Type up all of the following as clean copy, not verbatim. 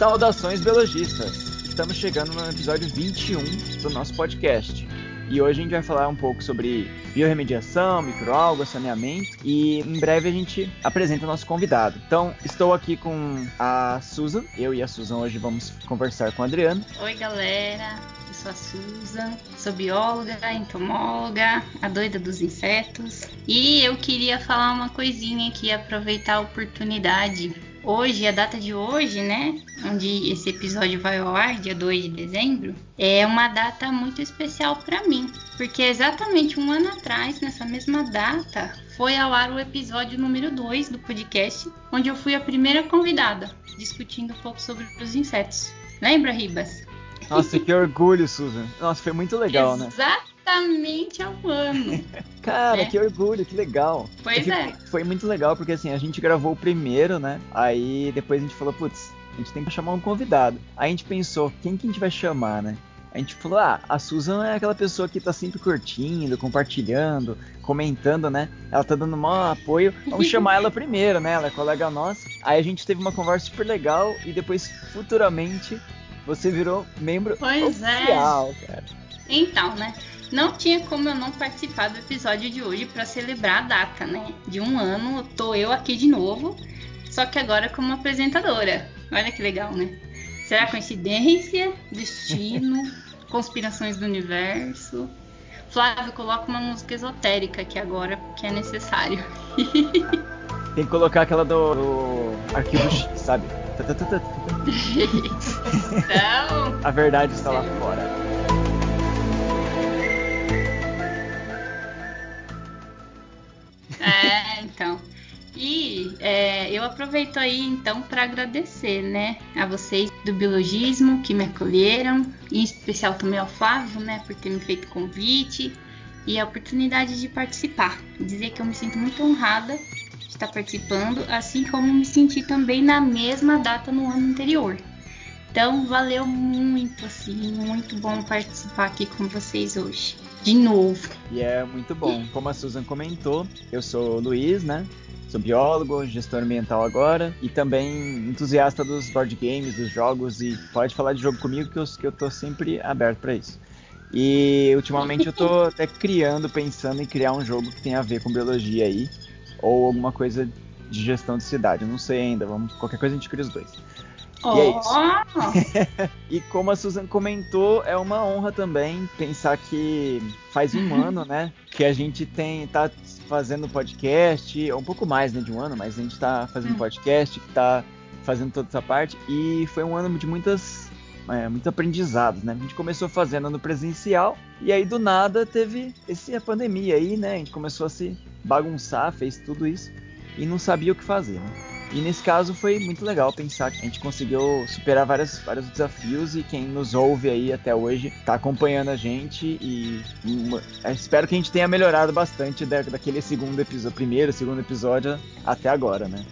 Saudações biologistas! Estamos chegando no episódio 21 do nosso podcast. E hoje a gente vai falar um pouco sobre biorremediação, microalgas, saneamento e em breve a gente apresenta o nosso convidado. Então, estou aqui com a Susan. Eu e a Susan hoje vamos conversar com a Adriana. Oi, galera. Eu sou a Susan, sou bióloga, entomóloga, a doida dos insetos. E eu queria falar uma coisinha aqui, aproveitar a oportunidade. Hoje, a data de hoje, né, onde esse episódio vai ao ar, dia 2 de dezembro, é uma data muito especial para mim, porque exatamente um ano atrás, nessa mesma data, foi ao ar o episódio número 2 do podcast, onde eu fui a primeira convidada, discutindo um pouco sobre os insetos. Lembra, Ribas? Nossa, que orgulho, Susan. Nossa, foi muito legal, né? Exatamente há um ano. Cara, né? Que orgulho, que legal. Pois é. Foi muito legal porque assim, a gente gravou o primeiro, né? Aí depois a gente falou, putz, a gente tem que chamar um convidado. Aí a gente pensou, quem que a gente vai chamar, né? A gente falou, a Susan é aquela pessoa que tá sempre curtindo, compartilhando, comentando, né? Ela tá dando maior apoio. Vamos chamar ela primeiro, né? Ela é colega nossa. Aí a gente teve uma conversa super legal e depois, futuramente, você virou membro oficial, cara. Então, né? Não tinha como eu não participar do episódio de hoje para celebrar a data, né? De um ano, tô eu aqui de novo, só que agora como apresentadora. Olha que legal, né? Será coincidência? Destino? Conspirações do universo? Flávio, coloca uma música esotérica aqui agora, porque é necessário. Tem que colocar aquela do Arquivo X, sabe? Então, a verdade está lá fora. Então. E eu aproveito aí então para agradecer, né, a vocês do biologismo que me acolheram, em especial também ao Flávio, né, por ter me feito convite e a oportunidade de participar. Dizer que eu me sinto muito honrada de estar participando, assim como me senti também na mesma data no ano anterior. Então, valeu muito, assim, muito bom participar aqui com vocês hoje. De novo. E é muito bom. Como a Susan comentou, eu sou o Luiz, né? Sou biólogo, gestor ambiental agora e também entusiasta dos board games, dos jogos, e pode falar de jogo comigo que eu tô sempre aberto para isso. E ultimamente eu tô até pensando em criar um jogo que tenha a ver com biologia aí, ou alguma coisa de gestão de cidade. Eu não sei ainda, qualquer coisa a gente cria os dois. E é isso. E como a Susan comentou, é uma honra também pensar que faz um ano, né, que a gente tá fazendo podcast, um pouco mais, né, de um ano, mas a gente tá fazendo podcast, que tá fazendo toda essa parte, e foi um ano de muitos aprendizados, né? A gente começou fazendo no presencial, e aí do nada teve a pandemia aí, né, a gente começou a se bagunçar, fez tudo isso, e não sabia o que fazer, né? E nesse caso foi muito legal pensar que a gente conseguiu superar vários desafios e quem nos ouve aí até hoje está acompanhando a gente e espero que a gente tenha melhorado bastante daquele primeiro, segundo episódio até agora, né?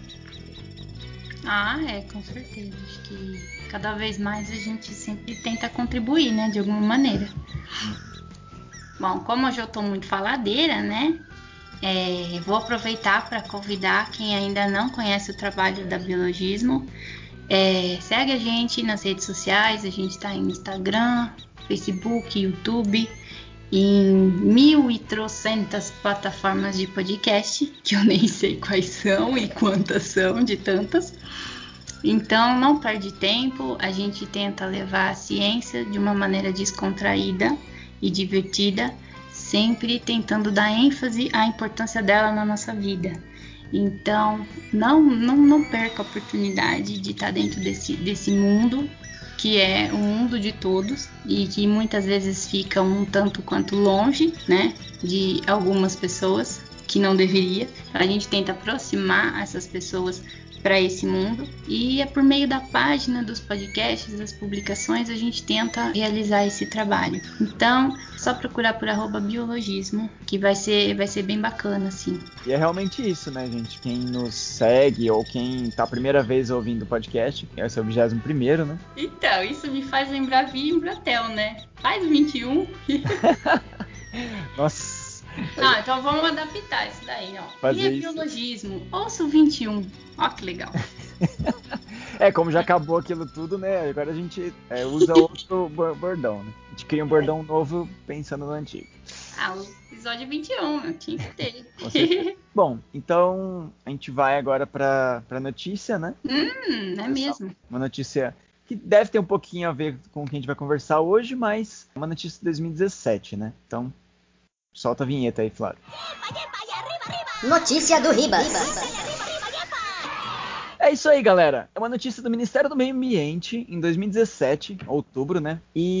Com certeza. Acho que cada vez mais a gente sempre tenta contribuir, né, de alguma maneira. Bom, como hoje eu tô muito faladeira, né, vou aproveitar para convidar quem ainda não conhece o trabalho da Biologismo. Segue a gente nas redes sociais, a gente está em Instagram, Facebook, YouTube, em 1.300 plataformas de podcast, que eu nem sei quais são e quantas são de tantas. Então não perde tempo, a gente tenta levar a ciência de uma maneira descontraída e divertida, sempre tentando dar ênfase à importância dela na nossa vida. Então, não perca a oportunidade de estar dentro desse mundo, que é o mundo de todos e que muitas vezes fica um tanto quanto longe, né, de algumas pessoas, que não deveria. A gente tenta aproximar essas pessoas para esse mundo e é por meio da página, dos podcasts, das publicações, a gente tenta realizar esse trabalho. Então, só procurar por @biologismo, que vai ser bem bacana, assim. E é realmente isso, né, gente? Quem nos segue ou quem tá a primeira vez ouvindo o podcast, esse é o 21º, né? Então, isso me faz lembrar Via Embratel, né? Faz 21. Nossa! Então vamos adaptar isso daí, ó. Fazer Via isso. Biologismo, ouça o 21. Ó que legal. Como já acabou aquilo tudo, né? Agora a gente usa outro bordão, né? A gente cria um bordão novo pensando no antigo. O episódio 21, tinha que ter. Com certeza. Bom, então a gente vai agora pra notícia, né? É mesmo. Uma notícia que deve ter um pouquinho a ver com o que a gente vai conversar hoje, mas é uma notícia de 2017, né? Então, solta a vinheta aí, Flávio. Notícia do Ribas. É isso aí, galera. É uma notícia do Ministério do Meio Ambiente em 2017, outubro, né?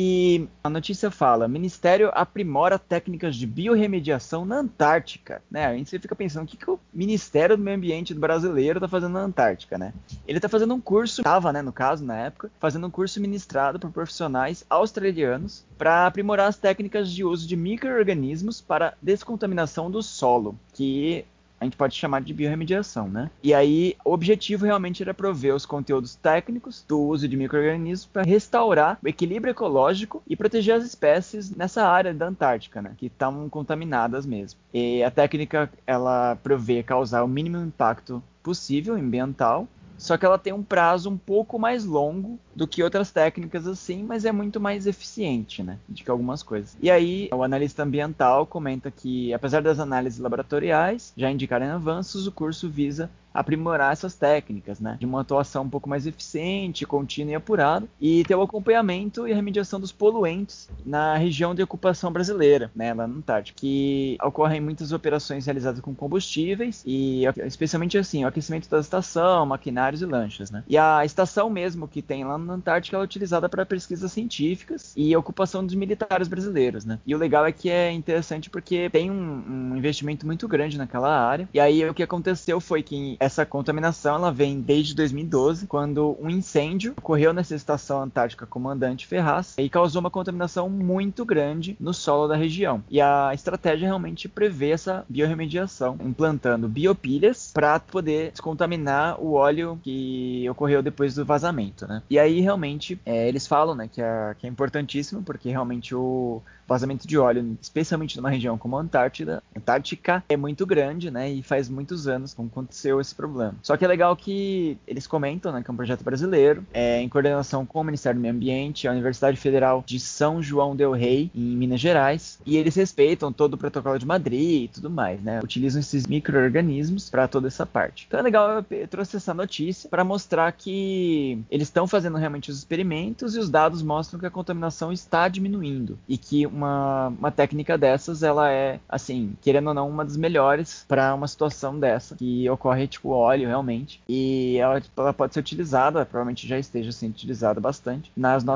E a notícia fala: Ministério aprimora técnicas de biorremediação na Antártica, né? A gente fica pensando, o que o Ministério do Meio Ambiente brasileiro tá fazendo na Antártica, né? Ele tá fazendo um curso, tava, né, no caso, na época, fazendo um curso ministrado por profissionais australianos para aprimorar as técnicas de uso de micro-organismos para descontaminação do solo, que a gente pode chamar de biorremediação, né? E aí, o objetivo realmente era prover os conteúdos técnicos do uso de micro-organismos para restaurar o equilíbrio ecológico e proteger as espécies nessa área da Antártica, né? Que estavam contaminadas mesmo. E a técnica, ela prevê causar o mínimo impacto possível ambiental, só que ela tem um prazo um pouco mais longo do que outras técnicas assim, mas é muito mais eficiente, né, do que algumas coisas. E aí, o analista ambiental comenta que, apesar das análises laboratoriais já indicarem avanços, o curso visa aprimorar essas técnicas, né, de uma atuação um pouco mais eficiente, contínua e apurada, e ter o acompanhamento e a remediação dos poluentes na região de ocupação brasileira, né, lá no Antártico, que ocorrem muitas operações realizadas com combustíveis e, especialmente assim, o aquecimento da estação, maquinários e lanchas, né. E a estação mesmo que tem lá na Antártica ela é utilizada para pesquisas científicas e ocupação dos militares brasileiros, né. E o legal é que é interessante porque tem um investimento muito grande naquela área. E aí o que aconteceu foi que essa contaminação ela vem desde 2012, quando um incêndio ocorreu nessa estação antártica Comandante Ferraz e causou uma contaminação muito grande no solo da região. E a estratégia realmente prevê essa biorremediação, implantando biopilhas para poder descontaminar o óleo que ocorreu depois do vazamento, né? E aí realmente eles falam, né, que é importantíssimo, porque realmente o vazamento de óleo, especialmente numa região como a Antártica, é muito grande, né? E faz muitos anos que aconteceu esse problema. Só que é legal que eles comentam, né, que é um projeto brasileiro, em coordenação com o Ministério do Meio Ambiente, a Universidade Federal de São João del Rei, em Minas Gerais, e eles respeitam todo o protocolo de Madrid e tudo mais, né? Utilizam esses micro-organismos para toda essa parte. Então é legal, eu trouxe essa notícia para mostrar que eles estão fazendo realmente os experimentos e os dados mostram que a contaminação está diminuindo e que uma técnica dessas, ela é, assim, querendo ou não, uma das melhores para uma situação dessa, que ocorre, tipo, óleo, realmente, e ela pode ser utilizada, provavelmente já esteja sendo utilizada bastante,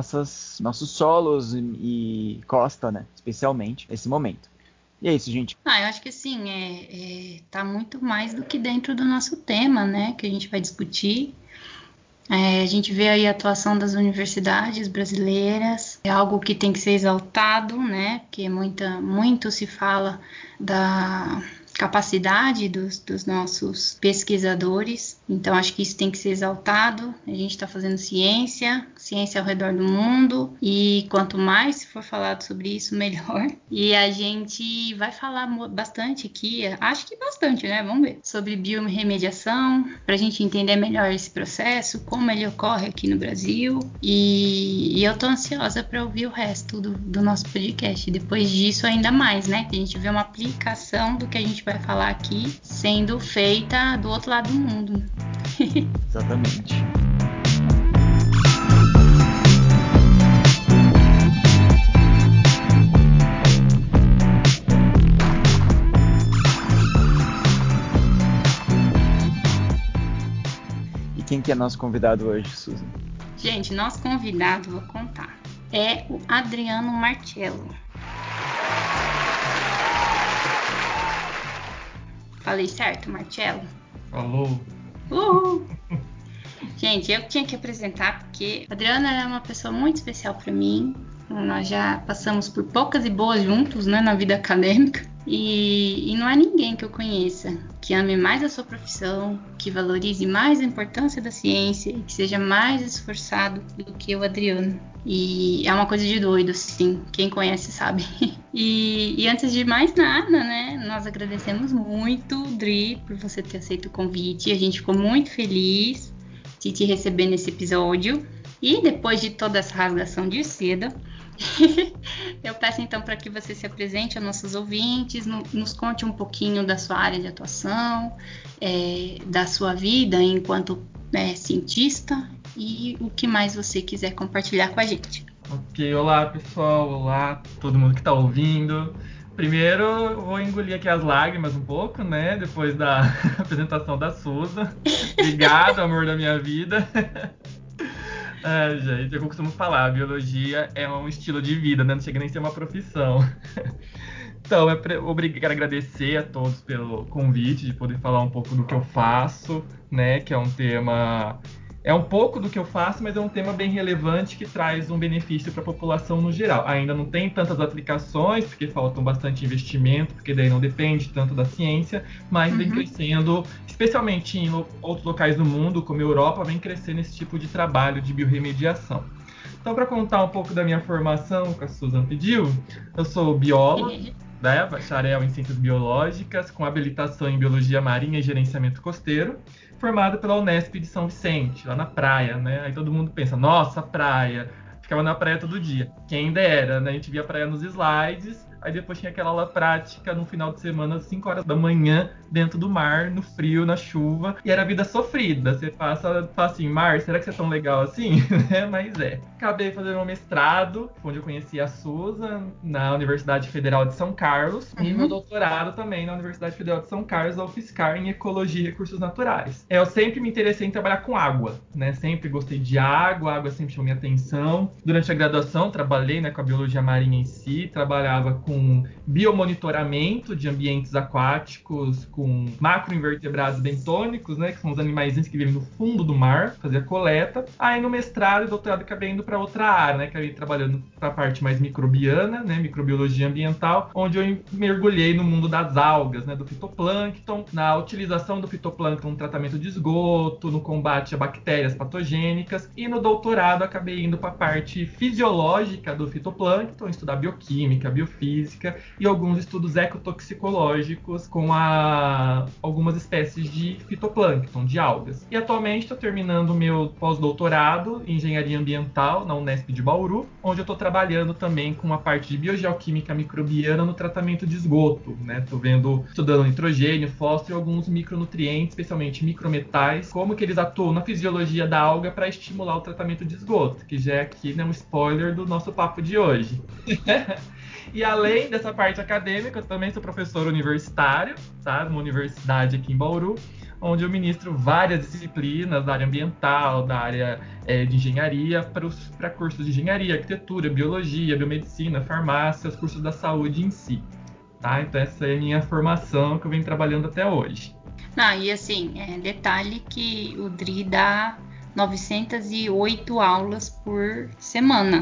nossos solos e costa, né, especialmente, nesse momento. E é isso, gente. Eu acho que assim, tá muito mais do que dentro do nosso tema, né, que a gente vai discutir. A gente vê aí a atuação das universidades brasileiras, é algo que tem que ser exaltado, né? Porque muito se fala da capacidade dos nossos pesquisadores, então acho que isso tem que ser exaltado. A gente está fazendo ciência ao redor do mundo, e quanto mais se for falado sobre isso, melhor. E a gente vai falar bastante aqui, acho que bastante, né? Vamos ver, sobre biorremediação, para a gente entender melhor esse processo, como ele ocorre aqui no Brasil, e eu tô ansiosa para ouvir o resto do nosso podcast. Depois disso, ainda mais, né? A gente vê uma aplicação do que a gente vai falar aqui sendo feita do outro lado do mundo. Exatamente. E quem que é nosso convidado hoje, Susan? Gente, nosso convidado, vou contar, é o Adriano Marcello. Falei certo, Marcello? Falou. Uhul! Gente, eu tinha que apresentar porque a Adriana é uma pessoa muito especial para mim. Nós já passamos por poucas e boas juntos, né, na vida acadêmica. E não há ninguém que eu conheça que ame mais a sua profissão, que valorize mais a importância da ciência e que seja mais esforçado do que o Adriano. E é uma coisa de doido, assim, quem conhece sabe. E antes de mais nada, né, nós agradecemos muito, Dri, por você ter aceito o convite. A gente ficou muito feliz de te receber nesse episódio. E depois de toda essa rasgação de seda, eu peço então para que você se apresente aos nossos ouvintes, nos conte um pouquinho da sua área de atuação, da sua vida enquanto cientista e o que mais você quiser compartilhar com a gente. Ok, olá pessoal, olá todo mundo que está ouvindo. Primeiro, eu vou engolir aqui as lágrimas um pouco, né? Depois da apresentação da Susan. Obrigado, amor da minha vida. Gente, eu costumo falar, a biologia é um estilo de vida, né? Não chega nem a ser uma profissão. Então, eu quero agradecer a todos pelo convite de poder falar um pouco do que eu faço, né? Que é um tema... É um pouco do que eu faço, mas é um tema bem relevante que traz um benefício para a população no geral. Ainda não tem tantas aplicações, porque faltam bastante investimento, porque daí não depende tanto da ciência, mas vem crescendo, especialmente em outros locais do mundo, como a Europa, vem crescendo esse tipo de trabalho de biorremediação. Então, para contar um pouco da minha formação, que a Susan pediu, eu sou biólogo, né, bacharel em Ciências Biológicas, com habilitação em Biologia Marinha e Gerenciamento Costeiro, formado pela Unesp de São Vicente, lá na praia, né? Aí todo mundo pensa, nossa, praia. Ficava na praia todo dia. Quem dera, né? A gente via a praia nos slides, aí depois tinha aquela aula prática no final de semana, às 5 horas da manhã, dentro do mar, no frio, na chuva. E era vida sofrida. Você fala assim, Mar, será que você é tão legal assim? Mas é. Acabei fazendo um mestrado, onde eu conheci a Susan, na Universidade Federal de São Carlos, e meu doutorado também na Universidade Federal de São Carlos, da UFSCar, em Ecologia e Recursos Naturais. Eu sempre me interessei em trabalhar com água, né? Sempre gostei de água, a água sempre chamou minha atenção. Durante a graduação, trabalhei, né, com a biologia marinha em si, trabalhava com biomonitoramento de ambientes aquáticos, com macroinvertebrados bentônicos, né, que são os animaizinhos que vivem no fundo do mar, fazia coleta. Aí no mestrado e doutorado acabei indo para outra área, né, acabei trabalhando para a parte mais microbiana, né, microbiologia ambiental, onde eu mergulhei no mundo das algas, né, do fitoplâncton, na utilização do fitoplâncton no tratamento de esgoto, no combate a bactérias patogênicas, e no doutorado acabei indo para a parte fisiológica do fitoplâncton, estudar bioquímica, biofísica e alguns estudos ecotoxicológicos com algumas espécies de fitoplâncton, de algas. E atualmente estou terminando o meu pós-doutorado em engenharia ambiental na Unesp de Bauru, onde eu estou trabalhando também com a parte de biogeoquímica microbiana no tratamento de esgoto, né? Estou estudando nitrogênio, fósforo e alguns micronutrientes, especialmente micrometais, como que eles atuam na fisiologia da alga para estimular o tratamento de esgoto, que já é aqui, né, um spoiler do nosso papo de hoje. E além dessa parte acadêmica, eu também sou professor universitário, tá? Numa universidade aqui em Bauru, onde eu ministro várias disciplinas da área ambiental, da área de engenharia, para cursos de engenharia, arquitetura, biologia, biomedicina, farmácia, os cursos da saúde em si. Tá? Então essa é a minha formação que eu venho trabalhando até hoje. E assim, detalhe que o DRI dá 908 aulas por semana.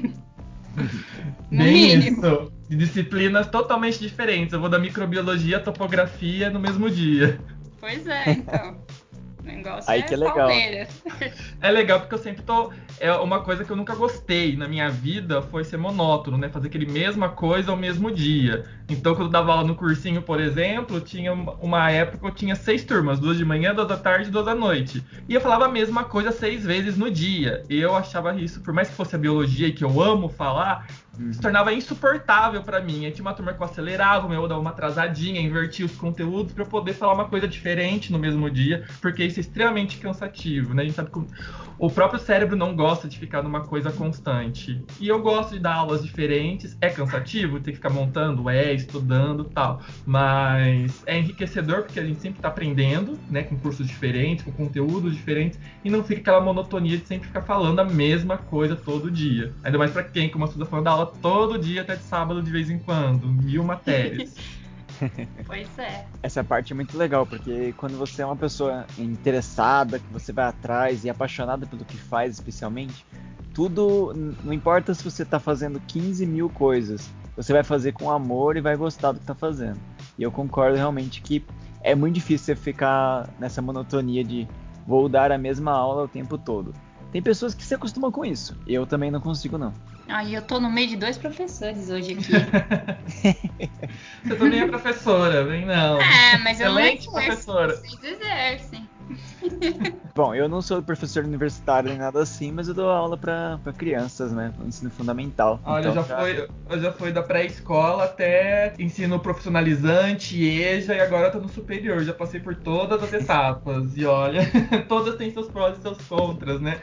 Bem isso, de disciplinas totalmente diferentes. Eu vou da microbiologia à topografia no mesmo dia. Pois é, então. O negócio aí que é legal. É legal porque eu sempre tô... É uma coisa que eu nunca gostei na minha vida foi ser monótono, né? Fazer aquele mesma coisa ao mesmo dia. Então, quando eu dava aula no cursinho, por exemplo, tinha uma época que eu tinha 6 turmas. 2 de manhã, 2 da tarde e 2 da noite. E eu falava a mesma coisa 6 vezes no dia. E eu achava isso, por mais que fosse a biologia e que eu amo falar, se tornava insuportável pra mim. Aí tinha uma turma que eu acelerava, eu dava uma atrasadinha, invertia os conteúdos pra eu poder falar uma coisa diferente no mesmo dia, porque isso é extremamente cansativo, né? A gente sabe que o próprio cérebro não gosta de ficar numa coisa constante. E eu gosto de dar aulas diferentes. É cansativo ter que ficar montando, estudando e tal. Mas é enriquecedor porque a gente sempre tá aprendendo, né? Com cursos diferentes, com conteúdos diferentes. E não fica aquela monotonia de sempre ficar falando a mesma coisa todo dia. Ainda mais pra quem, como a Suza falando, dá aula todo dia até de sábado de vez em quando. 1000 matérias. Pois é. Essa parte é muito legal, porque quando você é uma pessoa interessada, que você vai atrás e apaixonada pelo que faz especialmente, tudo, não importa se você está fazendo 15 mil coisas, você vai fazer com amor e vai gostar do que está fazendo. E eu concordo realmente que é muito difícil você ficar nessa monotonia de vou dar a mesma aula o tempo todo. Tem pessoas que se acostumam com isso, eu também não consigo não. E eu tô no meio de 2 professores hoje aqui. Você também é professora, vem não. Mas eu excelente não professora. Vocês exercem. Bom, eu não sou professor universitário nem nada assim, mas eu dou aula pra crianças, né? No ensino fundamental. Olha, Então, eu já fui da pré-escola até ensino profissionalizante, EJA, e agora eu tô no superior. Já passei por todas as etapas. E olha, todas têm seus prós e seus contras, né?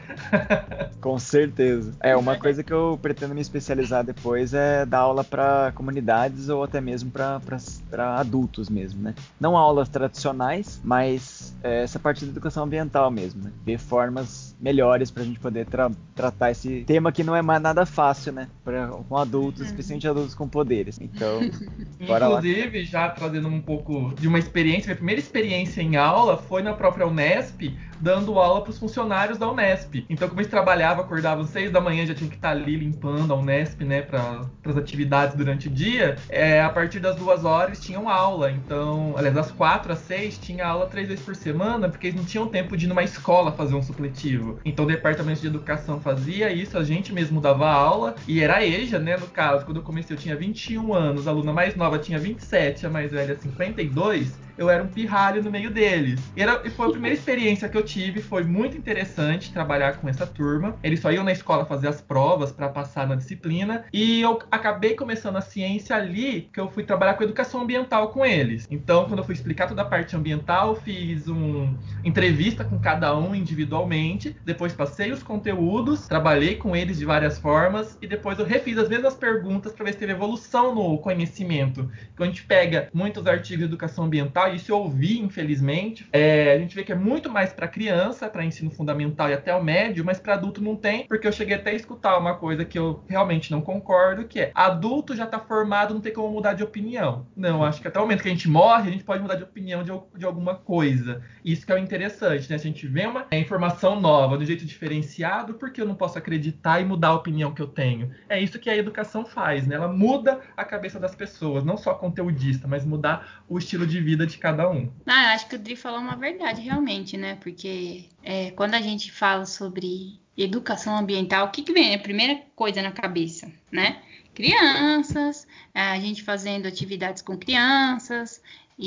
com certeza. Uma coisa que eu pretendo me especializar depois é dar aula para comunidades ou até mesmo para adultos mesmo, né? Não aulas tradicionais, mas essa parte da educação ambiental mesmo, né? Ver formas melhores para a gente poder tratar esse tema que não é mais nada fácil, né? Com adultos, especialmente adultos com poderes. Então, bora lá. Inclusive, já trazendo um pouco de uma experiência, minha primeira experiência em aula foi na própria Unesp, dando aula para os funcionários da Unesp. Então, como eles trabalhavam, acordavam às 6 da manhã, já tinham que estar ali limpando a Unesp, né, para as atividades durante o dia, a partir das 2 horas tinham aula. Então, aliás, das 4 às 6 tinha aula 3 vezes por semana, porque eles não tinham tempo de ir numa escola fazer um supletivo. Então, o departamento de educação fazia isso, a gente mesmo dava aula, e era a EJA, né, no caso. Quando eu comecei, eu tinha 21 anos, a aluna mais nova tinha 27, a mais velha 52. Eu era um pirralho no meio deles. E foi a primeira experiência que eu tive, foi muito interessante trabalhar com essa turma. Eles só iam na escola fazer as provas para passar na disciplina, e eu acabei começando a ciência ali, que eu fui trabalhar com educação ambiental com eles. Então, quando eu fui explicar toda a parte ambiental, fiz uma entrevista com cada um individualmente, depois passei os conteúdos, trabalhei com eles de várias formas, e depois eu refiz as mesmas perguntas para ver se teve evolução no conhecimento. Quando a gente pega muitos artigos de educação ambiental, isso eu ouvi, infelizmente, a gente vê que é muito mais para criança, para ensino fundamental e até o médio, mas para adulto não tem, porque eu cheguei até a escutar uma coisa que eu realmente não concordo, que é, adulto já está formado, não tem como mudar de opinião. Não, acho que até o momento que a gente morre, a gente pode mudar de opinião de alguma coisa. Isso que é o interessante, né? Se a gente vê uma informação nova, de um jeito diferenciado, por que eu não posso acreditar e mudar a opinião que eu tenho? É isso que a educação faz, né? Ela muda a cabeça das pessoas, não só conteudista, mas mudar o estilo de vida de cada um. Eu acho que o Dri falou uma verdade, realmente, né? Porque quando a gente fala sobre educação ambiental, o que vem? A primeira coisa na cabeça, né? Crianças, a gente fazendo atividades com crianças,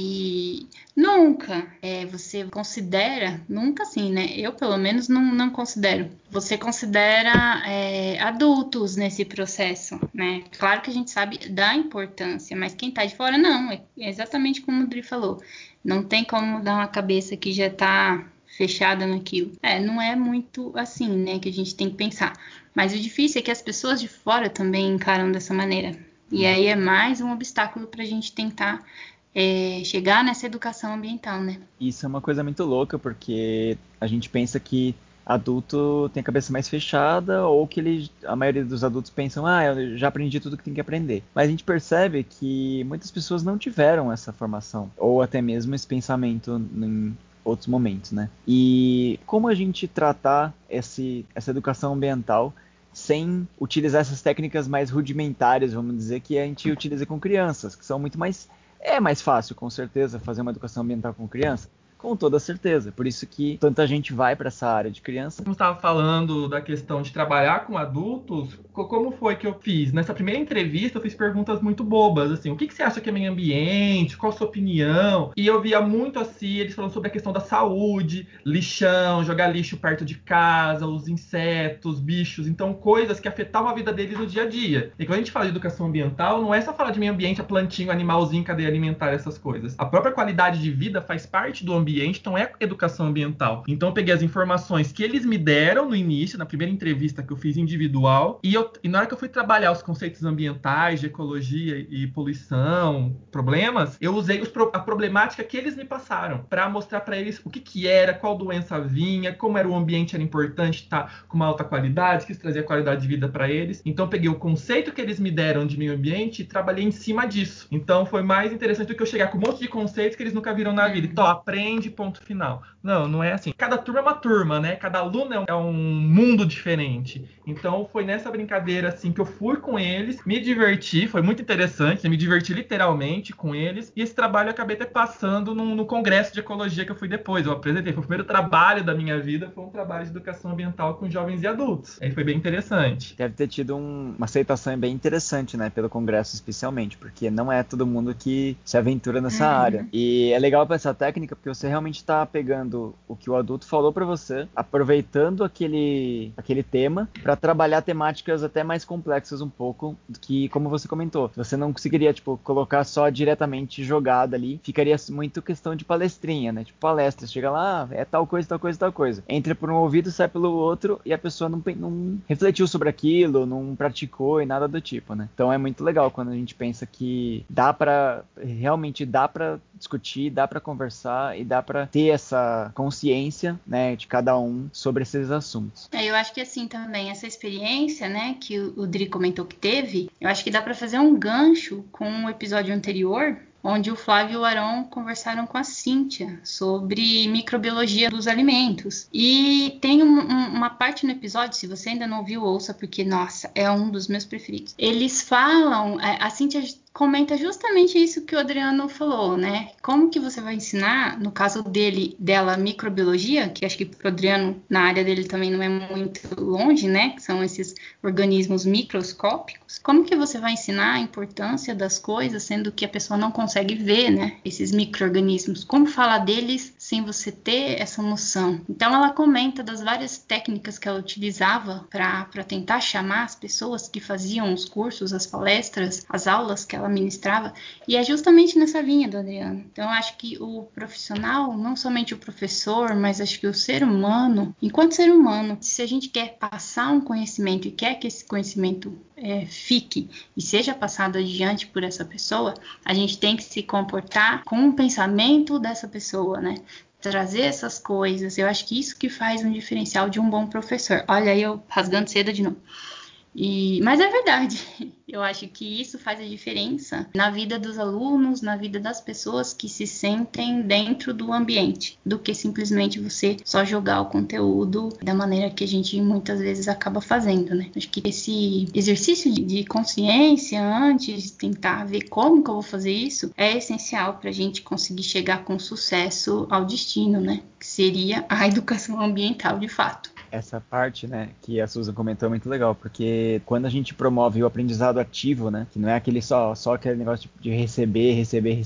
e nunca você considera, nunca assim, né? Eu, pelo menos, não considero. Você considera adultos nesse processo, né? Claro que a gente sabe da importância, mas quem tá de fora, não. É exatamente como o Dri falou. Não tem como mudar uma cabeça que já tá fechada naquilo. Não é muito assim, né, que a gente tem que pensar. Mas o difícil é que as pessoas de fora também encaram dessa maneira. E aí é mais um obstáculo para a gente tentar chegar nessa educação ambiental, né? Isso é uma coisa muito louca, porque a gente pensa que adulto tem a cabeça mais fechada, ou que a maioria dos adultos pensam, eu já aprendi tudo que tem que aprender. Mas a gente percebe que muitas pessoas não tiveram essa formação, ou até mesmo esse pensamento em outros momentos, né? E como a gente tratar essa educação ambiental sem utilizar essas técnicas mais rudimentares, vamos dizer, que a gente utiliza com crianças, que são muito mais... É mais fácil, com certeza, fazer uma educação ambiental com criança? Com toda certeza. Por isso que tanta gente vai para essa área de criança. Como estava falando da questão de trabalhar com adultos, como foi que eu fiz? Nessa primeira entrevista, eu fiz perguntas muito bobas, assim, o que você acha que é meio ambiente? Qual a sua opinião? E eu via muito assim, eles falando sobre a questão da saúde, lixão, jogar lixo perto de casa, os insetos, bichos, então coisas que afetavam a vida deles no dia a dia. E quando a gente fala de educação ambiental, não é só falar de meio ambiente, a plantinha, animalzinho, cadeia alimentar, essas coisas. A própria qualidade de vida faz parte do ambiente, então é educação ambiental. Então eu peguei as informações que eles me deram no início, na primeira entrevista que eu fiz individual, e na hora que eu fui trabalhar os conceitos ambientais, de ecologia e poluição, problemas, eu usei a problemática que eles me passaram para mostrar para eles o que era, qual doença vinha, como era o ambiente, era importante estar com uma alta qualidade, que isso trazia qualidade de vida para eles. Então eu peguei o conceito que eles me deram de meio ambiente e trabalhei em cima disso. Então foi mais interessante do que eu chegar com um monte de conceitos que eles nunca viram na vida. Então aprende, ponto final. Não é assim. Cada turma é uma turma, né? Cada aluno é um mundo diferente. Então foi nessa brincadeira assim que eu fui com eles, me diverti, foi muito interessante, me diverti literalmente com eles, e esse trabalho eu acabei até passando no congresso de ecologia que eu fui depois. Eu apresentei, foi o primeiro trabalho da minha vida, foi um trabalho de educação ambiental com jovens e adultos. Aí foi bem interessante. Deve ter tido uma aceitação bem interessante, né, pelo congresso especialmente, porque não é todo mundo que se aventura nessa área. E é legal para essa técnica porque você realmente está pegando pegando o que o adulto falou para você, aproveitando aquele tema para trabalhar temáticas até mais complexas um pouco, que, como você comentou, você não conseguiria, tipo, colocar só diretamente jogada ali, ficaria muito questão de palestrinha, né? Tipo, palestra, chega lá, é tal coisa, tal coisa, tal coisa. Entra por um ouvido, sai pelo outro, e a pessoa não refletiu sobre aquilo, não praticou e nada do tipo, né? Então é muito legal quando a gente pensa que realmente dá pra discutir, dá pra conversar e dá pra ter essa consciência, né, de cada um sobre esses assuntos. Eu acho que assim também, essa experiência, né, que o Dri comentou que teve, eu acho que dá para fazer um gancho com o episódio anterior, onde o Flávio e o Arão conversaram com a Cíntia sobre microbiologia dos alimentos. E tem uma parte no episódio, se você ainda não viu, ouça, porque, nossa, é um dos meus preferidos. Eles falam, a Cíntia comenta justamente isso que o Adriano falou, né? Como que você vai ensinar, no caso dela, microbiologia, que acho que pro Adriano, na área dele também não é muito longe, né? Que são esses organismos microscópicos. Como que você vai ensinar a importância das coisas, sendo que a pessoa não consegue ver, né? Esses micro-organismos. Como falar deles sem você ter essa noção? Então, ela comenta das várias técnicas que ela utilizava para tentar chamar as pessoas que faziam os cursos, as palestras, as aulas que ela ministrava, e é justamente nessa linha do Adriano. Então, eu acho que o profissional, não somente o professor, mas acho que o ser humano, enquanto ser humano, se a gente quer passar um conhecimento e quer que esse conhecimento fique e seja passado adiante por essa pessoa, a gente tem que se comportar com o pensamento dessa pessoa, né? Trazer essas coisas. Eu acho que isso que faz um diferencial de um bom professor. Olha aí eu rasgando seda de novo. Mas é verdade, eu acho que isso faz a diferença na vida dos alunos, na vida das pessoas que se sentem dentro do ambiente, do que simplesmente você só jogar o conteúdo da maneira que a gente muitas vezes acaba fazendo, né? Acho que esse exercício de consciência antes de tentar ver como que eu vou fazer isso é essencial para a gente conseguir chegar com sucesso ao destino, né? Que seria a educação ambiental de fato. Essa parte, né, que a Susan comentou é muito legal, porque quando a gente promove o aprendizado ativo, né, que não é aquele só aquele negócio de receber,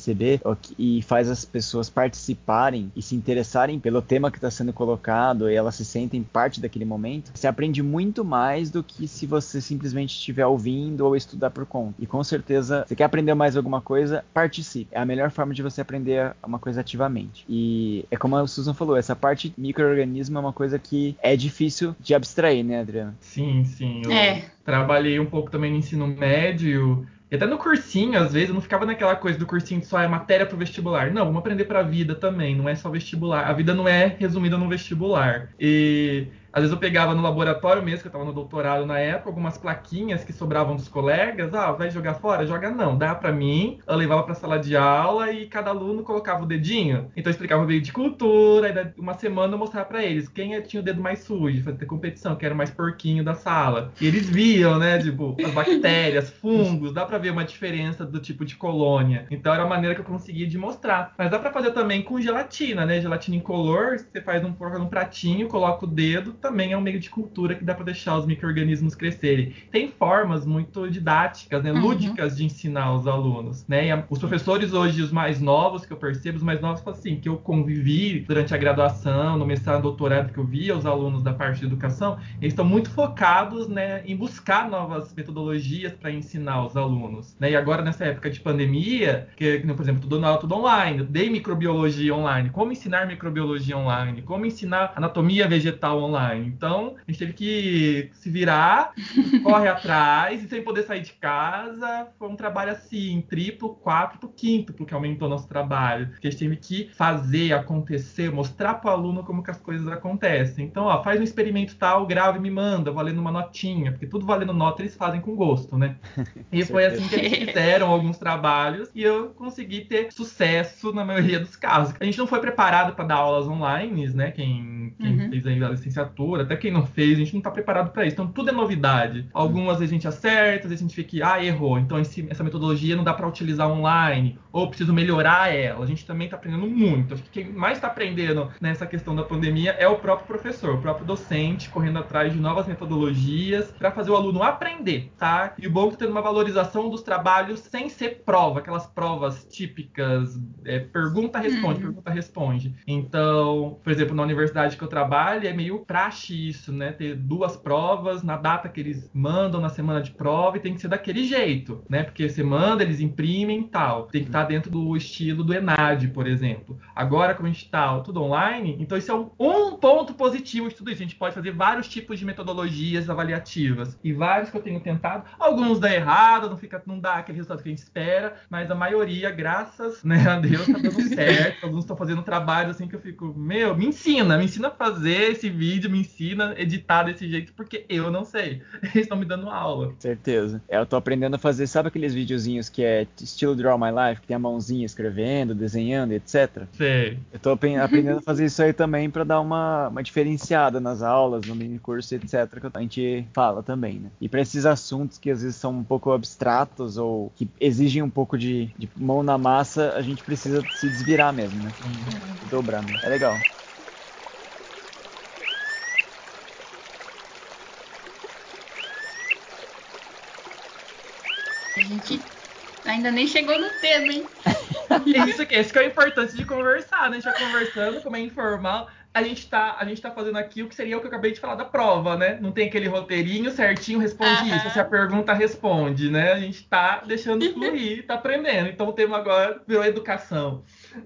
e faz as pessoas participarem e se interessarem pelo tema que está sendo colocado e elas se sentem parte daquele momento, você aprende muito mais do que se você simplesmente estiver ouvindo ou estudar por conta. E com certeza, você quer aprender mais alguma coisa, participe. É a melhor forma de você aprender uma coisa ativamente. E é como a Susan falou, essa parte de micro-organismo é uma coisa que é difícil de abstrair, né, Adriano? Sim. Eu trabalhei um pouco também no ensino médio. E até no cursinho, às vezes, eu não ficava naquela coisa do cursinho que só é matéria pro vestibular. Não, vamos aprender pra vida também, não é só vestibular. A vida não é resumida no vestibular. E às vezes eu pegava no laboratório mesmo, que eu estava no doutorado na época, algumas plaquinhas que sobravam dos colegas. Ah, vai jogar fora? Joga não. Dá pra mim. Eu levava pra sala de aula e cada aluno colocava o dedinho. Então eu explicava o meio de cultura, e uma semana eu mostrava pra eles quem tinha o dedo mais sujo, fazer competição, que era o mais porquinho da sala. E eles viam, né, tipo, as bactérias, fungos, dá pra ver uma diferença do tipo de colônia. Então era a maneira que eu conseguia de mostrar. Mas dá pra fazer também com gelatina, né? Gelatina incolor, você faz um pratinho, coloca o dedo, também é um meio de cultura que dá para deixar os micro-organismos crescerem. Tem formas muito didáticas, né, lúdicas de ensinar os alunos, né? E os professores hoje, os mais novos, que eu percebo, os mais novos, assim, que eu convivi durante a graduação, no mestrado, doutorado, que eu via os alunos da parte de educação, eles estão muito focados, né, em buscar novas metodologias para ensinar os alunos, né? E agora, nessa época de pandemia, que por exemplo, tudo online, eu dei microbiologia online, como ensinar microbiologia online, como ensinar anatomia vegetal online. Então, a gente teve que se virar, corre atrás, e sem poder sair de casa, foi um trabalho assim, triplo, quádruplo, quíntuplo, que aumentou nosso trabalho. Porque a gente teve que fazer acontecer, mostrar para o aluno como que as coisas acontecem. Então, ó, faz um experimento tal, grava e me manda, valendo uma notinha, porque tudo valendo nota eles fazem com gosto, né? E foi assim que eles fizeram alguns trabalhos e eu consegui ter sucesso na maioria dos casos. A gente não foi preparado para dar aulas online, né? Quem fez aí a licenciatura futuro, até quem não fez, a gente não está preparado para isso. Então, tudo é novidade. Algumas vezes a gente acerta, às vezes a gente fica, errou. Então, essa metodologia não dá para utilizar online, ou preciso melhorar ela. A gente também está aprendendo muito. Acho que quem mais está aprendendo nessa questão da pandemia é o próprio professor, o próprio docente, correndo atrás de novas metodologias para fazer o aluno aprender, tá? E o bom é que tá tendo uma valorização dos trabalhos sem ser prova, aquelas provas típicas, pergunta-responde, pergunta-responde. Então, por exemplo, na universidade que eu trabalho, é meio praxe isso, né? Ter 2 provas na data que eles mandam, na semana de prova, e tem que ser daquele jeito, né? Porque você manda, eles imprimem e tal. Tem que estar dentro do estilo do ENAD, por exemplo. Agora, como a gente está tudo online, então isso é um ponto positivo de tudo isso. A gente pode fazer vários tipos de metodologias avaliativas. E vários que eu tenho tentado. Alguns dá errado, não dá aquele resultado que a gente espera, mas a maioria, graças, né, a Deus, tá dando certo. Alguns estão fazendo trabalhos assim que eu fico, me ensina a fazer esse vídeo, me ensina a editar desse jeito, porque eu não sei. Eles estão me dando aula. Certeza. Eu tô aprendendo a fazer, sabe aqueles videozinhos que é estilo Draw My Life, que tem a mãozinha escrevendo, desenhando, etc. Sei. Eu tô aprendendo a fazer isso aí também para dar uma diferenciada nas aulas, no mini curso, etc. Que a gente fala também, né? E para esses assuntos que às vezes são um pouco abstratos ou que exigem um pouco de mão na massa, a gente precisa se desvirar mesmo, né? Dobrar, né? É legal. A gente ainda nem chegou no tema, hein? Isso que é o importante de conversar, né? A gente tá conversando, como é informal, a gente tá fazendo aqui o que seria o que eu acabei de falar da prova, né? Não tem aquele roteirinho certinho, responde isso. Se a pergunta responde, né? A gente tá deixando fluir, tá aprendendo. Então o tema agora virou educação.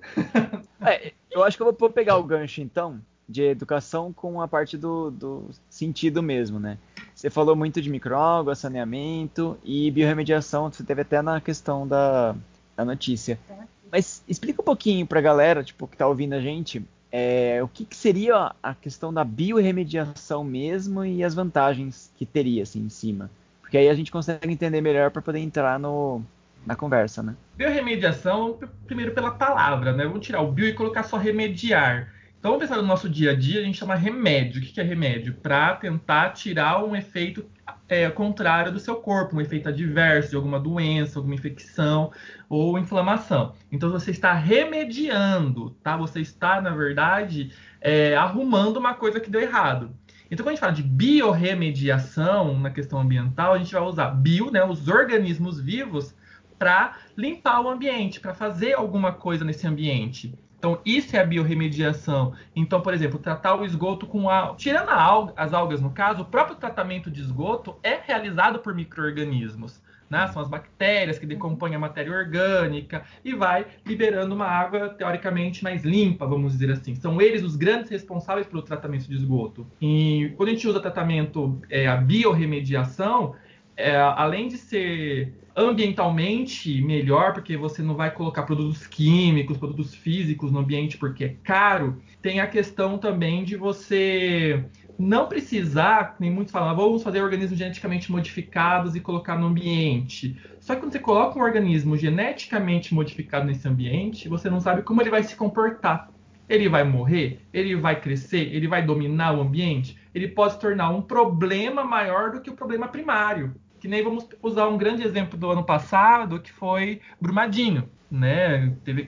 Eu acho que eu vou pegar o gancho, então, de educação com a parte do sentido mesmo, né? Você falou muito de microágua, saneamento e biorremediação, você teve até na questão da notícia. Mas explica um pouquinho pra galera, tipo, que tá ouvindo a gente, o que seria a questão da biorremediação mesmo e as vantagens que teria, assim, em cima. Porque aí a gente consegue entender melhor para poder entrar na conversa, né? Biorremediação, primeiro pela palavra, né? Vamos tirar o bio e colocar só remediar. Então, vamos pensar no nosso dia a dia, a gente chama remédio. O que é remédio? Para tentar tirar um efeito contrário do seu corpo, um efeito adverso de alguma doença, alguma infecção ou inflamação. Então, você está remediando, tá? Você está, na verdade, arrumando uma coisa que deu errado. Então, quando a gente fala de biorremediação na questão ambiental, a gente vai usar bio, né, os organismos vivos, para limpar o ambiente, para fazer alguma coisa nesse ambiente. Então, isso é a biorremediação. Então, por exemplo, tratar o esgoto com tirando as algas, no caso, o próprio tratamento de esgoto é realizado por micro-organismos. Né? São as bactérias que decompõem a matéria orgânica e vai liberando uma água, teoricamente, mais limpa, vamos dizer assim. São eles os grandes responsáveis pelo tratamento de esgoto. E quando a gente usa tratamento, a biorremediação, além de ser ambientalmente melhor, porque você não vai colocar produtos químicos, produtos físicos no ambiente porque é caro, tem a questão também de você não precisar, nem muitos falam, vamos fazer organismos geneticamente modificados e colocar no ambiente. Só que quando você coloca um organismo geneticamente modificado nesse ambiente, você não sabe como ele vai se comportar. Ele vai morrer? Ele vai crescer? Ele vai dominar o ambiente? Ele pode se tornar um problema maior do que o problema primário. Que nem vamos usar um grande exemplo do ano passado, que foi Brumadinho, né? Teve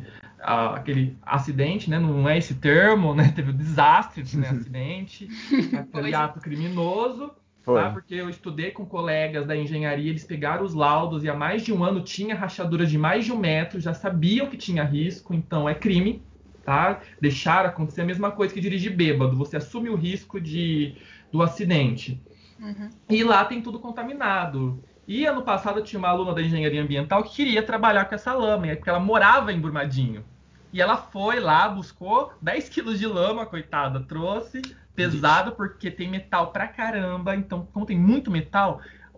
aquele acidente, né? Não é esse termo, né? Teve o desastre, né? Acidente, aquele ato criminoso, tá? Porque eu estudei com colegas da engenharia, eles pegaram os laudos e há mais de um ano tinha rachaduras de mais de 1 metro, já sabiam que tinha risco, então é crime, tá? Deixar acontecer a mesma coisa que dirigir bêbado, você assume o risco do acidente. Uhum. E lá tem tudo contaminado. E ano passado tinha uma aluna da engenharia ambiental que queria trabalhar com essa lama, porque ela morava em Brumadinho. E ela foi lá, buscou 10 quilos de lama, coitada, trouxe, pesado, porque tem metal pra caramba. Então, como tem muito metal,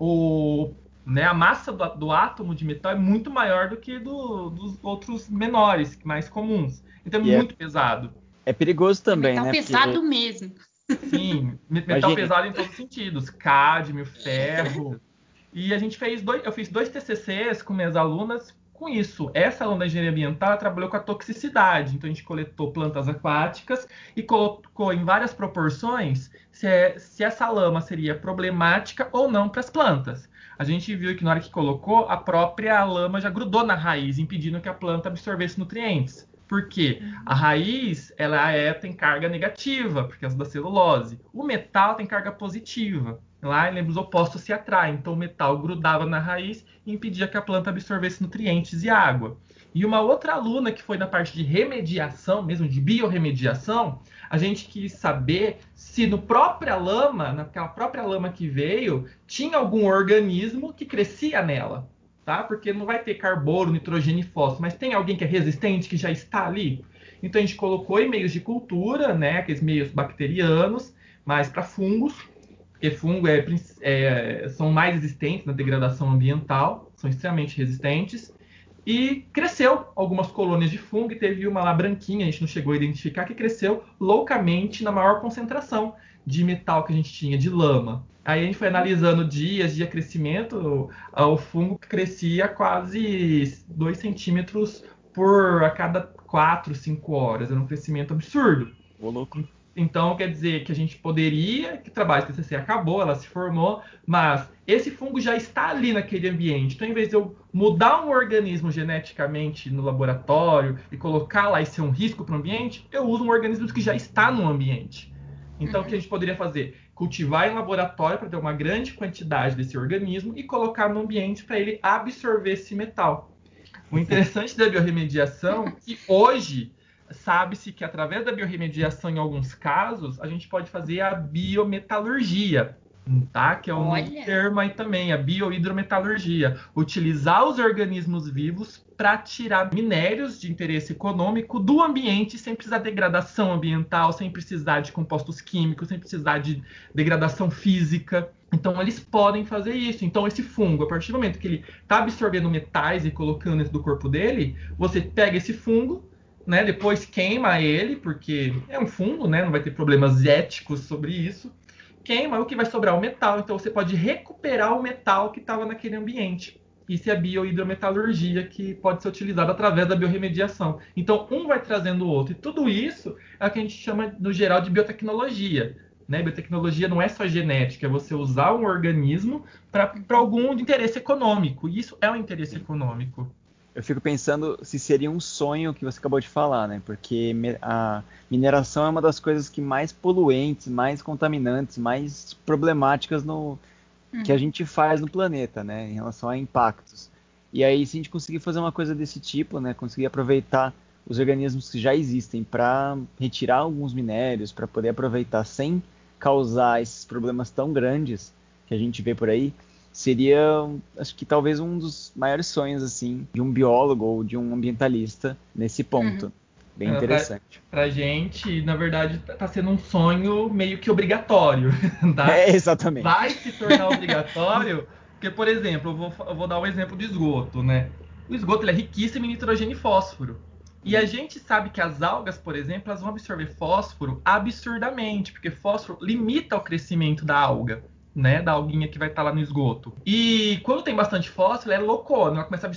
a massa do átomo de metal é muito maior do que dos outros menores, mais comuns. Então é muito pesado. É perigoso também, metal né? Pesado mesmo. Sim, metal pesado em todos os sentidos. Cádmio, ferro. E eu fiz 2 TCCs com minhas alunas com isso. Essa aluna da engenharia ambiental ela trabalhou com a toxicidade. Então, a gente coletou plantas aquáticas e colocou em várias proporções se essa lama seria problemática ou não para as plantas. A gente viu que na hora que colocou, a própria lama já grudou na raiz, impedindo que a planta absorvesse nutrientes. Por quê? A raiz tem carga negativa, por causa da celulose. O metal tem carga positiva. Lá, lembra, os opostos se atraem. Então, o metal grudava na raiz e impedia que a planta absorvesse nutrientes e água. E uma outra aluna que foi na parte de remediação, mesmo de biorremediação, a gente quis saber se naquela própria lama que veio, tinha algum organismo que crescia nela. Tá? Porque não vai ter carbono, nitrogênio e fósforo, mas tem alguém que é resistente, que já está ali? Então, a gente colocou em meios de cultura, né, aqueles meios bacterianos, mais para fungos, porque fungos são mais resistentes na degradação ambiental, são extremamente resistentes, e cresceu algumas colônias de fungo, e teve uma lá branquinha, a gente não chegou a identificar, que cresceu loucamente na maior concentração de metal que a gente tinha, de lama. Aí a gente foi analisando dias de crescimento, o fungo crescia quase 2 centímetros a cada 4, 5 horas, era um crescimento absurdo. Ô, louco. Então, quer dizer que a gente poderia, que o trabalho de TCC acabou, ela se formou, mas esse fungo já está ali naquele ambiente. Então, em vez de eu mudar um organismo geneticamente no laboratório e colocar lá e ser um risco para o ambiente, eu uso um organismo que já está no ambiente. Então, o que a gente poderia fazer? Cultivar em laboratório para ter uma grande quantidade desse organismo e colocar no ambiente para ele absorver esse metal. O interessante da biorremediação é que hoje sabe-se que através da biorremediação, em alguns casos, a gente pode fazer a biometalurgia, tá? Que é um termo aí também, a biohidrometalurgia. Utilizar os organismos vivos para tirar minérios de interesse econômico do ambiente sem precisar de degradação ambiental, sem precisar de compostos químicos, sem precisar de degradação física. Então, eles podem fazer isso. Então, esse fungo, a partir do momento que ele está absorvendo metais e colocando dentro do corpo dele, você pega esse fungo, né, depois queima ele, porque é um fungo, né, não vai ter problemas éticos sobre isso. Queima, o que vai sobrar é o metal. Então, você pode recuperar o metal que estava naquele ambiente. Isso é a biohidrometalurgia, que pode ser utilizada através da biorremediação. Então, um vai trazendo o outro. E tudo isso é o que a gente chama, no geral, de biotecnologia. Né? Biotecnologia não é só genética, é você usar um organismo para algum interesse econômico. E isso é um interesse econômico. Eu fico pensando se seria um sonho que você acabou de falar, né? Porque a mineração é uma das coisas que mais poluentes, mais contaminantes, mais problemáticas que a gente faz no planeta, né? Em relação a impactos. E aí, se a gente conseguir fazer uma coisa desse tipo, né? Conseguir aproveitar os organismos que já existem para retirar alguns minérios, para poder aproveitar sem causar esses problemas tão grandes que a gente vê por aí, seria, acho que talvez um dos maiores sonhos, assim, de um biólogo ou de um ambientalista nesse ponto. Bem interessante. Pra gente, na verdade, tá sendo um sonho meio que obrigatório, tá? Exatamente. Vai se tornar obrigatório, porque, por exemplo, eu vou dar um exemplo de esgoto, né? O esgoto ele é riquíssimo em nitrogênio e fósforo. E a gente sabe que as algas, por exemplo, elas vão absorver fósforo absurdamente, porque fósforo limita o crescimento da alga. Né, da alguinha que vai estar lá no esgoto. E quando tem bastante fósforo, ela é loucona. Ela começa a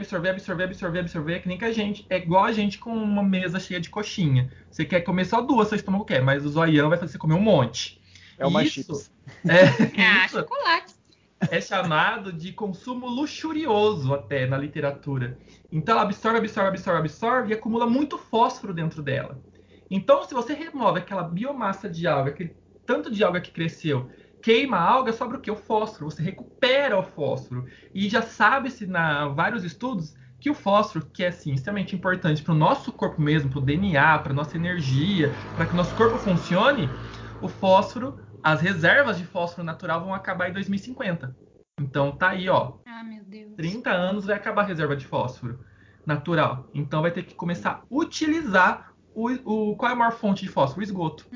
absorver, que nem que a gente. É igual a gente com uma mesa cheia de coxinha. Você quer comer só 2, seu estômago quer, mas o zoião vai fazer você comer um monte. É uma chips. Isso chocolate. É chamado de consumo luxurioso até na literatura. Então ela absorve e acumula muito fósforo dentro dela. Então, se você remove aquela biomassa de alga, aquele tanto de alga que cresceu, queima a alga, sobra o que? O fósforo. Você recupera o fósforo. E já sabe-se vários estudos que o fósforo, que é assim, extremamente importante para o nosso corpo mesmo, para o DNA, para a nossa energia, para que o nosso corpo funcione, o fósforo, as reservas de fósforo natural vão acabar em 2050. Então tá aí, ó. Ah, meu Deus. 30 anos vai acabar a reserva de fósforo natural. Então vai ter que começar a utilizar qual é a maior fonte de fósforo? O esgoto.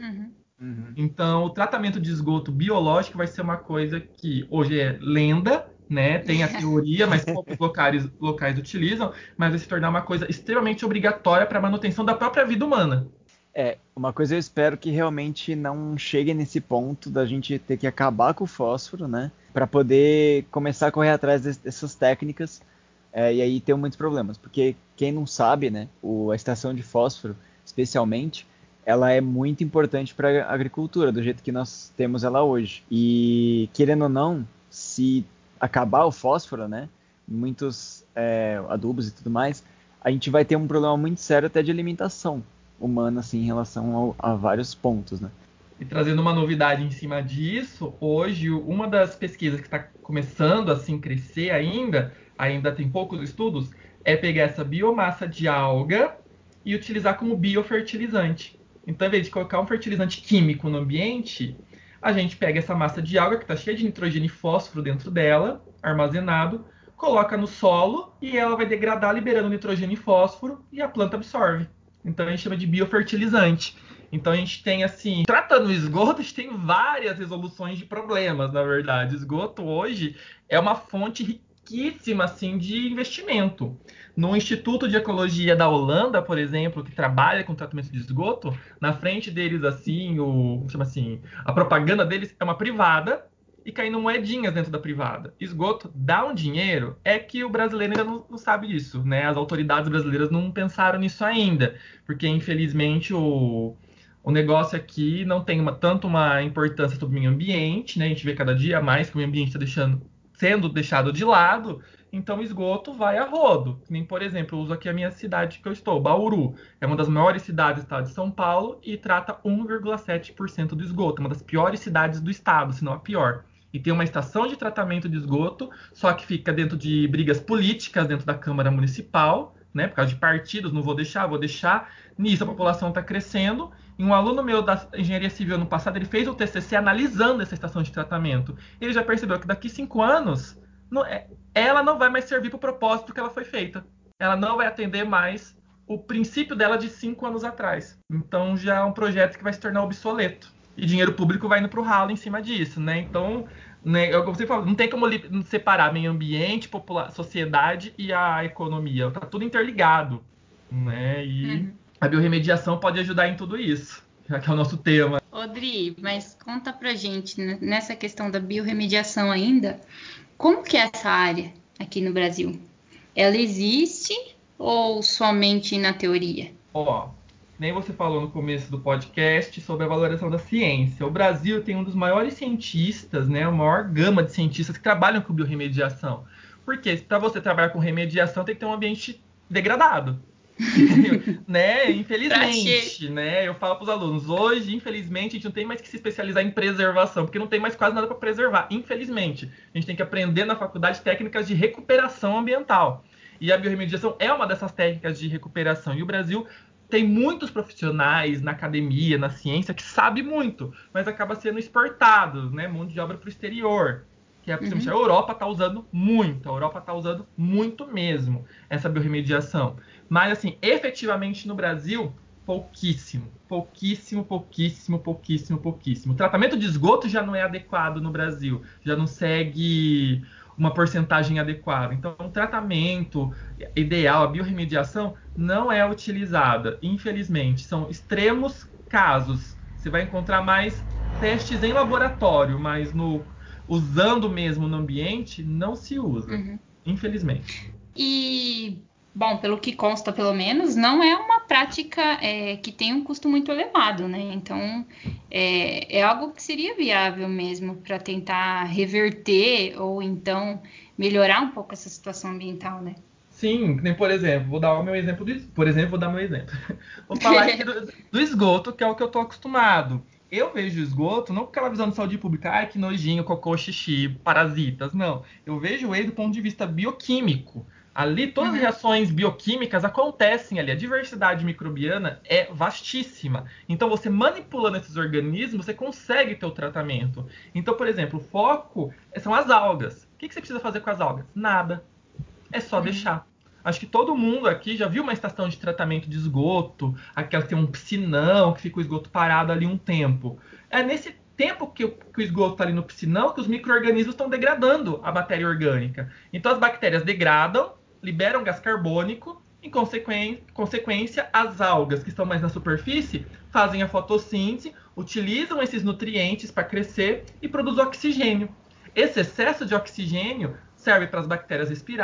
Então, o tratamento de esgoto biológico vai ser uma coisa que hoje é lenda, né? Tem a teoria, mas poucos locais utilizam, mas vai se tornar uma coisa extremamente obrigatória para a manutenção da própria vida humana. Uma coisa eu espero que realmente não chegue nesse ponto da gente ter que acabar com o fósforo, né? Para poder começar a correr atrás dessas técnicas, e aí tem muitos problemas, porque quem não sabe, né, a extração de fósforo, especialmente, ela é muito importante para a agricultura, do jeito que nós temos ela hoje. E, querendo ou não, se acabar o fósforo, né, muitos adubos e tudo mais, a gente vai ter um problema muito sério até de alimentação humana, assim, em relação a vários pontos, né. E trazendo uma novidade em cima disso, hoje uma das pesquisas que está começando assim crescer ainda tem poucos estudos, é pegar essa biomassa de alga e utilizar como biofertilizante. Então, em vez de colocar um fertilizante químico no ambiente, a gente pega essa massa de alga que está cheia de nitrogênio e fósforo dentro dela, armazenado, coloca no solo e ela vai degradar liberando nitrogênio e fósforo e a planta absorve. Então a gente chama de biofertilizante. Então a gente tem assim, tratando o esgoto, a gente tem várias resoluções de problemas, na verdade. O esgoto hoje é uma fonte riquíssima assim de investimento. No Instituto de Ecologia da Holanda, por exemplo, que trabalha com tratamento de esgoto, na frente deles assim, chama assim, a propaganda deles é uma privada e caindo moedinhas dentro da privada. Esgoto dá um dinheiro, é que o brasileiro ainda não sabe disso, né? As autoridades brasileiras não pensaram nisso ainda, porque infelizmente o negócio aqui não tem tanto uma importância sobre o meio ambiente, né? A gente vê cada dia mais que o meio ambiente está sendo deixado de lado, então o esgoto vai a rodo. Nem, por exemplo, eu uso aqui a minha cidade que eu estou, Bauru. É uma das maiores cidades do estado de São Paulo e trata 1,7% do esgoto. É uma das piores cidades do estado, se não a pior. E tem uma estação de tratamento de esgoto, só que fica dentro de brigas políticas dentro da Câmara Municipal, né? Por causa de partidos, não vou deixar, vou deixar. Nisso a população está crescendo. E um aluno meu da engenharia civil no passado, ele fez o TCC analisando essa estação de tratamento. Ele já percebeu que daqui 5 anos, ela não vai mais servir para o propósito que ela foi feita. Ela não vai atender mais o princípio dela de 5 anos atrás. Então já é um projeto que vai se tornar obsoleto. E dinheiro público vai indo para o ralo em cima disso, né? Então, né, como você falou, não tem como separar meio ambiente, sociedade e a economia. Está tudo interligado, né? E a biorremediação pode ajudar em tudo isso, já que é o nosso tema. Odri, mas conta pra gente, nessa questão da biorremediação ainda, como que é essa área aqui no Brasil? Ela existe ou somente na teoria? Nem você falou no começo do podcast sobre a valorização da ciência. O Brasil tem um dos maiores cientistas, né, a maior gama de cientistas que trabalham com biorremediação. Porque para você trabalhar com remediação tem que ter um ambiente degradado. Né? Infelizmente, né? Eu falo para os alunos, hoje, infelizmente, a gente não tem mais que se especializar em preservação, porque não tem mais quase nada para preservar, infelizmente. A gente tem que aprender na faculdade técnicas de recuperação ambiental. E a biorremediação é uma dessas técnicas de recuperação. E o Brasil tem muitos profissionais na academia, na ciência, que sabe muito, mas acaba sendo exportado, né? Mão de obra para o exterior. Que principalmente a Europa está usando muito. A Europa está usando muito mesmo essa biorremediação. Mas, assim, efetivamente no Brasil, pouquíssimo. Pouquíssimo, pouquíssimo, pouquíssimo, pouquíssimo. O tratamento de esgoto já não é adequado no Brasil. Já não segue uma porcentagem adequada. Então, o tratamento ideal, a biorremediação, não é utilizada. Infelizmente, são extremos casos. Você vai encontrar mais testes em laboratório, mas usando mesmo no ambiente, não se usa. Infelizmente. E, bom, pelo que consta, pelo menos, não é uma prática que tem um custo muito elevado, né? Então, é algo que seria viável mesmo para tentar reverter ou então melhorar um pouco essa situação ambiental, né? Sim, por exemplo, vou dar o meu exemplo. Vou dar meu exemplo. Vou falar aqui do esgoto, que é o que eu estou acostumado. Eu vejo o esgoto não com aquela visão de saúde pública, ai que nojinho, cocô, xixi, parasitas, não. Eu vejo ele do ponto de vista bioquímico. Ali todas as reações bioquímicas acontecem ali. A diversidade microbiana é vastíssima. Então você manipulando esses organismos, você consegue ter o tratamento. Então, por exemplo, o foco são as algas. O que você precisa fazer com as algas? Nada. É só deixar. Acho que todo mundo aqui já viu uma estação de tratamento de esgoto, aquela que tem um piscinão, que fica o esgoto parado ali um tempo. É nesse tempo que o esgoto está ali no piscinão que os micro-organismos estão degradando a matéria orgânica. Então as bactérias degradam, liberam gás carbônico, em consequência, as algas que estão mais na superfície fazem a fotossíntese, utilizam esses nutrientes para crescer e produzem oxigênio. Esse excesso de oxigênio serve para as bactérias respirarem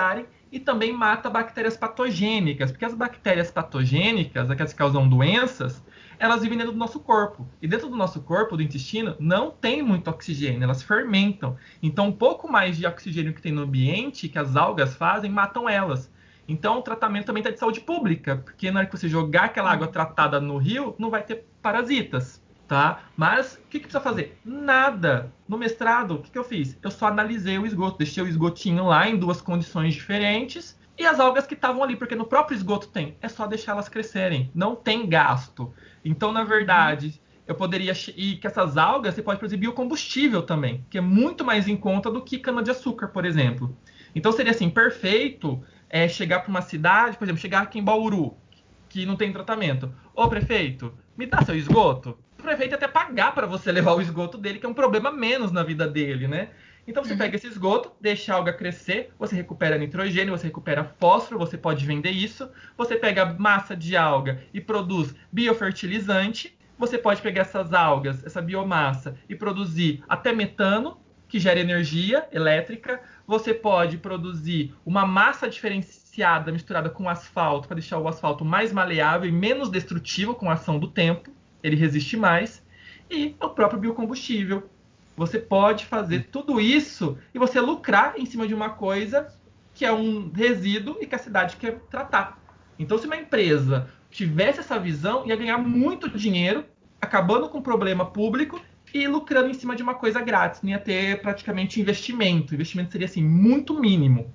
e também mata bactérias patogênicas, porque as bactérias patogênicas, aquelas que causam doenças, elas vivem dentro do nosso corpo. E dentro do nosso corpo, do intestino, não tem muito oxigênio, elas fermentam. Então, um pouco mais de oxigênio que tem no ambiente, que as algas fazem, matam elas. Então, o tratamento também está de saúde pública, porque na hora que você jogar aquela água tratada no rio, não vai ter parasitas, tá? Mas, o que precisa fazer? Nada. No mestrado, o que eu fiz? Eu só analisei o esgoto, deixei o esgotinho lá em 2 condições diferentes, e as algas que estavam ali, porque no próprio esgoto tem, é só deixar elas crescerem, não tem gasto. Então, na verdade, eu poderia... E que essas algas, você pode produzir biocombustível também, que é muito mais em conta do que cana-de-açúcar, por exemplo. Então, seria assim, perfeito chegar para uma cidade, por exemplo, chegar aqui em Bauru, que não tem tratamento. Ô, prefeito, me dá seu esgoto? O prefeito até pagar para você levar o esgoto dele, que é um problema menos na vida dele, né? Então você pega esse esgoto, deixa a alga crescer, você recupera nitrogênio, você recupera fósforo, você pode vender isso. Você pega a massa de alga e produz biofertilizante. Você pode pegar essas algas, essa biomassa, e produzir até metano, que gera energia elétrica. Você pode produzir uma massa diferenciada misturada com asfalto para deixar o asfalto mais maleável e menos destrutivo com a ação do tempo. Ele resiste mais. E o próprio biocombustível. Você pode fazer tudo isso e você lucrar em cima de uma coisa que é um resíduo e que a cidade quer tratar. Então, se uma empresa tivesse essa visão, ia ganhar muito dinheiro, acabando com o problema público e lucrando em cima de uma coisa grátis. Não ia ter praticamente investimento. O investimento seria assim, muito mínimo.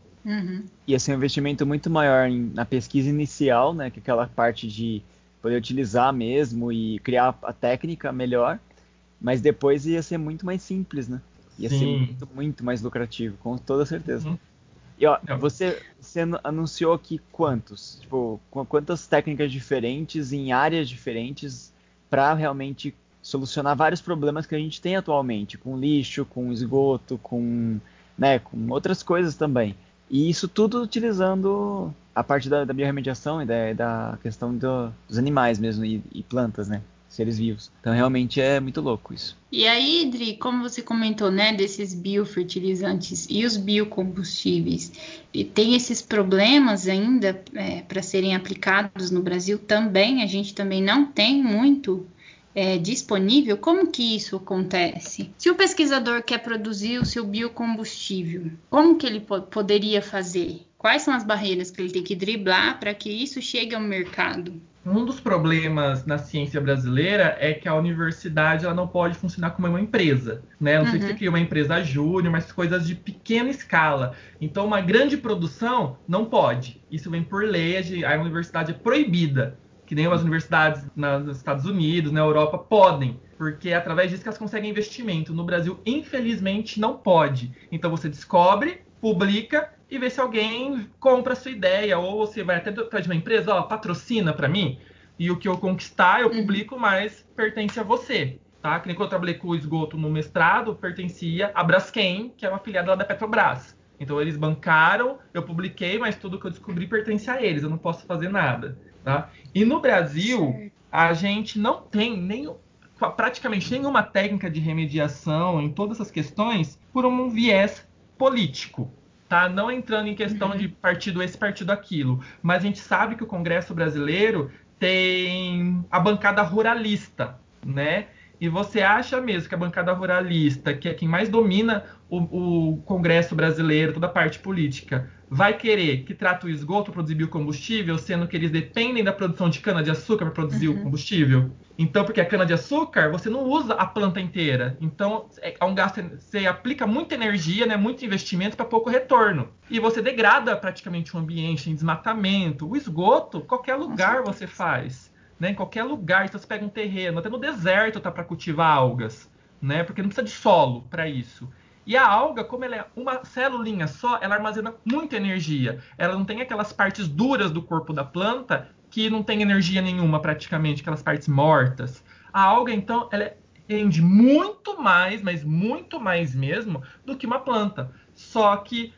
Ia ser um investimento muito maior na pesquisa inicial, né? Que é aquela parte de poder utilizar mesmo e criar a técnica melhor. Mas depois ia ser muito mais simples, né? Ia ser Sim. muito, muito mais lucrativo, com toda certeza. Uhum. E ó, Não. você anunciou aqui quantos? Tipo, quantas técnicas diferentes em áreas diferentes para realmente solucionar vários problemas que a gente tem atualmente, com lixo, com esgoto, com outras coisas também. E isso tudo utilizando a parte da biorremediação e da questão dos animais mesmo e plantas, né? Seres vivos. Então realmente é muito louco isso. E aí, Idri, como você comentou, né, desses biofertilizantes e os biocombustíveis, e tem esses problemas ainda para serem aplicados no Brasil também, a gente também não tem muito disponível. Como que isso acontece? Se o pesquisador quer produzir o seu biocombustível, como que ele poderia fazer? Quais são as barreiras que ele tem que driblar para que isso chegue ao mercado? Um dos problemas na ciência brasileira é que a universidade ela não pode funcionar como uma empresa, né? Não sei se você cria uma empresa júnior, mas coisas de pequena escala. Então, uma grande produção não pode. Isso vem por lei, a universidade é proibida. Que nem as universidades nos Estados Unidos, na Europa, podem. Porque é através disso que elas conseguem investimento. No Brasil, infelizmente, não pode. Então, você descobre, publica e ver se alguém compra a sua ideia, ou você vai até atrás de uma empresa, ó, patrocina para mim, e o que eu conquistar eu publico, mas pertence a você, tá? Que nem quando eu trabalhei com o esgoto no mestrado, pertencia a Braskem, que é uma filiada lá da Petrobras. Então eles bancaram, eu publiquei, mas tudo que eu descobri pertence a eles, eu não posso fazer nada, tá? E no Brasil, a gente não tem praticamente nenhuma técnica de remediação em todas essas questões por um viés político. Tá? Não entrando em questão de partido esse, partido aquilo. Mas a gente sabe que o Congresso brasileiro tem a bancada ruralista, né? E você acha mesmo que a bancada ruralista, que é quem mais domina o Congresso brasileiro, toda a parte política, vai querer que trate o esgoto para produzir biocombustível, sendo que eles dependem da produção de cana-de-açúcar para produzir o combustível? Então, porque a cana-de-açúcar, você não usa a planta inteira. Então, é um gasto, você aplica muita energia, né, muito investimento para pouco retorno. E você degrada praticamente o ambiente em desmatamento. O esgoto, qualquer lugar você faz. Né, em qualquer lugar, então você pega um terreno, até no deserto tá para cultivar algas, né, porque não precisa de solo para isso. E a alga, como ela é uma celulinha só, ela armazena muita energia. Ela não tem aquelas partes duras do corpo da planta que não tem energia nenhuma praticamente, aquelas partes mortas. A alga, então, ela rende muito mais, mas muito mais mesmo, do que uma planta. Só que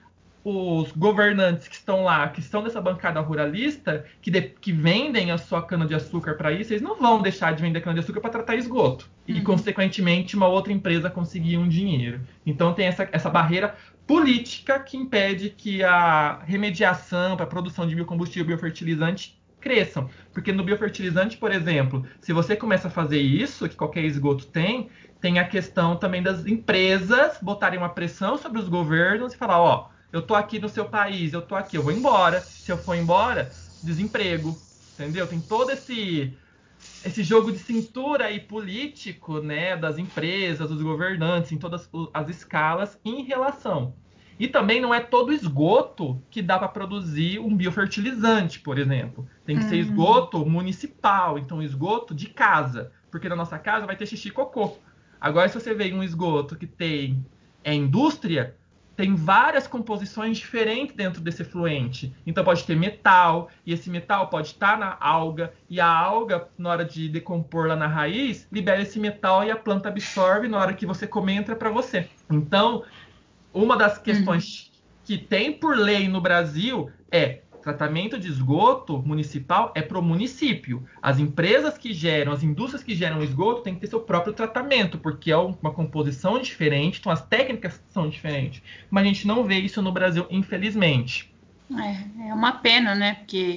os governantes que estão lá, que estão dessa bancada ruralista, que vendem a sua cana-de-açúcar para isso, eles não vão deixar de vender cana-de-açúcar para tratar esgoto. E, consequentemente, uma outra empresa conseguir um dinheiro. Então, tem essa barreira política que impede que a remediação para a produção de biocombustível e biofertilizante cresçam. Porque no biofertilizante, por exemplo, se você começa a fazer isso, que qualquer esgoto tem a questão também das empresas botarem uma pressão sobre os governos e falar, ó, eu tô aqui no seu país, eu tô aqui, eu vou embora. Se eu for embora, desemprego, entendeu? Tem todo esse jogo de cintura aí político, né, das empresas, dos governantes, em todas as escalas, em relação. E também não é todo esgoto que dá para produzir um biofertilizante, por exemplo. Tem que ser esgoto municipal, então esgoto de casa, porque na nossa casa vai ter xixi e cocô. Agora, se você vê um esgoto que tem indústria, tem várias composições diferentes dentro desse efluente. Então pode ter metal, e esse metal pode estar na alga, e a alga, na hora de decompor lá na raiz, libera esse metal e a planta absorve, na hora que você comer, entra para você. Então, uma das questões que tem por lei no Brasil é tratamento de esgoto municipal é para o município. As empresas que geram, as indústrias que geram esgoto têm que ter seu próprio tratamento, porque é uma composição diferente, então as técnicas são diferentes. Mas a gente não vê isso no Brasil, infelizmente. É uma pena, né? Porque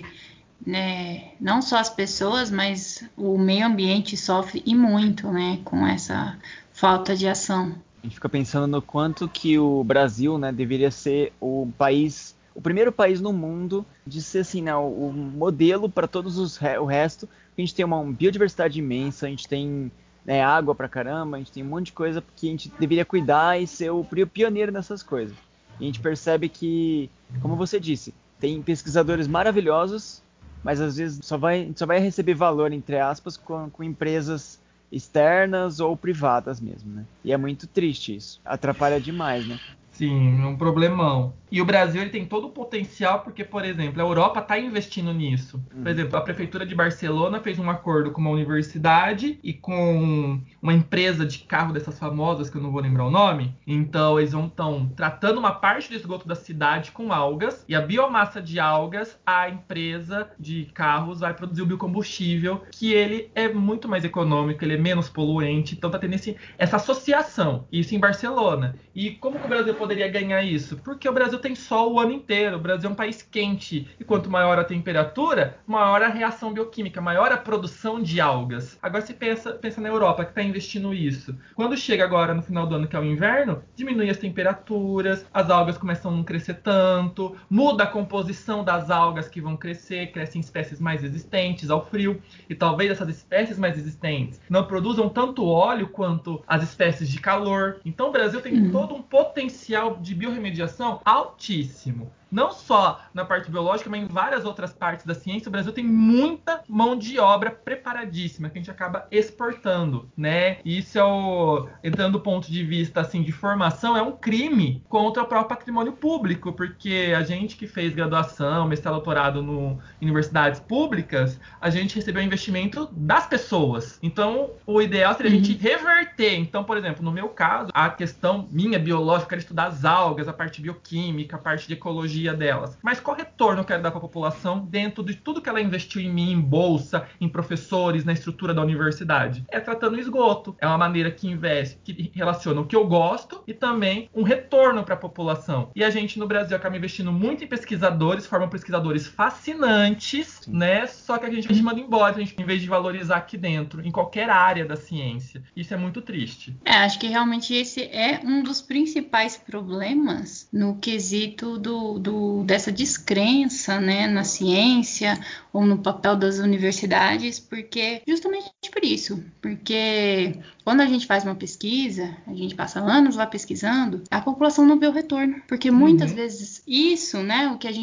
né, não só as pessoas, mas o meio ambiente sofre e muito, né? Com essa falta de ação. A gente fica pensando no quanto que o Brasil, né, deveria ser o primeiro país no mundo de ser assim, né, o modelo para todos o resto. A gente tem uma biodiversidade imensa, a gente tem, né, água pra caramba, a gente tem um monte de coisa que a gente deveria cuidar e ser o pioneiro nessas coisas. E a gente percebe que, como você disse, tem pesquisadores maravilhosos, mas às vezes só vai receber valor, entre aspas, com empresas externas ou privadas mesmo, né? E é muito triste isso. Atrapalha demais, né? Sim, é um problemão. E o Brasil ele tem todo o potencial porque, por exemplo, a Europa está investindo nisso. Por exemplo, a Prefeitura de Barcelona fez um acordo com uma universidade e com uma empresa de carro dessas famosas, que eu não vou lembrar o nome. Então, eles estão tratando uma parte do esgoto da cidade com algas e a biomassa de algas, a empresa de carros vai produzir o biocombustível, que ele é muito mais econômico, ele é menos poluente. Então, está tendo essa associação. Isso em Barcelona. E como que o Brasil poderia ganhar isso? Porque o Brasil tem sol o ano inteiro. O Brasil é um país quente. E quanto maior a temperatura, maior a reação bioquímica, maior a produção de algas. Agora você pensa na Europa, que está investindo isso. Quando chega agora no final do ano, que é o inverno, diminui as temperaturas, as algas começam a não crescer tanto, muda a composição das algas que vão crescer, crescem espécies mais resistentes ao frio. E talvez essas espécies mais resistentes não produzam tanto óleo quanto as espécies de calor. Então o Brasil tem todo um potencial de biorremediação altíssimo. Não só na parte biológica, mas em várias outras partes da ciência, o Brasil tem muita mão de obra preparadíssima que a gente acaba exportando, né? E isso entrando do ponto de vista assim de formação, é um crime contra o próprio patrimônio público, porque a gente que fez graduação, mestrado, doutorado em universidades públicas, a gente recebeu investimento das pessoas. Então, o ideal seria a gente reverter. Então, por exemplo, no meu caso, a questão minha biológica, eu quero estudar as algas, a parte bioquímica, a parte de ecologia delas. Mas qual retorno eu quero dar para a população dentro de tudo que ela investiu em mim, em bolsa, em professores, na estrutura da universidade? É tratando o esgoto. É uma maneira que investe, que relaciona o que eu gosto e também um retorno para a população. E a gente no Brasil acaba investindo muito em pesquisadores, formam pesquisadores fascinantes, né? Só que a gente manda embora, em vez de valorizar aqui dentro, em qualquer área da ciência. Isso é muito triste. Acho que realmente esse é um dos principais problemas no quesito dessa descrença, né, na ciência ou no papel das universidades, porque justamente por isso, porque quando a gente faz uma pesquisa, a gente passa anos lá pesquisando, a população não vê o retorno, porque muitas vezes isso, né, o que a gente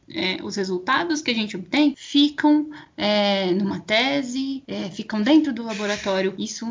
os resultados que a gente obtém ficam numa tese, ficam dentro do laboratório. Isso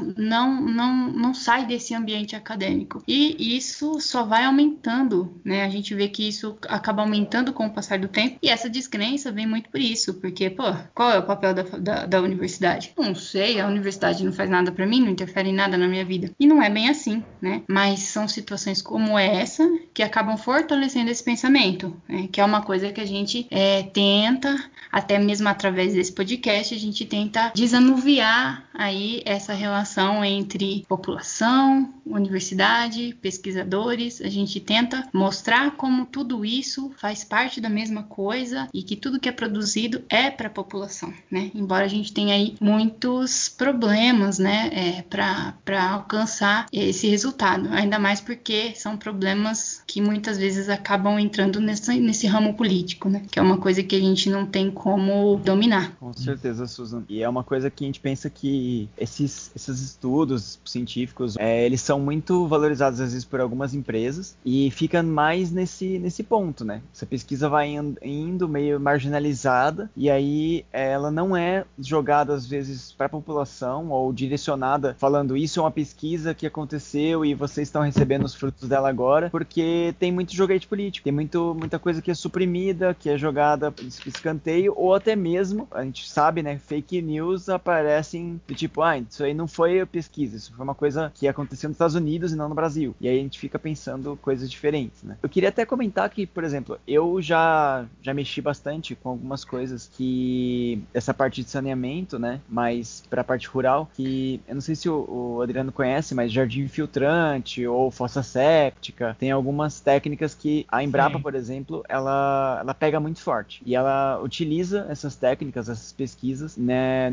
não sai desse ambiente acadêmico. E isso só vai aumentando, né? A gente vê que isso acaba aumentando com o passar do tempo. E essa descrença vem muito por isso. Porque, qual é o papel da universidade? Não sei, a universidade não faz nada para mim, não interfere em nada na minha vida. E não é bem assim, né? Mas são situações como essa que acabam fortalecendo esse pensamento, né? Que é uma coisa que a gente tenta, até mesmo através desse podcast, a gente tenta desanuviar aí essa relação entre população, universidade, pesquisadores. A gente tenta mostrar como tudo isso faz parte da mesma coisa e que tudo que é produzido é para a população, né? Embora a gente tenha aí muitos problemas, né, para alcançar esse resultado, ainda mais porque são problemas que muitas vezes acabam entrando nesse ramo político, né? Que é uma coisa que a gente não tem como dominar. Com certeza, Susan. E é uma coisa que a gente pensa que esses estudos científicos, eles são muito valorizados às vezes por algumas empresas e fica mais nesse ponto, né? Essa pesquisa vai indo meio marginalizada e aí ela não é jogada às vezes para a população ou direcionada falando isso é uma pesquisa que aconteceu e vocês estão recebendo os frutos dela agora, porque tem muito joguete político, tem muita coisa que é suprimida, que é jogada para escanteio, ou até mesmo, a gente sabe, né, fake news aparecem do tipo, isso aí não foi pesquisa, isso foi uma coisa que aconteceu nos Estados Unidos e não no Brasil. E aí a gente fica pensando coisas diferentes, né? Eu queria até comentar que, por exemplo, eu já mexi bastante com algumas coisas que essa parte de saneamento, né, mas para a parte rural, que eu não sei se o Adriano conhece, mas jardim filtrante ou fossa séptica, tem algumas técnicas que a Embrapa, por exemplo, ela pega muito forte e ela utiliza essas técnicas, essas pesquisas, né,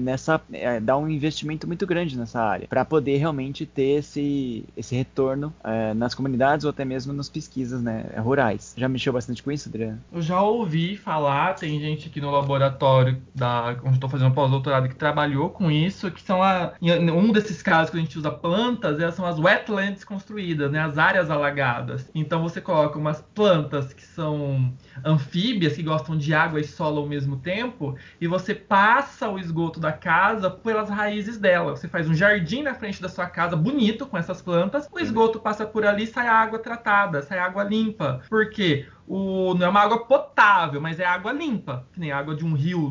dá um investimento muito grande nessa área para poder realmente ter esse retorno nas comunidades ou até mesmo nas pesquisas, né, rurais. Já mexeu bastante com isso, Adriano? Eu já ouvi falar, tem gente aqui no laboratório onde estou fazendo pós-doutorado que trabalhou com isso, que são um desses casos que a gente usa plantas, são as wetlands construídas, né, as áreas alagadas. Então você coloca umas plantas que são anfíbias, que gostam de água e solo ao mesmo tempo, e você passa o esgoto da casa pelas raízes dela. Você faz um jardim na frente da sua casa, bonito, com essas plantas, o esgoto passa por ali e sai água tratada, sai água limpa. Por quê? Não é uma água potável, mas é água limpa, que nem água de um rio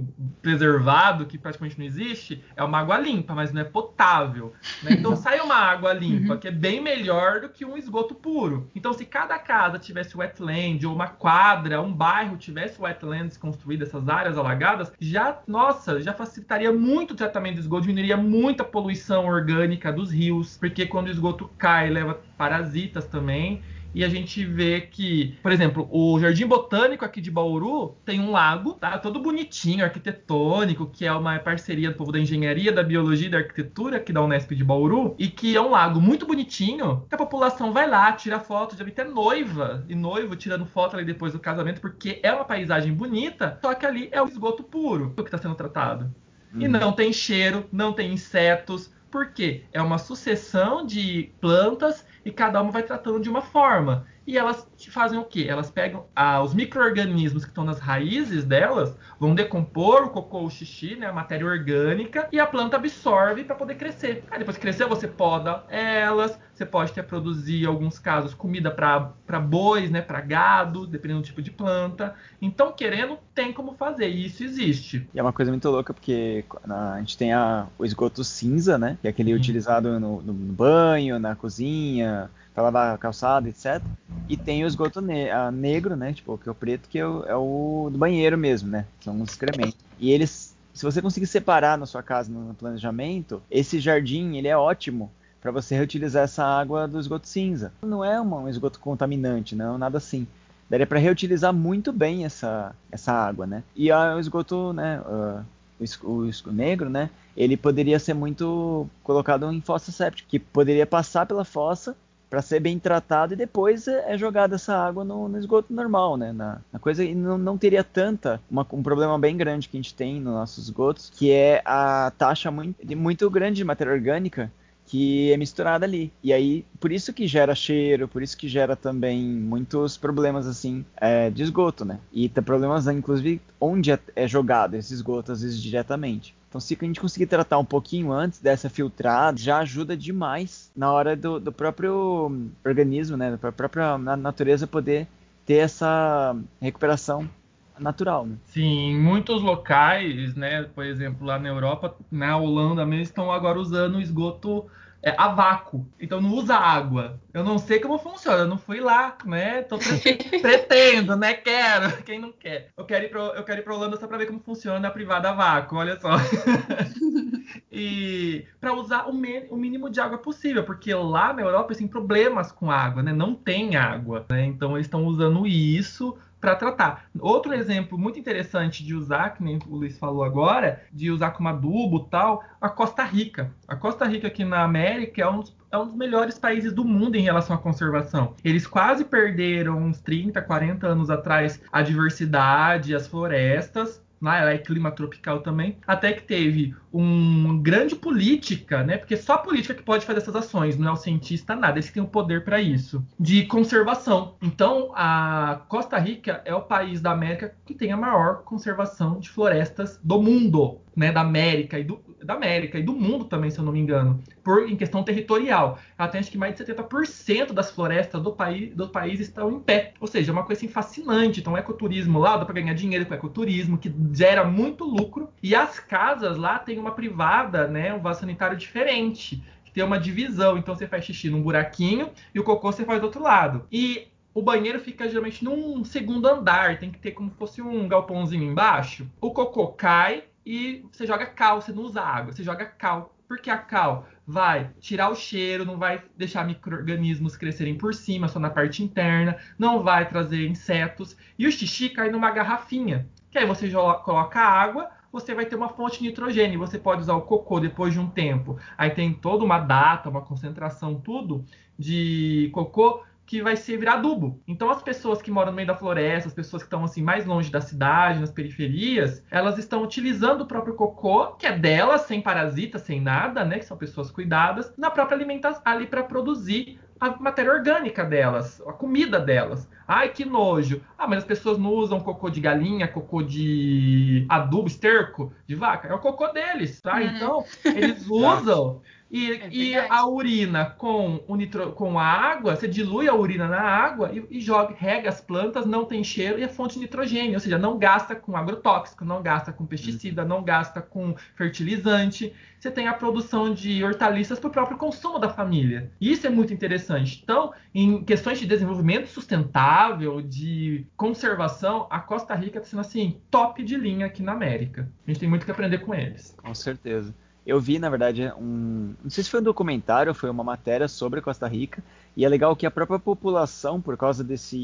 preservado, que praticamente não existe, é uma água limpa, mas não é potável, né? Então sai uma água limpa, que é bem melhor do que um esgoto puro. Então se cada casa tivesse wetland, ou uma quadra, um bairro tivesse wetlands construídas, essas áreas alagadas, já facilitaria muito o tratamento do esgoto, diminuiria muito a poluição orgânica dos rios, porque quando o esgoto cai, leva parasitas também. E a gente vê que, por exemplo, o Jardim Botânico aqui de Bauru tem um lago, tá? Todo bonitinho, arquitetônico, que é uma parceria do povo da engenharia, da biologia e da arquitetura aqui da Unesp de Bauru, e que é um lago muito bonitinho, que a população vai lá, tira foto, já vi até noiva e noivo tirando foto ali depois do casamento, porque é uma paisagem bonita, só que ali é o esgoto puro que está sendo tratado. E não tem cheiro, não tem insetos. Por quê? É uma sucessão de plantas e cada uma vai tratando de uma forma. E elas fazem o quê? Elas pegam os micro-organismos que estão nas raízes delas, vão decompor o cocô, o xixi, né, a matéria orgânica, e a planta absorve para poder crescer. Aí depois que crescer, você poda elas, você pode até produzir, em alguns casos, comida para bois, né, para gado, dependendo do tipo de planta. Então, querendo, tem como fazer, e isso existe. E é uma coisa muito louca, porque a gente tem o esgoto cinza, né? Que é aquele utilizado no banho, na cozinha, para lavar a calçada, etc. E tem o esgoto negro, né? Tipo, que é o preto, que é o do banheiro mesmo, né? São os excrementos. E eles, se você conseguir separar na sua casa, no planejamento, esse jardim, ele é ótimo para você reutilizar essa água do esgoto cinza. Não é um esgoto contaminante, não, nada assim. Daria para reutilizar muito bem essa água, né? E o esgoto, né, o negro, né, ele poderia ser muito colocado em fossa séptica, que poderia passar pela fossa para ser bem tratado e depois é jogada essa água no esgoto normal, né, na coisa, e não teria um problema bem grande que a gente tem nos nossos esgotos, que é a taxa muito grande de matéria orgânica que é misturada ali. E aí, por isso que gera cheiro, por isso que gera também muitos problemas, assim, de esgoto, né? E tem problemas, inclusive, onde é jogado esse esgoto, às vezes, diretamente. Então, se a gente conseguir tratar um pouquinho antes dessa filtrada, já ajuda demais na hora do próprio organismo, né? Da própria natureza poder ter essa recuperação natural, né? Sim, em muitos locais, né, por exemplo, lá na Europa, na Holanda mesmo, estão agora usando o esgoto a vácuo. Então não usa água. Eu não sei como funciona, eu não fui lá, né? Pretendo, né? Quero. Quem não quer? Eu quero ir pra Holanda só para ver como funciona a privada a vácuo, olha só. E para usar o mínimo de água possível, porque lá na Europa eles têm problemas com água, né? Não tem água, né? Então eles estão usando isso para tratar. Outro exemplo muito interessante de usar, que nem o Luiz falou agora, de usar como adubo tal, a Costa Rica. A Costa Rica aqui na América é um dos melhores países do mundo em relação à conservação. Eles quase perderam uns 30, 40 anos atrás a diversidade, as florestas. Lá ela é clima tropical também, até que teve uma grande política, né? Porque só a política que pode fazer essas ações, não é o cientista nada, eles têm o poder para isso, de conservação. Então, a Costa Rica é o país da América que tem a maior conservação de florestas do mundo, né? Da América e do mundo também, se eu não me engano, em questão territorial. Ela tem acho que mais de 70% das florestas do país estão em pé. Ou seja, é uma coisa assim, fascinante. Então, o ecoturismo lá dá para ganhar dinheiro com o ecoturismo, que gera muito lucro. E as casas lá têm uma privada, né, um vaso sanitário diferente, que tem uma divisão. Então, você faz xixi num buraquinho e o cocô você faz do outro lado. E o banheiro fica geralmente num segundo andar, tem que ter como se fosse um galpãozinho embaixo. O cocô cai e você joga cal, você não usa água, você joga cal. Porque a cal vai tirar o cheiro, não vai deixar micro-organismos crescerem por cima, só na parte interna, não vai trazer insetos. E o xixi cai numa garrafinha, que aí você coloca água, você vai ter uma fonte de nitrogênio. Você pode usar o cocô depois de um tempo. Aí tem toda uma data, uma concentração, tudo de cocô que vai ser virar adubo. Então as pessoas que moram no meio da floresta, as pessoas que estão assim mais longe da cidade, nas periferias, elas estão utilizando o próprio cocô, que é delas, sem parasitas, sem nada, né, que são pessoas cuidadas, na própria alimentação ali para produzir a matéria orgânica delas, a comida delas. Ai, que nojo. Ah, mas as pessoas não usam cocô de galinha, cocô de adubo, esterco de vaca. É o cocô deles, tá? Então, eles usam e a urina com a água, você dilui a urina na água e rega as plantas, não tem cheiro e é fonte de nitrogênio, ou seja, não gasta com agrotóxico, não gasta com pesticida, não gasta com fertilizante. Você tem a produção de hortaliças para o próprio consumo da família. Isso é muito interessante. Então, em questões de desenvolvimento sustentável, de conservação, a Costa Rica está sendo assim, top de linha aqui na América. A gente tem muito que aprender com eles. Com certeza. Eu vi, na verdade, não sei se foi um documentário ou foi uma matéria sobre a Costa Rica, e é legal que a própria população, por causa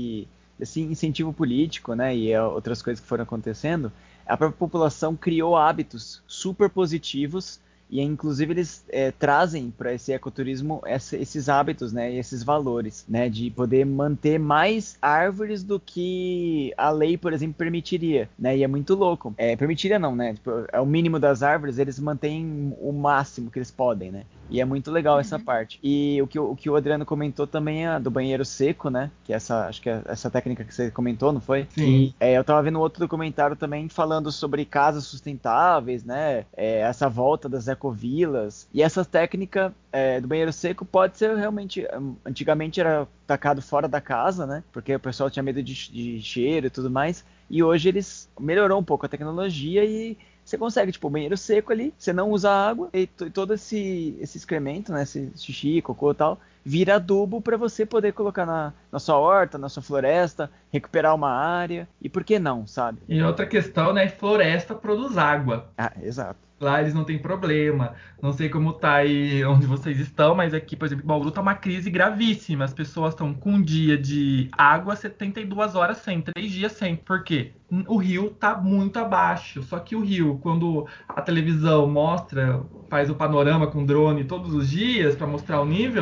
desse incentivo político, né, e outras coisas que foram acontecendo, a própria população criou hábitos super positivos e, inclusive, eles trazem para esse ecoturismo esses hábitos, né, e esses valores, né, de poder manter mais árvores do que a lei, por exemplo, permitiria, né, e é muito louco. Permitiria não, né, tipo, é o mínimo das árvores, eles mantêm o máximo que eles podem, né, e é muito legal essa parte. E o que o Adriano comentou também é do banheiro seco, né, que acho que é essa técnica que você comentou, não foi? Sim. Que eu tava vendo outro documentário também falando sobre casas sustentáveis, né, essa volta das ecovilas, e essa técnica do banheiro seco pode ser realmente, antigamente era tacado fora da casa, né, porque o pessoal tinha medo de cheiro e tudo mais, e hoje eles melhorou um pouco a tecnologia e você consegue, tipo, banheiro seco ali, você não usa água e todo esse excremento, né, esse xixi, cocô e tal, vira adubo para você poder colocar na sua horta, na sua floresta, recuperar uma área, e por que não, sabe? E outra questão, né? Floresta produz água. Ah, exato. Lá eles não têm problema. Não sei como tá aí onde vocês estão, mas aqui, por exemplo, em Bauru tá uma crise gravíssima. As pessoas estão com um dia de água 72 horas sem, 3 dias sem. Por quê? O rio tá muito abaixo. Só que o rio, quando a televisão mostra, faz o panorama com drone todos os dias para mostrar o nível,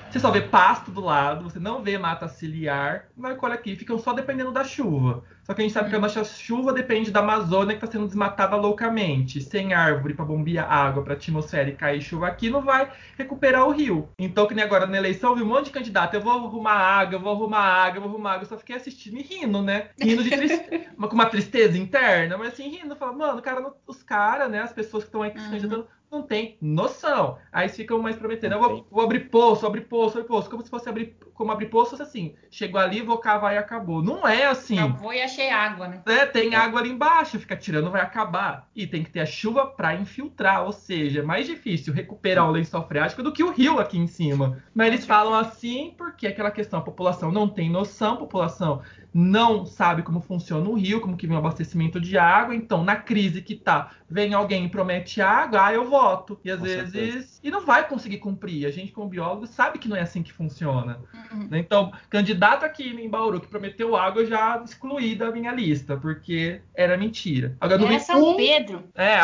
Você só vê pasto do lado, você não vê mata ciliar, mas olha aqui, ficam só dependendo da chuva. Só que a gente sabe que a nossa chuva depende da Amazônia, que está sendo desmatada loucamente. Sem árvore para bombear água para a atmosfera e cair chuva aqui, não vai recuperar o rio. Então, que nem agora na eleição, eu vi um monte de candidato. Eu vou arrumar água, eu vou arrumar água, eu vou arrumar água. Eu só fiquei assistindo e rindo, né? Rindo de tristeza, com uma tristeza interna, mas assim, rindo. Falando, mano, cara, os caras, né? As pessoas que estão aí se candidatando, não tem noção. Aí ficam mais prometendo. Eu vou abrir poço, abrir poço, abrir poço. Como se fosse abrir poço, fosse assim. Chego ali, vou cavar e acabou. Não é assim. Acabou e achei água, né? Tem água ali embaixo, fica tirando, vai acabar. E tem que ter a chuva para infiltrar, ou seja, é mais difícil recuperar o lençol freático do que o rio aqui em cima. Mas eles falam assim porque aquela questão, a população não tem noção, a população não sabe como funciona o rio, como que vem o abastecimento de água. Então, na crise que tá, vem alguém e promete água, eu voto. E às vezes... E não vai conseguir cumprir. A gente, como biólogo, sabe que não é assim que funciona. Então, candidato aqui em Bauru que prometeu água, eu já excluí da minha lista, porque era mentira. Agora, eu não vi São Pedro.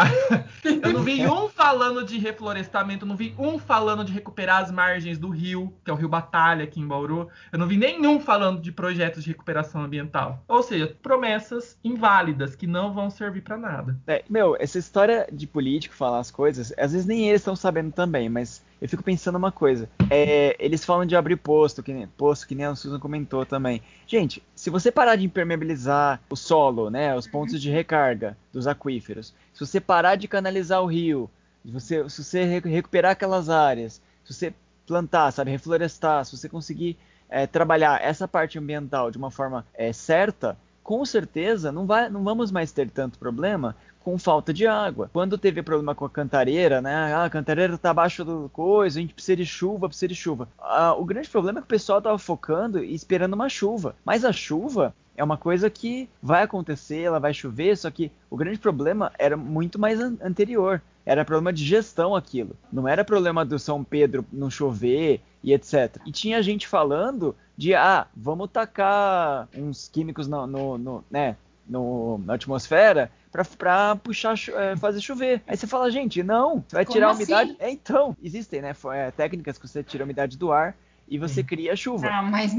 Eu não vi um falando de reflorestamento, eu não vi um falando de recuperar as margens do rio, que é o Rio Batalha aqui em Bauru. Eu não vi nenhum falando de projetos de recuperação ambiental. Ou seja, promessas inválidas que não vão servir para nada. Essa história de político falar as coisas, às vezes nem eles estão sabendo também, mas eu fico pensando uma coisa. Eles falam de abrir posto, que nem a Susan comentou também. Gente, se você parar de impermeabilizar o solo, né, os pontos de recarga dos aquíferos, se você parar de canalizar o rio, se você recuperar aquelas áreas, se você plantar, sabe, reflorestar, se você conseguir trabalhar essa parte ambiental de uma forma certa, com certeza não vamos mais ter tanto problema com falta de água. Quando teve problema com a cantareira, né? A cantareira tá abaixo do coisa, a gente precisa de chuva, precisa de chuva. O grande problema é que o pessoal tava focando e esperando uma chuva. Mas a chuva é uma coisa que vai acontecer, ela vai chover, só que o grande problema era muito mais anterior. Era problema de gestão aquilo. Não era problema do São Pedro não chover e etc. E tinha gente falando de, vamos tacar uns químicos na atmosfera para puxar, fazer chover. Aí você fala, gente, não, você vai tirar a umidade. Assim? Então, existem, né, técnicas que você tira a umidade do ar e você cria chuva. Mas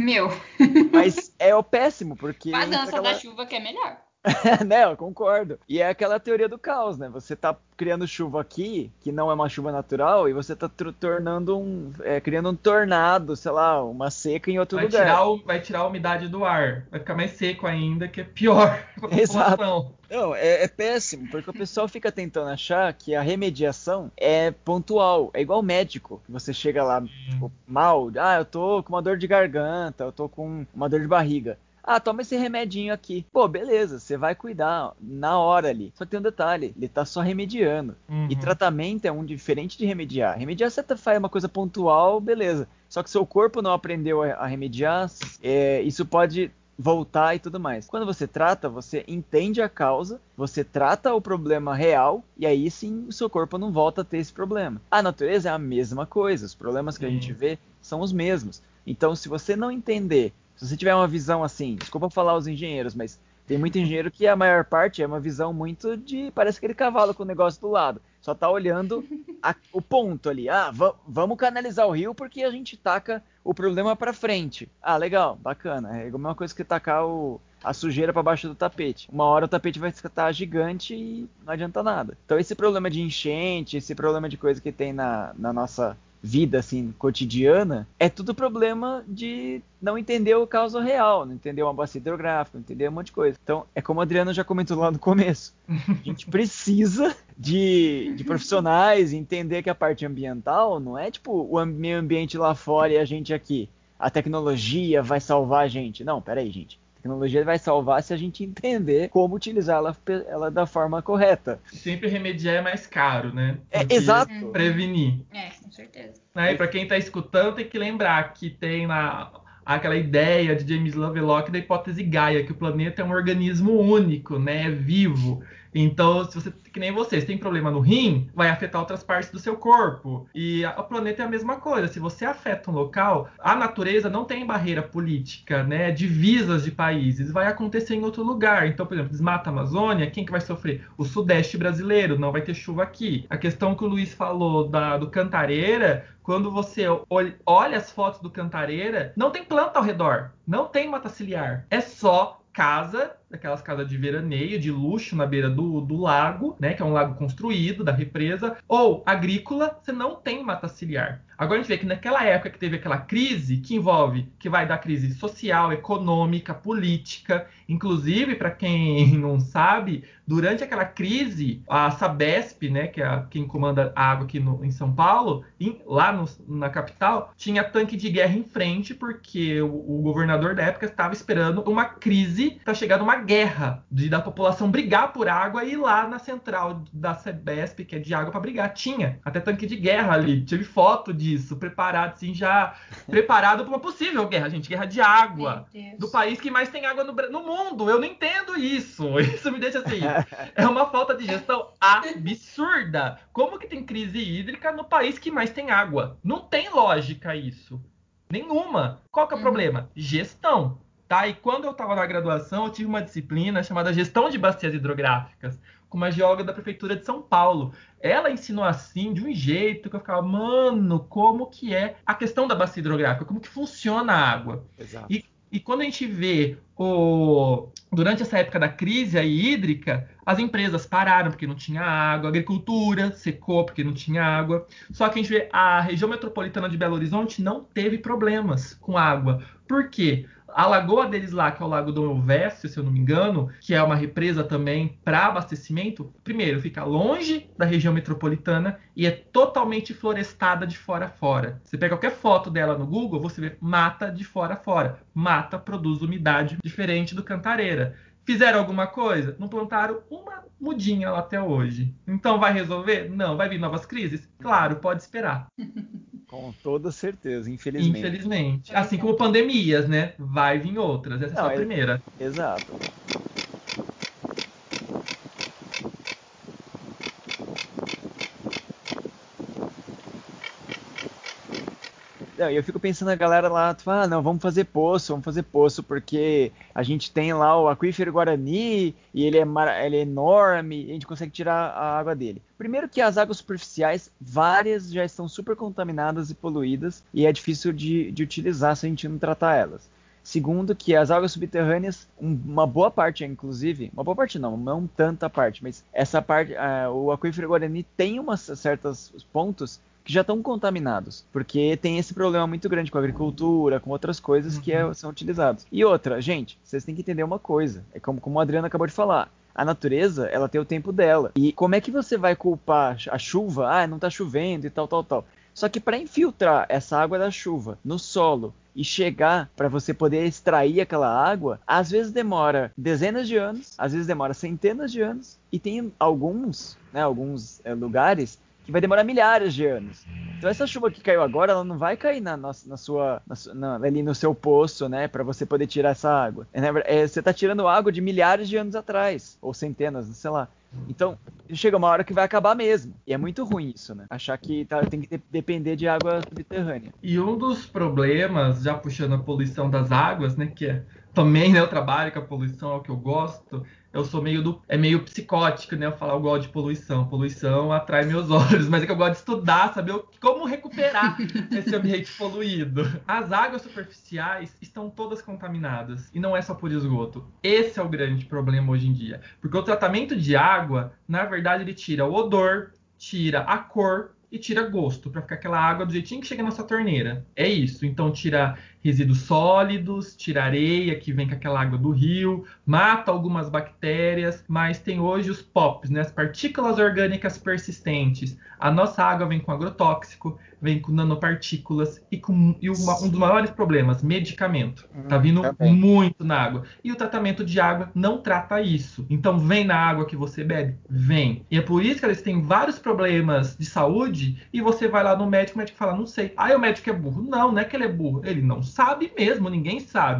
Mas é o péssimo, porque... Faz dança da chuva que é melhor. Né, eu concordo. E é aquela teoria do caos, né? Você tá criando chuva aqui, que não é uma chuva natural, e você tá criando um tornado, sei lá, uma seca em outro lugar. Vai tirar a umidade do ar. Vai ficar mais seco ainda, que é pior pra Exato. população. Não, é péssimo, porque o pessoal fica tentando achar que a remediação é pontual. É igual médico, que você chega lá, tipo, mal, eu tô com uma dor de garganta, eu tô com uma dor de barriga. Toma esse remedinho aqui. Pô, beleza, você vai cuidar na hora ali. Só tem um detalhe, ele tá só remediando. E tratamento é diferente de remediar. Remediar você faz uma coisa pontual, beleza. Só que seu corpo não aprendeu a remediar, isso pode voltar e tudo mais. Quando você trata, você entende a causa, você trata o problema real, e aí sim o seu corpo não volta a ter esse problema. A natureza é a mesma coisa, os problemas que a gente vê são os mesmos. Então, se você não entender, se você tiver uma visão assim, desculpa falar os engenheiros, mas tem muito engenheiro que a maior parte é uma visão muito de... Parece aquele cavalo com o negócio do lado. Só tá olhando o ponto ali. Vamos canalizar o rio porque a gente taca o problema pra frente. Legal, bacana. É a mesma coisa que tacar a sujeira para baixo do tapete. Uma hora o tapete vai estar gigante e não adianta nada. Então esse problema de enchente, esse problema de coisa que tem na nossa vida assim cotidiana, é tudo problema de não entender o caso real, não entender uma bacia hidrográfica, não entender um monte de coisa. Então, é como o Adriano já comentou lá no começo. A gente precisa de profissionais entender que a parte ambiental não é tipo o meio ambiente lá fora e a gente aqui. A tecnologia vai salvar a gente. Não, peraí, gente. A tecnologia vai salvar se a gente entender como utilizar ela da forma correta. Sempre remediar é mais caro, né? Exato. Prevenir. Com certeza. E para quem está escutando, tem que lembrar que tem aquela ideia de James Lovelock da hipótese Gaia, que o planeta é um organismo único, né? É vivo. Então, se você, que nem você, se tem problema no rim, vai afetar outras partes do seu corpo. E o planeta é a mesma coisa. Se você afeta um local, a natureza não tem barreira política, né? Divisas de países. Vai acontecer em outro lugar. Então, por exemplo, desmata a Amazônia, quem que vai sofrer? O Sudeste brasileiro, não vai ter chuva aqui. A questão que o Luiz falou do Cantareira, quando você olha as fotos do Cantareira, não tem planta ao redor, não tem mata ciliar. É só casa, daquelas casas de veraneio, de luxo na beira do lago, né, que é um lago construído da represa, ou agrícola, você não tem mata ciliar. Agora a gente vê que naquela época que teve aquela crise, que vai dar crise social, econômica, política, inclusive, para quem não sabe, durante aquela crise, a Sabesp, né, que é quem comanda a água aqui em São Paulo, lá na capital, tinha tanque de guerra em frente, porque o governador da época estava esperando uma crise para chegar numa guerra, da população brigar por água e ir lá na central da Sabesp, que é de água, para brigar. Tinha até tanque de guerra ali, tive foto disso, preparado assim, já preparado para uma possível guerra, gente, guerra de água, do país que mais tem água no mundo. Eu não entendo isso. Isso me deixa assim, é uma falta de gestão absurda. Como que tem crise hídrica no país que mais tem água? Não tem lógica isso. Nenhuma. Qual que é o problema? Gestão. Tá? E quando eu estava na graduação, eu tive uma disciplina chamada Gestão de Bacias Hidrográficas, com uma geóloga da Prefeitura de São Paulo. Ela ensinou assim, de um jeito que eu ficava, mano, como que é a questão da bacia hidrográfica? Como que funciona a água? Exato. E quando a gente vê durante essa época da crise aí hídrica, as empresas pararam porque não tinha água, a agricultura secou porque não tinha água. Só que a gente vê a região metropolitana de Belo Horizonte não teve problemas com água. Por quê? A lagoa deles lá, que é o Lago do Elvésio, se eu não me engano, que é uma represa também para abastecimento, primeiro, fica longe da região metropolitana e é totalmente florestada de fora a fora. Você pega qualquer foto dela no Google, você vê mata de fora a fora. Mata produz umidade diferente do Cantareira. Fizeram alguma coisa? Não plantaram uma mudinha lá até hoje. Então vai resolver? Não. Vai vir novas crises? Claro, pode esperar. Com toda certeza, infelizmente. Infelizmente. Assim como pandemias, né? Vai vir outras. Essa é só a primeira. Exato. Não, e eu fico pensando a galera lá, não, vamos fazer poço, porque a gente tem lá o aquífero Guarani e ele é enorme e a gente consegue tirar a água dele. Primeiro que as águas superficiais, várias já estão super contaminadas e poluídas e é difícil de utilizar se a gente não tratar elas. Segundo que as águas subterrâneas, uma boa parte, inclusive, uma boa parte não tanta parte, mas essa parte, o aquífero Guarani tem certos pontos que já estão contaminados, porque tem esse problema muito grande com a agricultura, com outras coisas que são utilizados. E outra, gente, vocês têm que entender uma coisa, é como a Adriana acabou de falar, a natureza, ela tem o tempo dela. E como é que você vai culpar a chuva? Ah, não tá chovendo e tal. Só que para infiltrar essa água da chuva no solo e chegar para você poder extrair aquela água, às vezes demora dezenas de anos, às vezes demora centenas de anos, e tem alguns lugares que vai demorar milhares de anos. Então essa chuva que caiu agora, ela não vai cair ali no seu poço, né, para você poder tirar essa água. Você está tirando água de milhares de anos atrás, ou centenas, sei lá. Então, chega uma hora que vai acabar mesmo. E é muito ruim isso, né? Achar que tem que depender de água subterrânea. E um dos problemas, já puxando a poluição das águas, né, que também, né, eu trabalho com a poluição, é o que eu gosto. Eu sou meio psicótico, né? Eu falar, eu gosto de poluição. Poluição atrai meus olhos, mas é que eu gosto de estudar, saber como recuperar esse ambiente poluído. As águas superficiais estão todas contaminadas e não é só por esgoto. Esse é o grande problema hoje em dia, porque o tratamento de água, na verdade, ele tira o odor, tira a cor e tira gosto, para ficar aquela água do jeitinho que chega na sua torneira. É isso. Então tira resíduos sólidos, tira areia que vem com aquela água do rio, mata algumas bactérias, mas tem hoje os POPs, né, as partículas orgânicas persistentes. A nossa água vem com agrotóxico, vem com nanopartículas e um dos maiores problemas, medicamento. Tá vindo muito na água. E o tratamento de água não trata isso. Então vem na água que você bebe? Vem. E é por isso que eles têm vários problemas de saúde e você vai lá no médico, o médico fala, não sei. Ah, o médico é burro. Não é que ele é burro. Ele não sabe mesmo, ninguém sabe.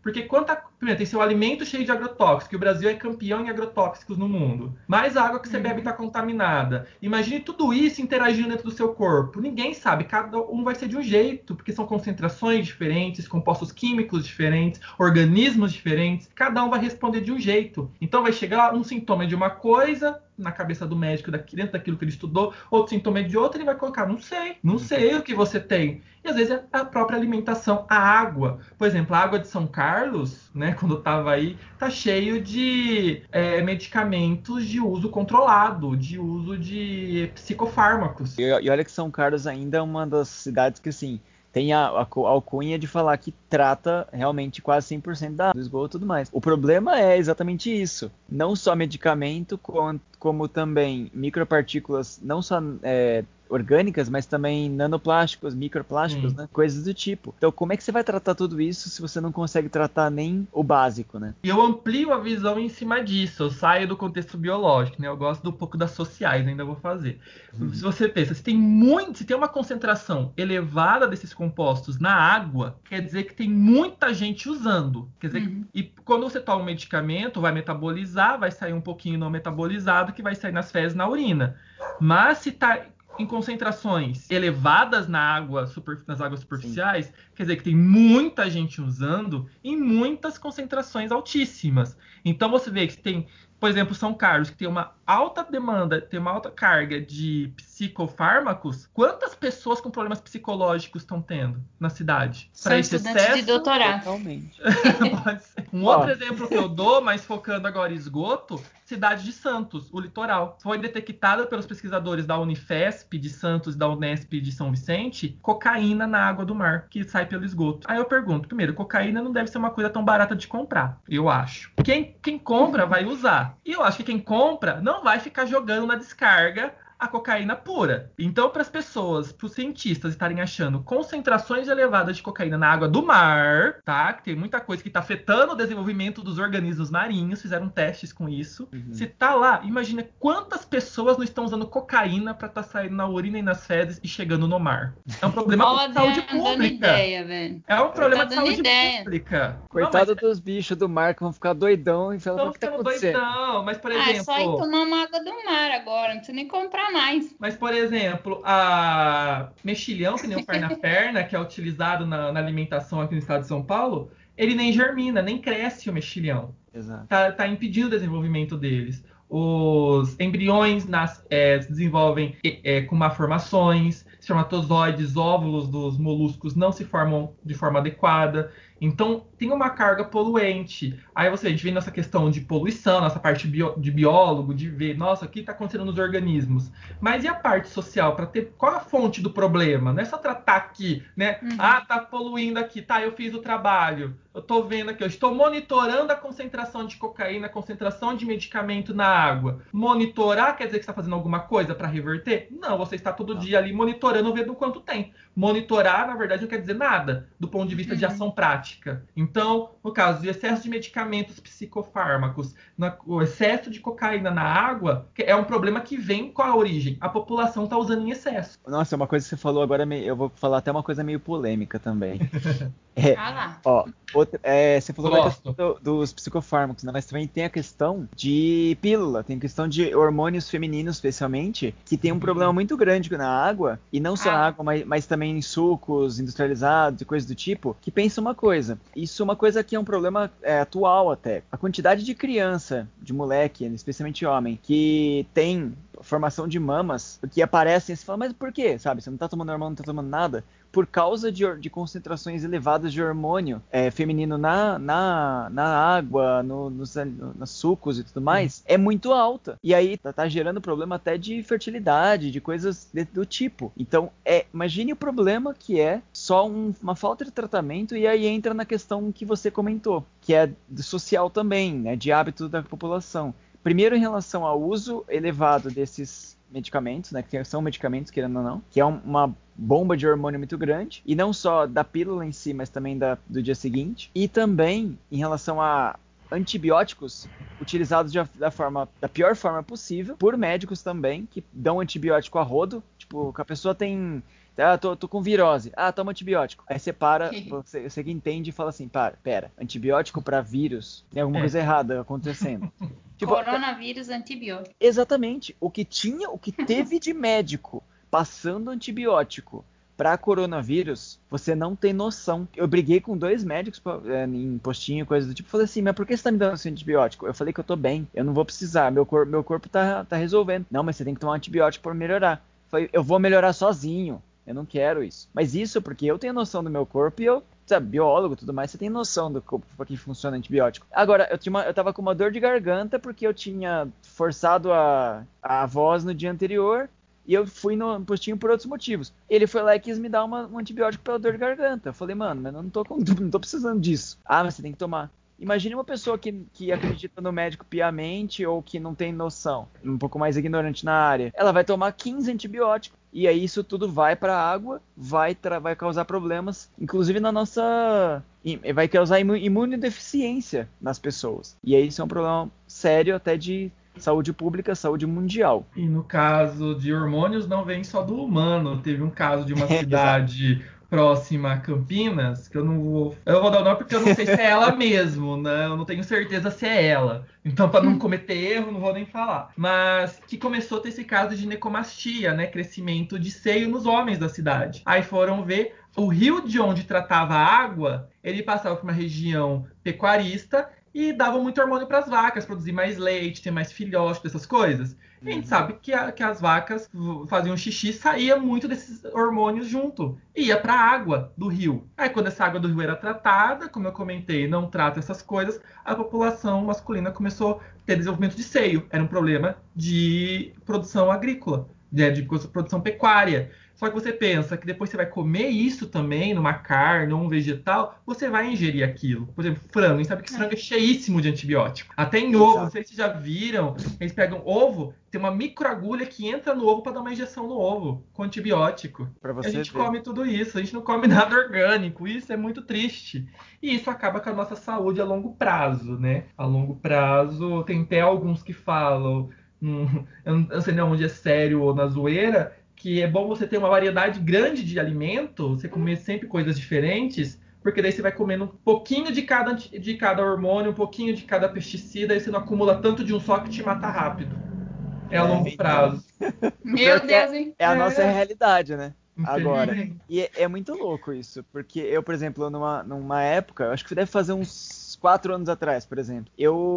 Porque primeiro, tem seu alimento cheio de agrotóxicos, que o Brasil é campeão em agrotóxicos no mundo. Mais a água que você bebe está contaminada. Imagine tudo isso interagindo dentro do seu corpo. Ninguém sabe, cada um vai ser de um jeito, porque são concentrações diferentes, compostos químicos diferentes, organismos diferentes. Cada um vai responder de um jeito. Então vai chegar um sintoma de uma coisa na cabeça do médico, dentro daquilo que ele estudou, outro sintoma de outro, ele vai colocar, não sei o que você tem. E às vezes é a própria alimentação, a água. Por exemplo, a água de São Carlos, né, quando eu estava aí, tá cheio de medicamentos de uso controlado, de uso de psicofármacos. E olha que São Carlos ainda é uma das cidades que, assim, tem a alcunha de falar que trata realmente quase 100% da água, do esgoto e tudo mais. O problema é exatamente isso. Não só medicamento, como também micropartículas, não só orgânicas, mas também nanoplásticos, microplásticos, né? Coisas do tipo. Então, como é que você vai tratar tudo isso se você não consegue tratar nem o básico, né? E eu amplio a visão em cima disso. Eu saio do contexto biológico, né? Eu gosto um pouco das sociais, ainda vou fazer. Se você pensa, se tem uma concentração elevada desses compostos na água, quer dizer que tem muita gente usando. Quer dizer, e quando você toma um medicamento, vai metabolizar, vai sair um pouquinho não metabolizado, que vai sair nas fezes, na urina. Mas se está em concentrações elevadas nas águas superficiais, sim, quer dizer que tem muita gente usando em muitas concentrações altíssimas. Então você vê que tem, por exemplo, São Carlos, que tem uma alta demanda, tem uma alta carga de psicofármacos. Quantas pessoas com problemas psicológicos estão tendo na cidade? São estudantes de doutorado. Totalmente. Pode ser. Outro exemplo que eu dou, mas focando agora em esgoto, cidade de Santos, o litoral. Foi detectada pelos pesquisadores da Unifesp de Santos e da Unesp de São Vicente, cocaína na água do mar, que sai pelo esgoto. Aí eu pergunto, primeiro, cocaína não deve ser uma coisa tão barata de comprar, eu acho. Quem compra vai usar. E eu acho que quem compra não vai ficar jogando na descarga a cocaína pura. Então, para as pessoas, para os cientistas estarem achando concentrações elevadas de cocaína na água do mar, tá? Que tem muita coisa que está afetando o desenvolvimento dos organismos marinhos, fizeram testes com isso. Se tá lá, imagina quantas pessoas não estão usando cocaína para estar saindo na urina e nas fezes e chegando no mar. É um problema de saúde pública. Dando ideia, velho. É um problema de saúde pública. Coitado dos bichos do mar que vão ficar doidão e falar o que tá acontecendo. Doidão, mas por exemplo... É só ir tomar uma água do mar agora, não precisa nem comprar mais. Mas, por exemplo, a mexilhão, que nem o perna-perna, que é utilizado na alimentação aqui no estado de São Paulo, ele nem germina, nem cresce o mexilhão. Exato. Tá impedindo o desenvolvimento deles. Os embriões se desenvolvem com malformações, espermatozoides, óvulos dos moluscos não se formam de forma adequada. Então, tem uma carga poluente. Aí a gente vem nessa questão de poluição, nessa parte de biólogo, de ver, nossa, o que está acontecendo nos organismos. Mas e a parte social? Para ter qual a fonte do problema? Não é só tratar aqui, né? Tá poluindo aqui, tá, eu fiz o trabalho. Eu tô vendo aqui, eu estou monitorando a concentração de cocaína, a concentração de medicamento na água. Monitorar quer dizer que você está fazendo alguma coisa para reverter? Não, você está todo dia ali monitorando, vendo o quanto tem. Monitorar, na verdade, não quer dizer nada do ponto de vista de ação prática. Então, no caso de excesso de medicamentos psicofármacos, o excesso de cocaína na água é um problema que vem com a origem. A população está usando em excesso. Nossa, uma coisa que você falou agora, eu vou falar até uma coisa meio polêmica também. Você falou da questão dos psicofármacos, né? Mas também tem a questão de pílula, tem a questão de hormônios femininos, especialmente, que tem um problema muito grande na água, e não só na água, mas também em sucos industrializados e coisas do tipo, que pensa uma coisa. Isso é uma coisa que é um problema atual até. A quantidade de criança, de moleque, especialmente homem, que tem formação de mamas, que aparecem, você fala, mas por quê? Sabe? Você não tá tomando hormônio, não tá tomando nada. Por causa de concentrações elevadas de hormônio feminino na água, nos sucos e tudo mais, é muito alta. E aí tá gerando problema até de fertilidade, de coisas do tipo. Então, imagine o problema que é só uma falta de tratamento, e aí entra na questão que você comentou, que é social também, né, de hábito da população. Primeiro, em relação ao uso elevado desses medicamentos, né, que são medicamentos, querendo ou não, que é uma bomba de hormônio muito grande, e não só da pílula em si, mas também do dia seguinte. E também em relação a antibióticos utilizados da pior forma possível, por médicos também, que dão antibiótico a rodo, tipo, que a pessoa tem... tô com virose. Toma antibiótico. Aí você para, você que entende e fala assim, pera, antibiótico pra vírus? Tem alguma coisa errada acontecendo. Tipo, coronavírus antibiótico. Exatamente. O que teve de médico passando antibiótico para coronavírus, você não tem noção. Eu briguei com 2 médicos em postinho, coisa do tipo. Falei assim, mas por que você tá me dando esse antibiótico? Eu falei que eu tô bem, eu não vou precisar, meu corpo tá resolvendo. Não, mas você tem que tomar antibiótico para melhorar. Eu falei, eu vou melhorar sozinho, eu não quero isso. Mas isso porque eu tenho noção do meu corpo e eu, sabe, biólogo e tudo mais, você tem noção do como que funciona antibiótico. Agora, eu tava com uma dor de garganta porque eu tinha forçado a voz no dia anterior. E eu fui no postinho por outros motivos. Ele foi lá e quis me dar um antibiótico pela dor de garganta. Eu falei, mano, mas eu não tô precisando disso. Mas você tem que tomar. Imagine uma pessoa que acredita no médico piamente ou que não tem noção, um pouco mais ignorante na área. Ela vai tomar 15 antibióticos. E aí isso tudo vai para a água, vai causar problemas, inclusive na nossa... Vai causar imunodeficiência nas pessoas. E aí isso é um problema sério até de saúde pública, saúde mundial. E no caso de hormônios, não vem só do humano. Teve um caso de uma cidade próxima a Campinas, que eu não vou dar o nome porque eu não sei se é ela mesmo, né? Eu não tenho certeza se é ela. Então, para não cometer erro, não vou nem falar. Mas que começou a ter esse caso de ginecomastia, né? Crescimento de seio nos homens da cidade. Aí foram ver o rio de onde tratava a água, ele passava por uma região pecuarista e dava muito hormônio para as vacas, produzir mais leite, ter mais filhote, dessas coisas. A gente sabe que as vacas faziam xixi, saía muito desses hormônios junto. Ia para a água do rio. Aí quando essa água do rio era tratada, como eu comentei, não trata essas coisas, a população masculina começou a ter desenvolvimento de seio. Era um problema de produção agrícola, de produção pecuária. Só que você pensa que depois você vai comer isso também, numa carne ou um vegetal, você vai ingerir aquilo. Por exemplo, frango. A gente sabe que frango é cheíssimo de antibiótico. Até em ovo, não sei se vocês já viram, eles pegam ovo, tem uma microagulha que entra no ovo para dar uma injeção no ovo, com antibiótico. E a gente come tudo isso, a gente não come nada orgânico. Isso é muito triste. E isso acaba com a nossa saúde a longo prazo, né? A longo prazo, tem até alguns que falam, eu não sei nem onde é sério ou na zoeira, que é bom você ter uma variedade grande de alimento, você comer sempre coisas diferentes, porque daí você vai comendo um pouquinho de cada hormônio, um pouquinho de cada pesticida, e você não acumula tanto de um só que te mata rápido. É a longo prazo. Meu Deus, hein? É a nossa realidade, né? Agora. Infelizmente. E é muito louco isso, porque eu, por exemplo, numa época, acho que deve fazer uns 4 anos atrás, por exemplo,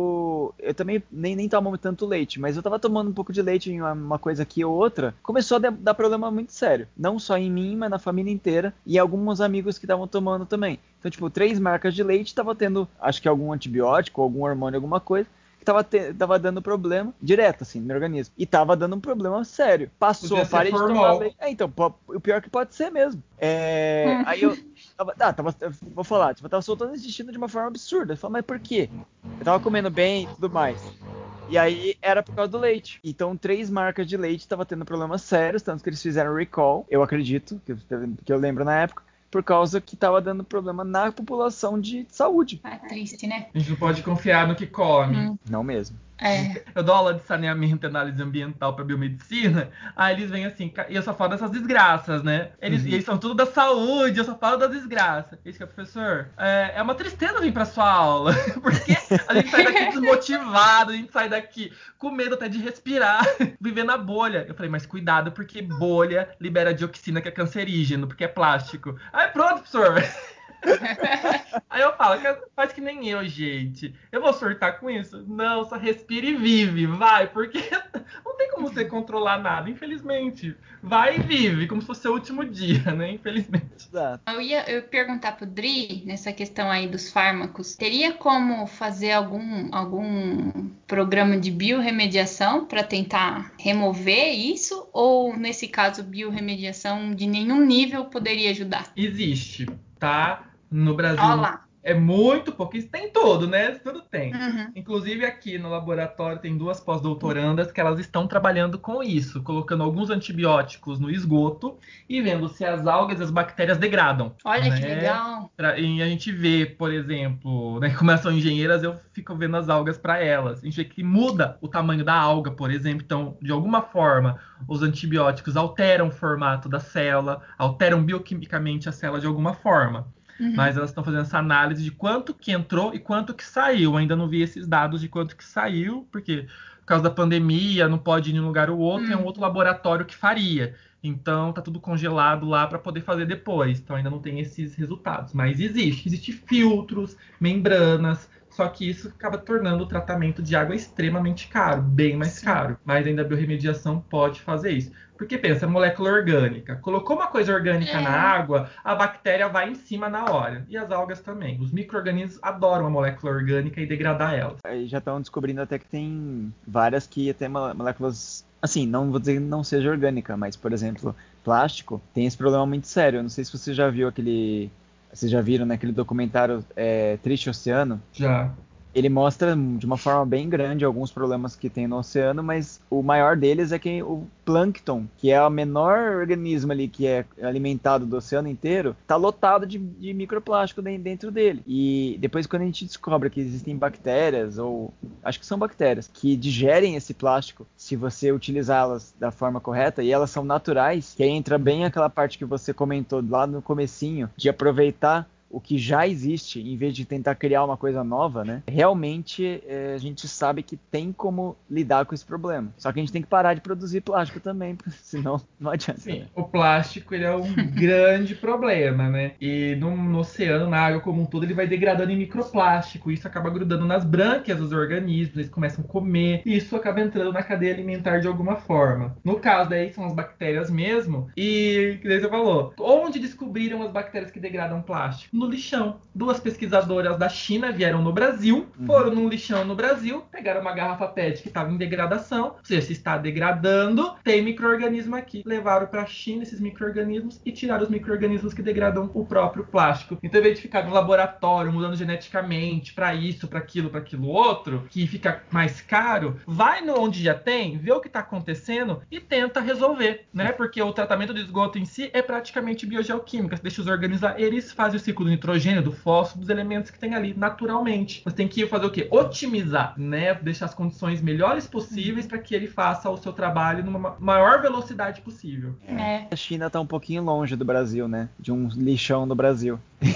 eu também nem tomo tanto leite, mas eu tava tomando um pouco de leite em uma coisa aqui ou outra, começou a dar problema muito sério. Não só em mim, mas na família inteira, e alguns amigos que estavam tomando também. Então, tipo, 3 marcas de leite tava tendo, acho que algum antibiótico, algum hormônio, alguma coisa, que tava dando problema direto, assim, no meu organismo. E tava dando um problema sério. Passou, parei de tomar leite. Então, o pior que pode ser mesmo. Aí eu vou falar, tipo, eu tava soltando esse intestino de uma forma absurda. Eu falei, mas por quê? Eu tava comendo bem e tudo mais. E aí era por causa do leite. Então, 3 marcas de leite estavam tendo problemas sérios, tanto que eles fizeram recall, eu acredito, que eu lembro na época, por causa que estava dando problema na população de saúde. É triste, né? A gente não pode confiar no que come. Não mesmo. Eu dou aula de saneamento e análise ambiental para biomedicina, aí eles vêm assim, e eu só falo dessas desgraças, né? Eles são tudo da saúde, eu só falo das desgraças. Eles que professor, é uma tristeza vir para sua aula, porque a gente sai daqui desmotivado, a gente sai daqui com medo até de respirar, viver na bolha. Eu falei, mas cuidado, porque bolha libera dioxina que é cancerígeno, porque é plástico. Aí pronto, professor. Aí eu falo, faz que nem eu, gente. Eu vou surtar com isso? Não, só respira e vive, vai, porque não tem como você controlar nada, infelizmente. Vai e vive, como se fosse o último dia, né? Infelizmente. Exato. Eu ia perguntar pro Dri, nessa questão aí dos fármacos, teria como fazer algum programa de biorremediação para tentar remover isso? Ou, nesse caso, biorremediação de nenhum nível poderia ajudar? Existe, tá? No Brasil Olá. É muito pouco. Isso tem tudo, né? Tudo tem. Uhum. Inclusive aqui no laboratório tem 2 pós-doutorandas que elas estão trabalhando com isso, colocando alguns antibióticos no esgoto e vendo se as algas e as bactérias degradam, Olha que né? legal. E a gente vê, por exemplo, né, como elas são engenheiras, eu fico vendo as algas para elas. A gente vê que muda o tamanho da alga, por exemplo. Então, de alguma forma, os antibióticos alteram o formato da célula, alteram bioquimicamente a célula de alguma forma. Uhum. Mas elas estão fazendo essa análise de quanto que entrou e quanto que saiu. Ainda não vi esses dados de quanto que saiu, porque por causa da pandemia não pode ir de um lugar ou outro, é um outro laboratório que faria. Então tá tudo congelado lá para poder fazer depois. Então ainda não tem esses resultados. Mas existe filtros, membranas. Só que isso acaba tornando o tratamento de água extremamente caro, bem mais Sim. caro. Mas ainda a biorremediação pode fazer isso. Porque pensa, molécula orgânica. Colocou uma coisa orgânica na água, a bactéria vai em cima na hora. E as algas também. Os micro-organismos adoram a molécula orgânica e degradar ela. Aí já estão descobrindo até que tem várias que até moléculas. Assim, não vou dizer que não seja orgânica, mas, por exemplo, plástico tem esse problema muito sério. Eu não sei se você já viu aquele. Vocês já viram naquele documentário Triste Oceano? Já. Ele mostra de uma forma bem grande alguns problemas que tem no oceano, mas o maior deles é que o plâncton, que é o menor organismo ali que é alimentado do oceano inteiro, está lotado de microplástico dentro dele. E depois, quando a gente descobre que existem bactérias, ou acho que são bactérias, que digerem esse plástico, se você utilizá-las da forma correta, e elas são naturais, que aí entra bem aquela parte que você comentou lá no comecinho, de aproveitar o que já existe, em vez de tentar criar uma coisa nova, né? Realmente a gente sabe que tem como lidar com esse problema. Só que a gente tem que parar de produzir plástico também, senão não adianta. Sim, Né? o plástico ele é um grande problema, né? E no oceano, na água como um todo, ele vai degradando em microplástico. Isso acaba grudando nas brânquias dos organismos, eles começam a comer, e isso acaba entrando na cadeia alimentar de alguma forma. No caso, daí são as bactérias mesmo. E, que você falou, onde descobriram as bactérias que degradam plástico? No lixão. 2 pesquisadoras da China vieram no Brasil, foram num lixão no Brasil, pegaram uma garrafa PET que estava em degradação, ou seja, se está degradando, tem micro-organismo aqui. Levaram para a China esses micro-organismos e tiraram os micro-organismos que degradam o próprio plástico. Então, em vez de ficar no laboratório mudando geneticamente para isso, para aquilo outro, que fica mais caro, vai no onde já tem, vê o que está acontecendo e tenta resolver, né? Porque o tratamento do esgoto em si é praticamente biogeoquímica. Você deixa os organismos, eles fazem o ciclo do nitrogênio, do fósforo, dos elementos que tem ali naturalmente. Você tem que fazer o quê? Otimizar, né? Deixar as condições melhores possíveis para que ele faça o seu trabalho numa maior velocidade possível. A China tá um pouquinho longe do Brasil, né? De um lixão no Brasil.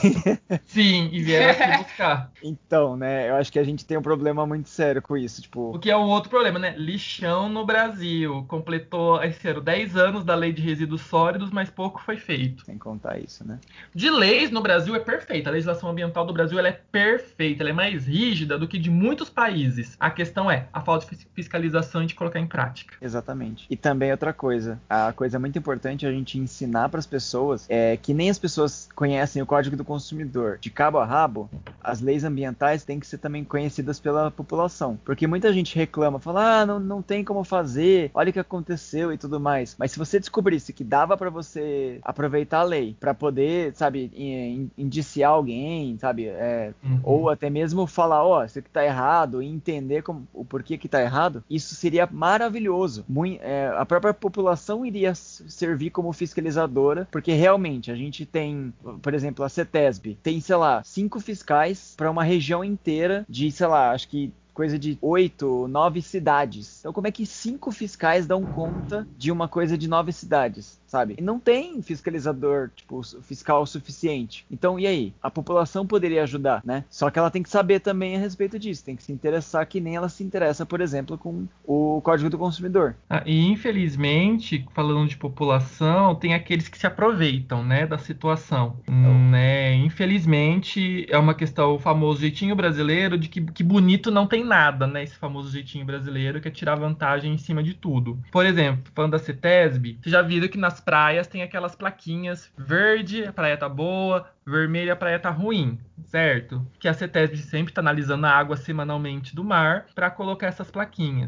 Sim, e vieram aqui buscar. Então, né? Eu acho que a gente tem um problema muito sério com isso. Tipo, O que é um outro problema, né? Lixão no Brasil. Completou esse ano 10 anos da lei de resíduos sólidos, mas pouco foi feito. sem contar isso, né? De leis no Brasil é perfeita. A legislação ambiental do Brasil ela é perfeita. Ela é mais rígida do que de muitos países. A questão é a falta de fiscalização e de colocar em prática. Exatamente. E também outra coisa, a coisa muito importante é a gente ensinar para as pessoas que nem as pessoas conhecem o Código do Consumidor de cabo a rabo, as leis ambientais têm que ser também conhecidas pela população. Porque muita gente reclama, fala, não tem como fazer, olha o que aconteceu e tudo mais. Mas se você descobrisse que dava para você aproveitar a lei para poder, sabe, indiciar alguém, sabe, ou até mesmo falar, isso aqui tá errado, e entender o porquê que tá errado, isso seria maravilhoso. A própria população iria servir como fiscalizadora, porque realmente a gente tem, por exemplo, a CETESB, tem, sei lá, 5 fiscais para uma região inteira de, sei lá, acho que coisa de 8, 9 cidades. Então, como é que 5 fiscais dão conta de uma coisa de 9 cidades, sabe? E não tem fiscalizador, tipo, fiscal suficiente. Então, e aí? A população poderia ajudar, né? Só que ela tem que saber também a respeito disso. Tem que se interessar que nem ela se interessa, por exemplo, com o Código do Consumidor. E infelizmente, falando de população, tem aqueles que se aproveitam, né, da situação. Né? Infelizmente, é uma questão, o famoso jeitinho brasileiro de que bonito não tem nada, né? Esse famoso jeitinho brasileiro que é tirar vantagem em cima de tudo. Por exemplo, falando da CETESB, vocês já viram que nas praias tem aquelas plaquinhas verde, a praia tá boa, vermelha, a praia tá ruim, certo? Que a CETESB sempre tá analisando a água semanalmente do mar para colocar essas plaquinhas.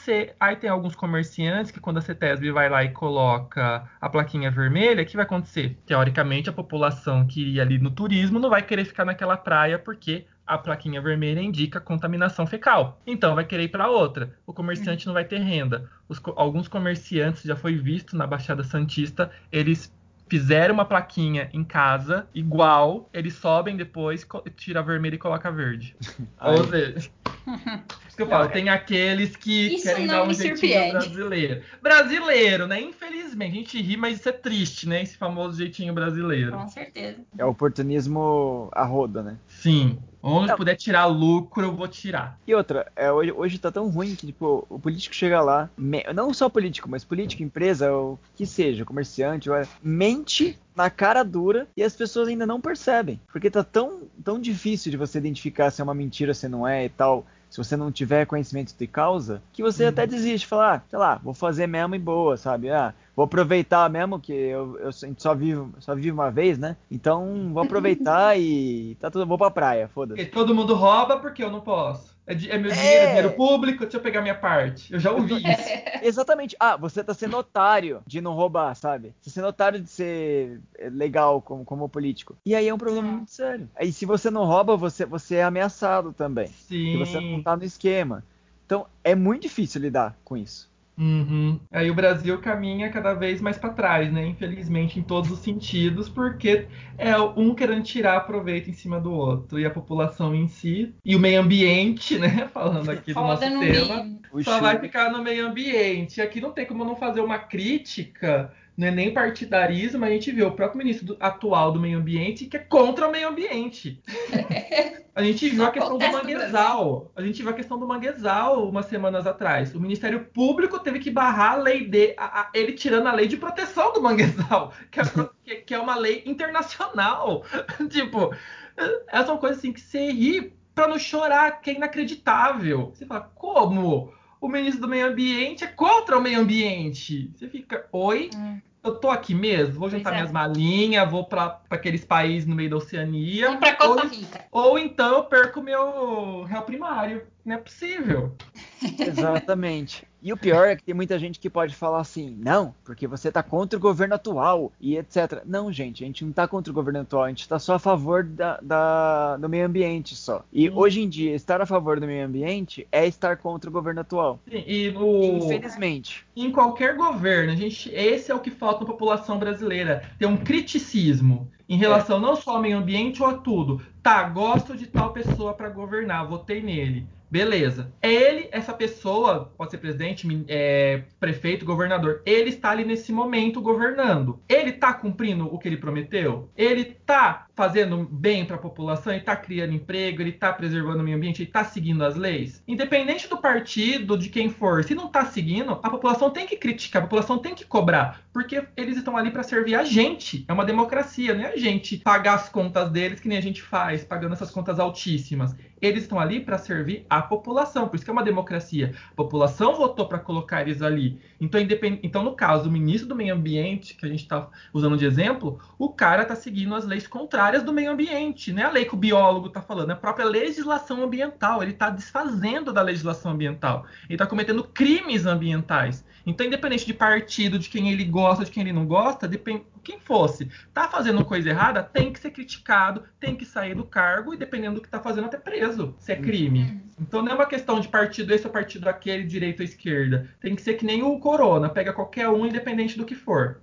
Aí tem alguns comerciantes que quando a CETESB vai lá e coloca a plaquinha vermelha, o que vai acontecer? Teoricamente, a população que iria ali no turismo não vai querer ficar naquela praia porque a plaquinha vermelha indica contaminação fecal. Então vai querer ir para outra. O comerciante não vai ter renda. Alguns comerciantes, já foi visto na Baixada Santista, eles fizeram uma plaquinha em casa, igual, eles sobem depois, tira a vermelha e coloca a verde. Ou seja, isso que eu falo, tem aqueles que Isso querem não dar um me jeitinho surpreende. brasileiro. Brasileiro, né? Infelizmente, a gente ri, mas isso é triste, né? Esse famoso jeitinho brasileiro. Com certeza. É oportunismo a roda, né? Sim. Onde Não. puder tirar lucro, eu vou tirar. E outra, hoje tá tão ruim que, tipo, o político chega lá, não só político, mas político, empresa, o que seja, comerciante, mente na cara dura e as pessoas ainda não percebem. Porque tá tão difícil de você identificar se é uma mentira, se não é e tal, se você não tiver conhecimento de causa, que você até desiste, fala, sei lá, vou fazer mesmo e boa, sabe? Vou aproveitar mesmo, que a gente só vive uma vez, né? Então, vou aproveitar e vou pra praia, foda-se. Porque todo mundo rouba porque eu não posso. É meu dinheiro, é dinheiro É! público, deixa eu pegar minha parte. Eu já ouvi isso. Exatamente. Você tá sendo otário de não roubar, sabe? Você sendo otário de ser legal como político. E aí é um problema muito sério. Aí se você não rouba, você é ameaçado também. Porque você não Sim. tá no esquema. Então é muito difícil lidar com isso. Uhum. Aí o Brasil caminha cada vez mais para trás, né? Infelizmente, em todos os sentidos, porque é um querendo tirar proveito em cima do outro. E a população em si, e o meio ambiente, né? Falando aqui do Roda nosso no tema, mínimo. O só vai chu... ficar no meio ambiente. E aqui não tem como não fazer uma crítica, não é nem partidarismo, mas a gente vê o próprio ministro atual do meio ambiente que é contra o meio ambiente. A gente viu Só a questão do acontece no Brasil. manguezal. A gente viu a questão do manguezal umas semanas atrás. O Ministério Público teve que barrar a lei ele tirando a lei de proteção do manguezal, que é uma lei internacional. Tipo, essas são coisas assim que você ri pra não chorar, que é inacreditável. Você fala, como? O ministro do Meio Ambiente é contra o meio ambiente. Você fica, oi? Eu tô aqui mesmo, vou Pois juntar minhas é. malinhas, vou para aqueles países no meio da Oceania, Vamos pra Costa Rica. ou então eu perco meu réu primário. Não é possível. Exatamente. E o pior é que tem muita gente que pode falar assim, não, porque você tá contra o governo atual e etc. Não, gente, a gente não tá contra o governo atual, a gente tá só a favor do meio ambiente só. E hoje em dia, estar a favor do meio ambiente é estar contra o governo atual. Sim, e Infelizmente. em qualquer governo, esse é o que falta na população brasileira, ter um criticismo em É. relação não só ao meio ambiente ou a tudo. Tá, gosto de tal pessoa para governar, votei nele. Beleza. Essa pessoa, pode ser presidente, prefeito, governador, ele está ali nesse momento governando. Ele está cumprindo o que ele prometeu? Ele está fazendo bem para a população? Ele está criando emprego? Ele está preservando o meio ambiente? Ele está seguindo as leis? Independente do partido, de quem for, se não está seguindo, a população tem que criticar, a população tem que cobrar, porque eles estão ali para servir a gente. É uma democracia, não é a gente pagar as contas deles que nem a gente faz, pagando essas contas altíssimas. Eles estão ali para servir a população, por isso que é uma democracia. A população votou para colocar eles ali. Então, no caso, o ministro do Meio Ambiente, que a gente está usando de exemplo, o cara está seguindo as leis contrárias do meio ambiente, não é a lei que o biólogo está falando, é a própria legislação ambiental. Ele está desfazendo da legislação ambiental. Ele está cometendo crimes ambientais. Então, independente de partido, de quem ele gosta, de quem ele não gosta, quem fosse, tá fazendo coisa errada, tem que ser criticado, tem que sair do cargo e, dependendo do que tá fazendo, até preso, se é crime. Então não é uma questão de partido esse ou partido aquele, direita ou esquerda. Tem que ser que nem o Corona, pega qualquer um, independente do que for.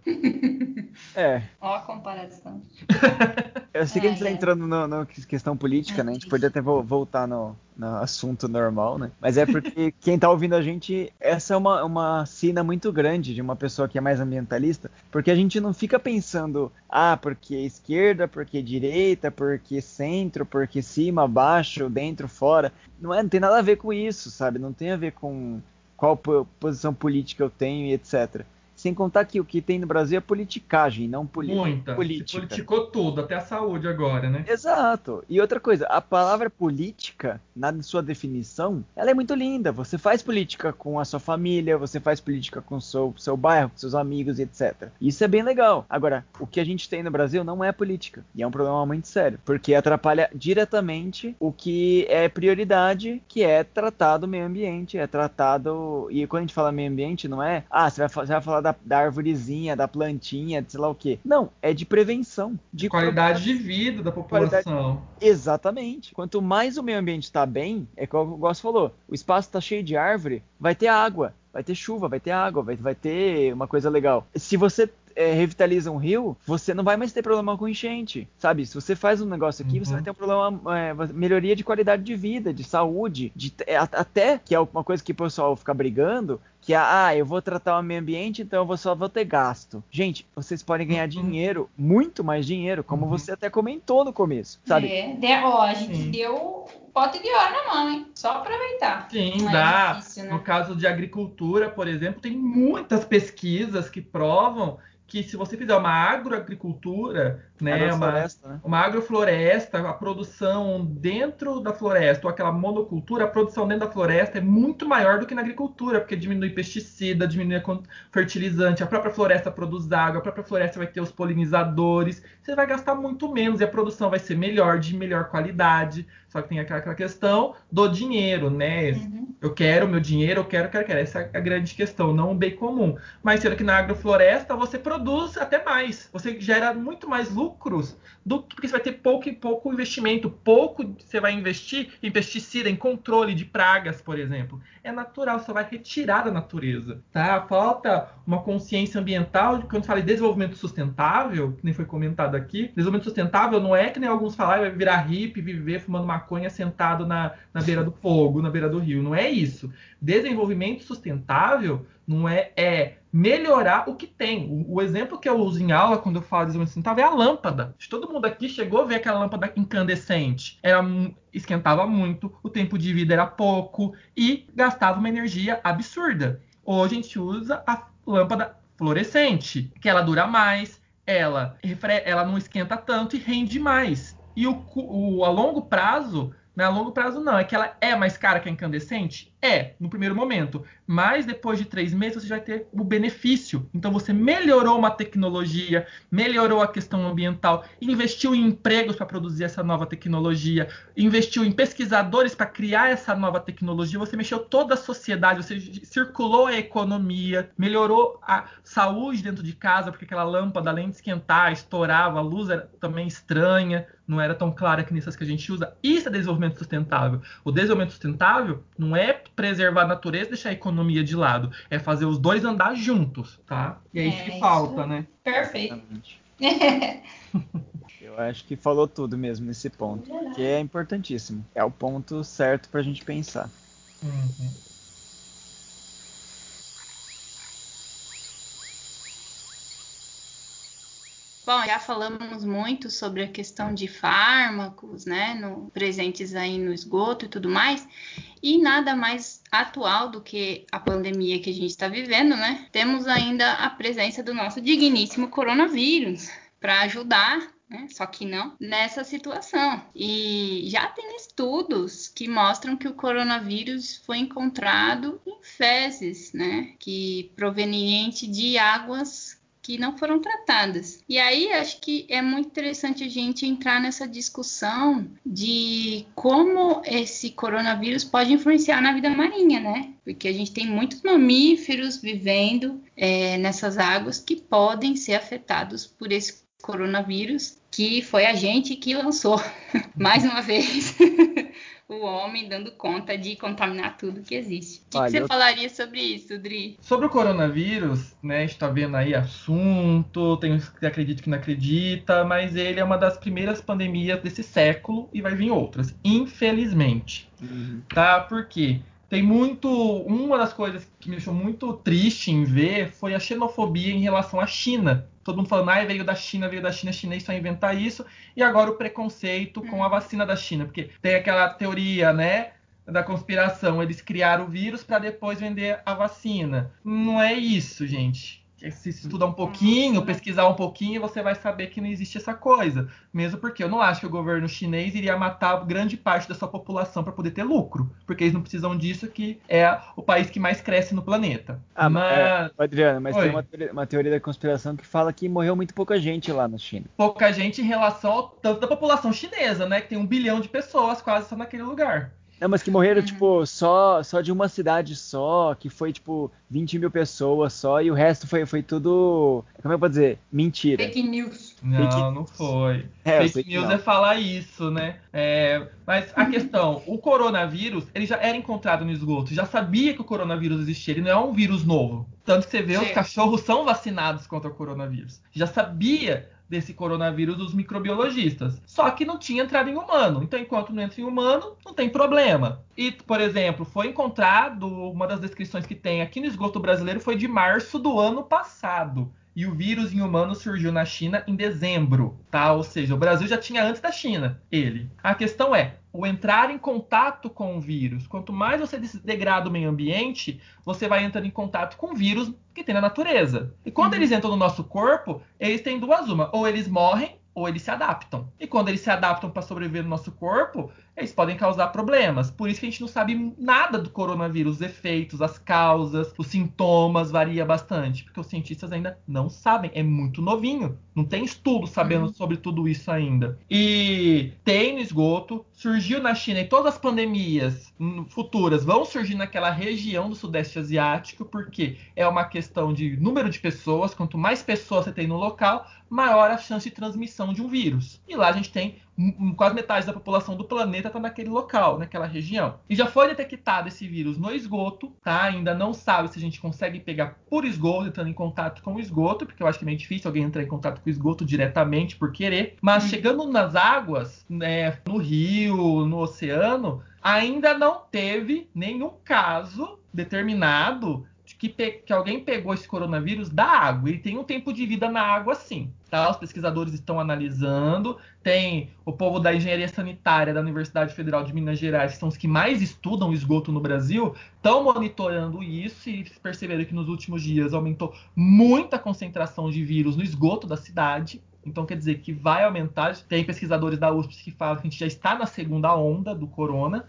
É. Ó a comparação. Eu sei que a gente Ai, tá ai. entrando na questão política, Ai, né? A gente triste. podia até voltar no assunto normal, né? Mas é porque quem tá ouvindo a gente, essa é uma sina muito grande de uma pessoa que é mais ambientalista, porque a gente não fica pensando, porque esquerda, porque direita, porque centro, porque cima, baixo, dentro, fora. Não tem nada a ver com isso, sabe? Não tem a ver com qual posição política eu tenho e etc. Sem contar que o que tem no Brasil é politicagem, não Muita. Se política. politicou tudo, até a saúde agora, né? Exato. E outra coisa, a palavra política, na sua definição, ela é muito linda. Você faz política com a sua família, você faz política com o seu bairro, com seus amigos e etc. Isso é bem legal. Agora, o que a gente tem no Brasil não é política. E é um problema muito sério, porque atrapalha diretamente o que é prioridade, que é tratar do meio ambiente, é tratado... E quando a gente fala meio ambiente, não é... você vai falar da arvorezinha, da plantinha, de sei lá o quê. Não, é de prevenção. De qualidade de vida da população. Exatamente. Quanto mais o meio ambiente está bem, é como o Gosto falou, o espaço está cheio de árvore, vai ter água, vai ter chuva, vai ter água, vai ter uma coisa legal. Se você revitaliza um rio, você não vai mais ter problema com enchente, sabe? Se você faz um negócio aqui, você vai ter um problema, melhoria de qualidade de vida, de saúde, até, que é uma coisa que o pessoal fica brigando, que eu vou tratar o meio ambiente, então eu só vou ter gasto. Gente, vocês podem ganhar dinheiro, muito mais dinheiro, como você até comentou no começo, sabe? A gente deu o pote de ouro na mão, hein? Só aproveitar. Sim, não dá. É difícil, né? No caso de agricultura, por exemplo, tem muitas pesquisas que provam que se você fizer uma agroagricultura, né, Agrofloresta, uma agrofloresta, a produção dentro da floresta, ou aquela monocultura, a produção dentro da floresta é muito maior do que na agricultura, porque diminui pesticida, diminui fertilizante, a própria floresta produz água, a própria floresta vai ter os polinizadores, você vai gastar muito menos e a produção vai ser melhor, de melhor qualidade. Só que tem aquela questão do dinheiro, né? Eu quero meu dinheiro, eu quero. Essa é a grande questão, não um bem comum. Mas sendo que na agrofloresta você produz até mais. Você gera muito mais lucros porque você vai ter pouco investimento. Pouco você vai investir em pesticida, em controle de pragas, por exemplo. É natural, você vai retirar da natureza, tá? Falta uma consciência ambiental. Quando fala em desenvolvimento sustentável, que nem foi comentado aqui, desenvolvimento sustentável não é que nem alguns falam, vai virar hippie, viver fumando maconha sentado na beira do fogo, na beira do rio. Não é isso. Desenvolvimento sustentável não é melhorar o que tem. O exemplo que eu uso em aula quando eu falo de desenvolvimento sustentável é a lâmpada. Todo mundo aqui chegou a ver aquela lâmpada incandescente. Esquentava muito, o tempo de vida era pouco e gastava uma energia absurda. Hoje a gente usa a lâmpada fluorescente, que ela dura mais, ela não esquenta tanto e rende mais. E a longo prazo, a longo prazo não, é que ela é mais cara que a incandescente? No primeiro momento. Mas depois de 3 meses você vai ter o benefício. Então você melhorou uma tecnologia, melhorou a questão ambiental, investiu em empregos para produzir essa nova tecnologia, investiu em pesquisadores para criar essa nova tecnologia, você mexeu toda a sociedade, você circulou a economia, melhorou a saúde dentro de casa, porque aquela lâmpada, além de esquentar, estourava, a luz era também estranha, não era tão clara que nessas que a gente usa. Isso é desenvolvimento sustentável. O desenvolvimento sustentável não é preservar a natureza e deixar a economia de lado. É fazer os dois andar juntos, tá? E é isso que falta, né? Perfeito. Eu acho que falou tudo mesmo nesse ponto, que é importantíssimo. É o ponto certo pra gente pensar. Bom, já falamos muito sobre a questão de fármacos, né, presentes aí no esgoto e tudo mais, e nada mais atual do que a pandemia que a gente está vivendo, né? Temos ainda a presença do nosso digníssimo coronavírus para ajudar, né? Só que não nessa situação. E já tem estudos que mostram que o coronavírus foi encontrado em fezes, né? Que proveniente de águas que não foram tratadas. E aí acho que é muito interessante a gente entrar nessa discussão de como esse coronavírus pode influenciar na vida marinha, né? Porque a gente tem muitos mamíferos vivendo nessas águas que podem ser afetados por esse coronavírus, que foi a gente que lançou, mais uma vez, o homem dando conta de contaminar tudo que existe. O que você falaria sobre isso, Dri? Sobre o coronavírus, né, a gente tá vendo aí assunto, tem uns que acreditam que não acredita, mas ele é uma das primeiras pandemias desse século e vai vir outras, infelizmente. Tá? Por quê? Tem uma das coisas que me deixou muito triste em ver foi a xenofobia em relação à China. Todo mundo falando, veio da China, a chinês só inventar isso. E agora o preconceito com a vacina da China. Porque tem aquela teoria, né, da conspiração. Eles criaram o vírus para depois vender a vacina. Não é isso, gente. se estudar um pouquinho, pesquisar um pouquinho, você vai saber que não existe essa coisa. Mesmo porque eu não acho que o governo chinês iria matar grande parte da sua população para poder ter lucro. Porque eles não precisam disso, que é o país que mais cresce no planeta. Adriano, mas tem Oi. uma teoria da conspiração que fala que morreu muito pouca gente lá na China. Pouca gente em relação ao tanto da população chinesa, né? Que tem 1 bilhão de pessoas quase só naquele lugar. Não, mas que morreram, tipo, só de uma cidade só, que foi, tipo, 20 mil pessoas só, e o resto foi tudo, como eu vou dizer, mentira. Fake news. Não foi. Eu sei Fake que news não. é falar isso, né? Mas a questão, o coronavírus, ele já era encontrado no esgoto, já sabia que o coronavírus existia, ele não é um vírus novo. Tanto que você vê, os Sim. cachorros são vacinados contra o coronavírus. Já sabia desse coronavírus os microbiologistas. Só que não tinha entrado em humano. Então, enquanto não entra em humano, não tem problema. E, por exemplo, foi encontrado, uma das descrições que tem aqui no esgoto brasileiro foi de março do ano passado. E o vírus em humanos surgiu na China em dezembro, tá? Ou seja, o Brasil já tinha antes da China, ele. A questão é, o entrar em contato com o vírus. Quanto mais você degrada o meio ambiente, você vai entrando em contato com o vírus que tem na natureza. E quando eles entram no nosso corpo, eles têm duas uma. Ou eles morrem, ou eles se adaptam. E quando eles se adaptam para sobreviver no nosso corpo, eles podem causar problemas. Por isso que a gente não sabe nada do coronavírus, os efeitos, as causas, os sintomas, varia bastante. Porque os cientistas ainda não sabem, é muito novinho. Não tem estudo sabendo sobre tudo isso ainda. E tem no esgoto, surgiu na China, e todas as pandemias futuras vão surgir naquela região do Sudeste Asiático, porque é uma questão de número de pessoas. Quanto mais pessoas você tem no local, maior a chance de transmissão de um vírus. E lá a gente tem quase metade da população do planeta está naquele local, naquela região. E já foi detectado esse vírus no esgoto, tá? Ainda não sabe se a gente consegue pegar por esgoto, entrando em contato com o esgoto, porque eu acho que é meio difícil alguém entrar em contato com o esgoto diretamente por querer. Mas chegando nas águas, né, no rio, no oceano, ainda não teve nenhum caso determinado que alguém pegou esse coronavírus da água. Ele tem um tempo de vida na água, sim. Tá? Os pesquisadores estão analisando. Tem o povo da engenharia sanitária da Universidade Federal de Minas Gerais, que são os que mais estudam o esgoto no Brasil, estão monitorando isso e perceberam que nos últimos dias aumentou muito a concentração de vírus no esgoto da cidade. Então quer dizer que vai aumentar. Tem pesquisadores da USP que falam que a gente já está na segunda onda do corona.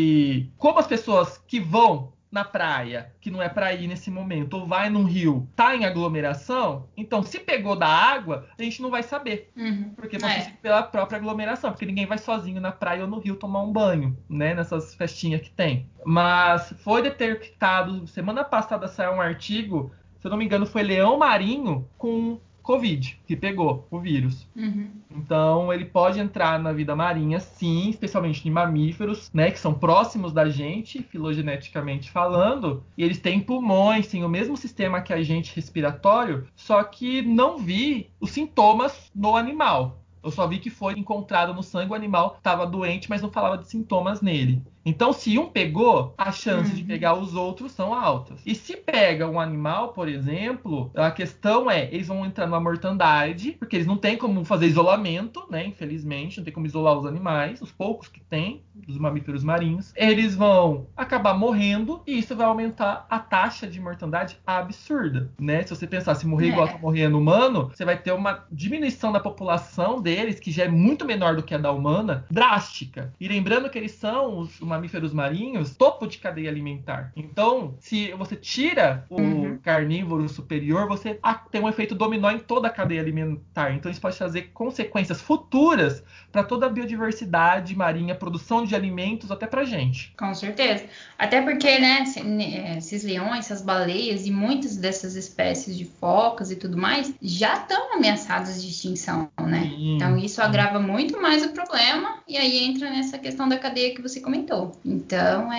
E como as pessoas que vão na praia, que não é para ir nesse momento, ou vai num rio, tá em aglomeração, então se pegou da água, a gente não vai saber. Porque pode ser pela própria aglomeração, porque ninguém vai sozinho na praia ou no rio tomar um banho, né, nessas festinhas que tem. Mas foi detectado, semana passada saiu um artigo, se eu não me engano foi leão marinho com Covid, que pegou o vírus. Então, ele pode entrar na vida marinha, sim, especialmente em mamíferos, né, que são próximos da gente, filogeneticamente falando, e eles têm pulmões, têm o mesmo sistema que a gente respiratório, só que não vi os sintomas no animal. Eu só vi que foi encontrado no sangue, o animal estava doente, mas não falava de sintomas nele. Então, se um pegou, as chances de pegar os outros são altas. E se pega um animal, por exemplo, a questão é, eles vão entrar numa mortandade, porque eles não têm como fazer isolamento, né? Infelizmente, não tem como isolar os animais, os poucos que tem, dos mamíferos marinhos. Eles vão acabar morrendo e isso vai aumentar a taxa de mortandade absurda, né? Se você pensar, se morrer igual tá morrendo humano, você vai ter uma diminuição da população deles, que já é muito menor do que a da humana, drástica. E lembrando que eles são os mamíferos marinhos, topo de cadeia alimentar. Então, se você tira o carnívoro superior, você tem um efeito dominó em toda a cadeia alimentar. Então, isso pode trazer consequências futuras para toda a biodiversidade marinha, produção de alimentos, até pra gente. Com certeza. Até porque, né, esses leões, essas baleias e muitas dessas espécies de focas e tudo mais já estão ameaçadas de extinção, né? Sim, então, isso agrava muito mais o problema e aí entra nessa questão da cadeia que você comentou. Então,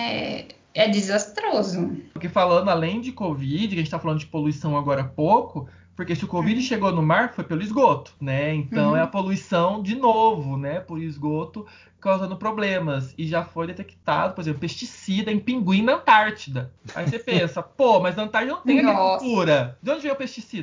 é desastroso. Porque falando além de Covid, que a gente tá falando de poluição agora há pouco, porque se o Covid chegou no mar, foi pelo esgoto, né? Então é a poluição de novo, né? Por esgoto, causando problemas. E já foi detectado, por exemplo, pesticida em pinguim na Antártida. Aí você pensa, pô, mas na Antártida não tem agricultura. De onde veio o pesticida?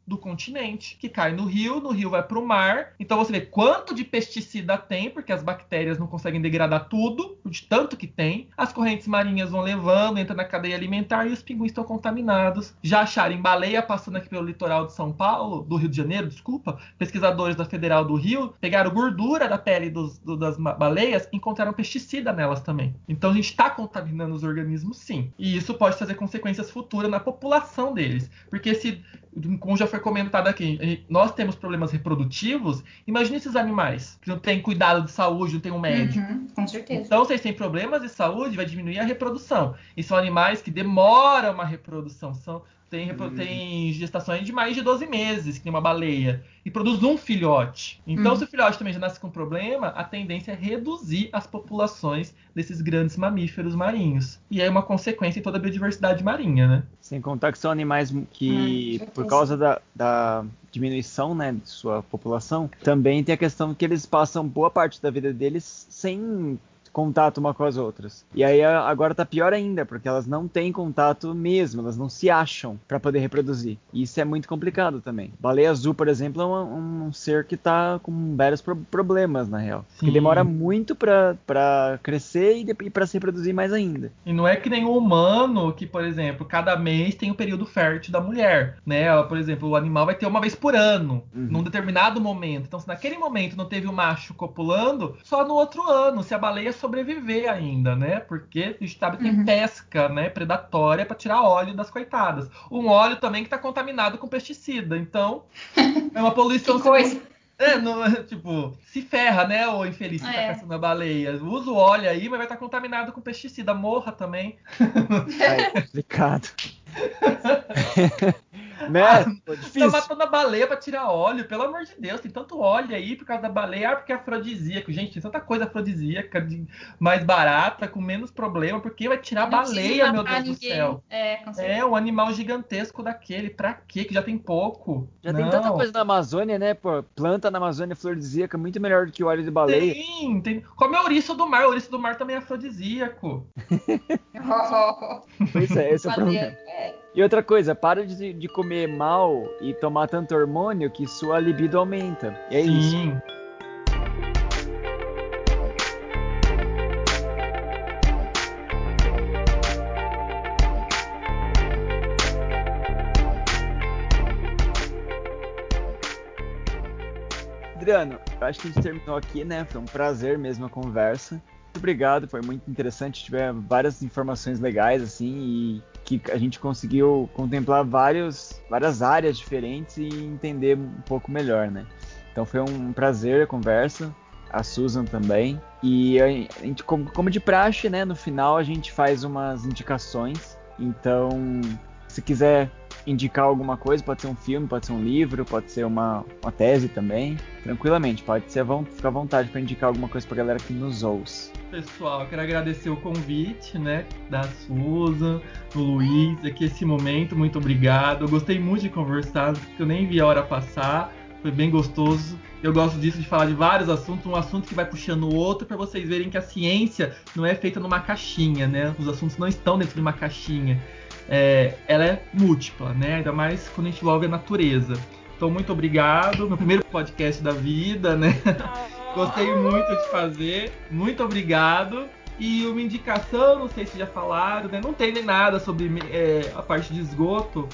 do continente, que cai no rio vai pro mar. Então você vê quanto de pesticida tem, porque as bactérias não conseguem degradar tudo, de tanto que tem. As correntes marinhas vão levando, entra na cadeia alimentar e os pinguins estão contaminados. Já acharem baleia passando aqui pelo litoral de São Paulo, do Rio de Janeiro, desculpa, pesquisadores da Federal do Rio pegaram gordura da pele das baleias e encontraram pesticida nelas também. Então a gente está contaminando os organismos, sim. E isso pode trazer consequências futuras na população deles. Porque se, como já foi comentado aqui, nós temos problemas reprodutivos, imagine esses animais que não têm cuidado de saúde, não têm um médico. Com certeza. Então, se eles têm problemas de saúde, vai diminuir a reprodução. E são animais que demoram uma reprodução. Tem gestações de mais de 12 meses, que tem uma baleia. E produz um filhote. Então, se o filhote também já nasce com problema, a tendência é reduzir as populações desses grandes mamíferos marinhos. E é uma consequência em toda a biodiversidade marinha, né? Sem contar que são animais que, por causa da diminuição, né, de sua população, também tem a questão que eles passam boa parte da vida deles sem contato uma com as outras. E aí agora tá pior ainda, porque elas não têm contato mesmo, elas não se acham para poder reproduzir. E isso é muito complicado também. Baleia azul, por exemplo, é um ser que tá com vários problemas, na real. Sim. Porque demora muito para crescer e para se reproduzir mais ainda. E não é que nem o humano, que, por exemplo, cada mês tem o período fértil da mulher, né? Por exemplo, o animal vai ter uma vez por ano, num determinado momento. Então, se naquele momento não teve o macho copulando, só no outro ano, se a baleia sobreviver ainda, né? Porque a gente sabe que tem pesca, né, predatória para tirar óleo das coitadas. Um óleo também que está contaminado com pesticida. Então, é uma poluição... Que coisa! Tipo, se ferra, né, ô infeliz que tá caçando a baleia. Usa o óleo aí, mas vai estar contaminado com pesticida. Morra também. É complicado. Né? Tá matando a baleia pra tirar óleo, pelo amor de Deus. Tem tanto óleo aí por causa da baleia. Porque é afrodisíaco. Gente, tem tanta coisa afrodisíaca, mais barata, com menos problema. Porque vai tirar a baleia, meu Deus do céu. É um animal gigantesco daquele. Pra quê? Que já tem pouco. Já tem tanta coisa na Amazônia, né? Pô, planta na Amazônia afrodisíaca muito melhor do que o óleo de baleia. Tem. Come o ouriço do mar. O ouriço do mar também é afrodisíaco. Pois é, esse é o problema. E outra coisa, para de comer mal e tomar tanto hormônio que sua libido aumenta. E é isso. Adriano, eu acho que a gente terminou aqui, né? Foi um prazer mesmo a conversa. Muito obrigado, foi muito interessante. Tivemos várias informações legais, assim, e que a gente conseguiu contemplar várias áreas diferentes e entender um pouco melhor, né? Então foi um prazer a conversa, a Susan também. E a gente, como de praxe, né? No final a gente faz umas indicações. Então, se quiser indicar alguma coisa, pode ser um filme, pode ser um livro, pode ser uma tese também, tranquilamente, pode ser, ficar à vontade para indicar alguma coisa pra galera que nos ouça. Pessoal, eu quero agradecer o convite, né, da Susan, do Luiz, aqui esse momento, muito obrigado. Eu gostei muito de conversar, porque eu nem vi a hora passar, foi bem gostoso. Eu gosto disso, de falar de vários assuntos, um assunto que vai puxando o outro, para vocês verem que a ciência não é feita numa caixinha, né, os assuntos não estão dentro de uma caixinha. Ela é múltipla, né? Ainda mais quando a gente envolve a natureza. Então, muito obrigado. Meu primeiro podcast da vida, né? Gostei muito de fazer. Muito obrigado. E uma indicação, não sei se já falaram, né? Não tem nem nada sobre a parte de esgoto,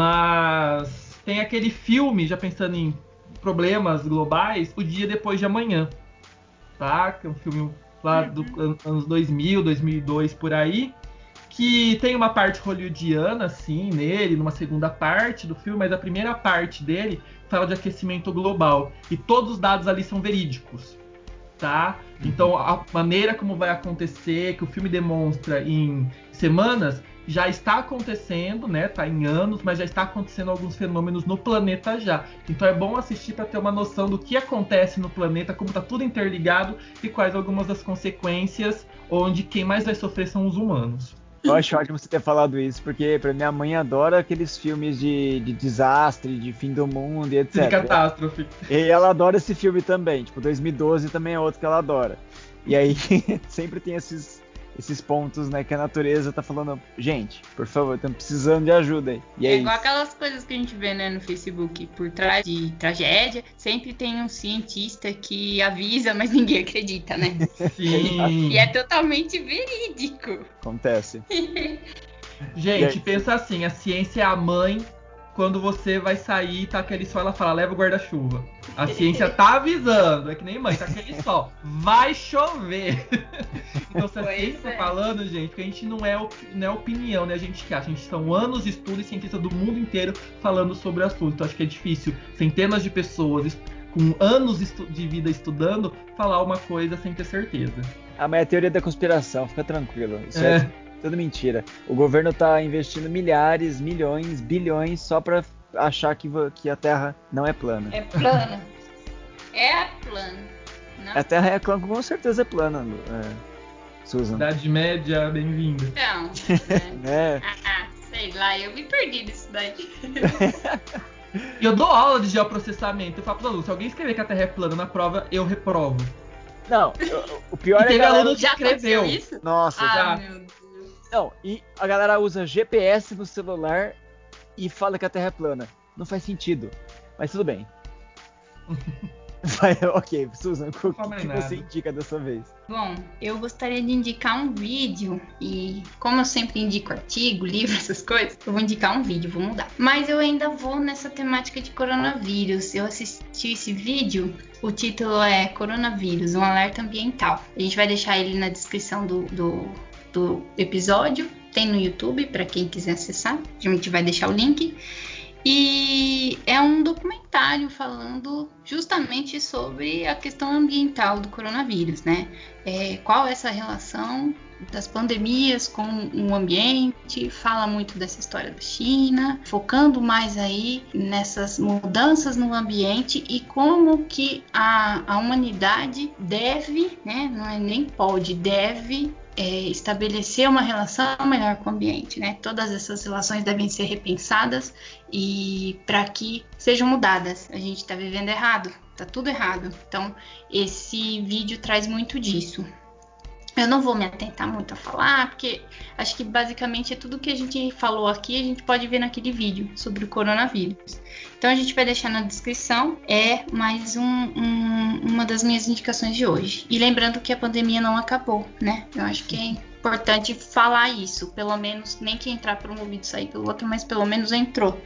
mas tem aquele filme, já pensando em problemas globais, O Dia Depois de Amanhã, tá? Que é um filme lá dos anos 2000, 2002, por aí, que tem uma parte hollywoodiana, assim, nele, numa segunda parte do filme, mas a primeira parte dele fala de aquecimento global. E todos os dados ali são verídicos, tá? Então, a maneira como vai acontecer, que o filme demonstra em semanas, já está acontecendo, né? Tá em anos, mas já está acontecendo alguns fenômenos no planeta já. Então é bom assistir para ter uma noção do que acontece no planeta, como tá tudo interligado e quais algumas das consequências, onde quem mais vai sofrer são os humanos. Eu acho ótimo você ter falado isso, porque pra minha mãe adora aqueles filmes de desastre, de fim do mundo e etc. De catástrofe. E ela adora esse filme também, tipo, 2012 também é outro que ela adora. E aí sempre tem esses esses pontos, né, que a natureza tá falando, gente, por favor, estamos precisando de ajuda aí. E É é igual isso. aquelas coisas que a gente vê, né, no Facebook. Por trás de tragédia, sempre tem um cientista que avisa, mas ninguém acredita, né? Sim. E é totalmente verídico. Acontece. Gente, E aí? pensa assim, a ciência é a mãe. Quando você vai sair, tá aquele sol, ela fala, leva o guarda-chuva. A ciência tá avisando, é que nem mãe, tá aquele sol, vai chover. Então se a ciência tá falando, gente, que a gente não é opinião, né? A gente que acha, a gente são anos de estudo e cientistas do mundo inteiro falando sobre o assunto. Então acho que é difícil, centenas de pessoas com anos de vida estudando, falar uma coisa sem ter certeza. Ah, mas é a teoria da conspiração, fica tranquilo. Isso É. é tudo mentira. O governo tá investindo milhares, milhões, bilhões só pra achar que a Terra não é plana. É plana. É plana. Não? A Terra é plana, com certeza é plana, Susan. Idade média, bem-vinda. Então, É. sei lá, eu me perdi nisso daí. E eu dou aula de geoprocessamento. Eu falo pros alunos, se alguém escrever que a Terra é plana na prova, eu reprovo. Não, o pior E é teve que a galera... aluno que Já escreveu. aconteceu isso? Nossa, já. Ah, meu Deus. Não, e a galera usa GPS no celular e fala que a Terra é plana. Não faz sentido. Mas tudo bem. Ok, Susan, o que você indica dessa vez? Bom, eu gostaria de indicar um vídeo e como eu sempre indico artigo, livro, essas coisas, eu vou indicar um vídeo, vou mudar. Mas eu ainda vou nessa temática de coronavírus. Eu assisti esse vídeo, o título é Coronavírus, um alerta ambiental. A gente vai deixar ele na descrição do episódio, tem no YouTube para quem quiser acessar, a gente vai deixar o link. E é um documentário falando justamente sobre a questão ambiental do coronavírus, né? Qual é essa relação das pandemias com o ambiente, fala muito dessa história da China, focando mais aí nessas mudanças no ambiente e como que a humanidade deve, né? Não é nem pode, deve estabelecer uma relação melhor com o ambiente, né? Todas essas relações devem ser repensadas e para que sejam mudadas. A gente está vivendo errado, tá tudo errado. Então, esse vídeo traz muito disso. Eu não vou me atentar muito a falar, porque acho que basicamente é tudo que a gente falou aqui, a gente pode ver naquele vídeo sobre o coronavírus. Então a gente vai deixar na descrição, é mais uma das minhas indicações de hoje. E lembrando que a pandemia não acabou, né? Eu acho que é importante falar isso, pelo menos, nem que entrar por um ouvido e sair pelo outro, mas pelo menos entrou.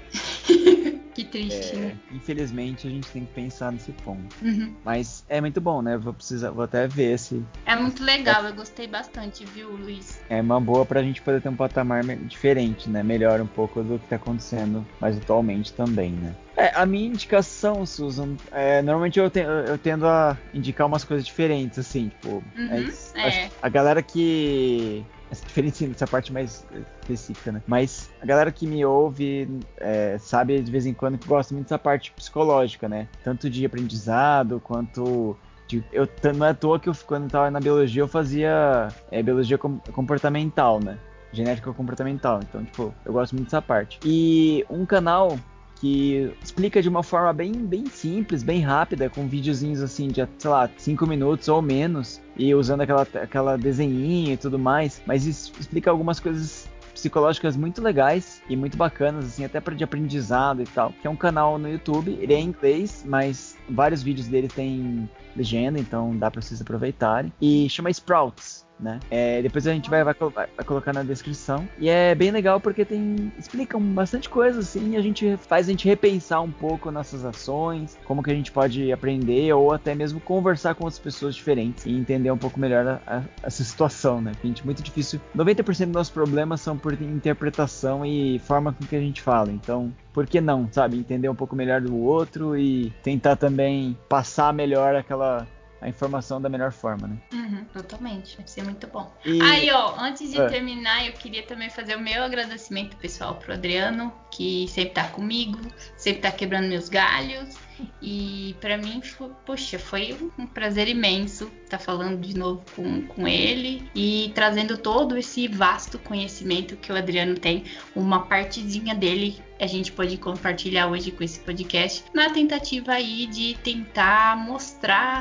Que triste, né? Infelizmente a gente tem que pensar nesse ponto. Uhum. Mas é muito bom, né? Vou até ver se... É muito legal, eu gostei bastante, viu, Luiz? É uma boa pra gente poder ter um patamar diferente, né? Melhor um pouco do que tá acontecendo mais atualmente também, né? A minha indicação, Susan, normalmente eu tendo a indicar umas coisas diferentes, assim, tipo... A galera que... Essa diferença nessa parte mais específica, né? Mas a galera que me ouve sabe de vez em quando que gosta muito dessa parte psicológica, né? Tanto de aprendizado quanto... não é à toa que quando eu tava na biologia eu fazia biologia comportamental, né? Genética comportamental. Então, tipo, eu gosto muito dessa parte. E um canal que explica de uma forma bem, bem simples, bem rápida, com videozinhos assim de, sei lá, 5 minutos ou menos, e usando aquela desenhinho e tudo mais, mas explica algumas coisas psicológicas muito legais e muito bacanas, assim, até de aprendizado e tal, que é um canal no YouTube, ele é em inglês, mas vários vídeos dele tem legenda, então dá pra vocês aproveitarem, e chama Sprouts, né? Depois a gente vai colocar na descrição. E é bem legal porque explicam bastante coisa, assim, e faz a gente repensar um pouco nossas ações, como que a gente pode aprender ou até mesmo conversar com outras pessoas diferentes e entender um pouco melhor essa situação, né? Porque é muito difícil. 90% dos nossos problemas são por interpretação e forma com que a gente fala. Então, por que não, sabe? Entender um pouco melhor do outro e tentar também passar melhor a informação da melhor forma, né? Totalmente, vai ser muito bom. E... Aí, ó, antes de terminar, eu queria também fazer o meu agradecimento pessoal pro Adriano, que sempre tá comigo, sempre tá quebrando meus galhos. E pra mim, foi um prazer imenso estar falando de novo com ele e trazendo todo esse vasto conhecimento que o Adriano tem. Uma partezinha dele a gente pode compartilhar hoje com esse podcast, na tentativa aí de tentar mostrar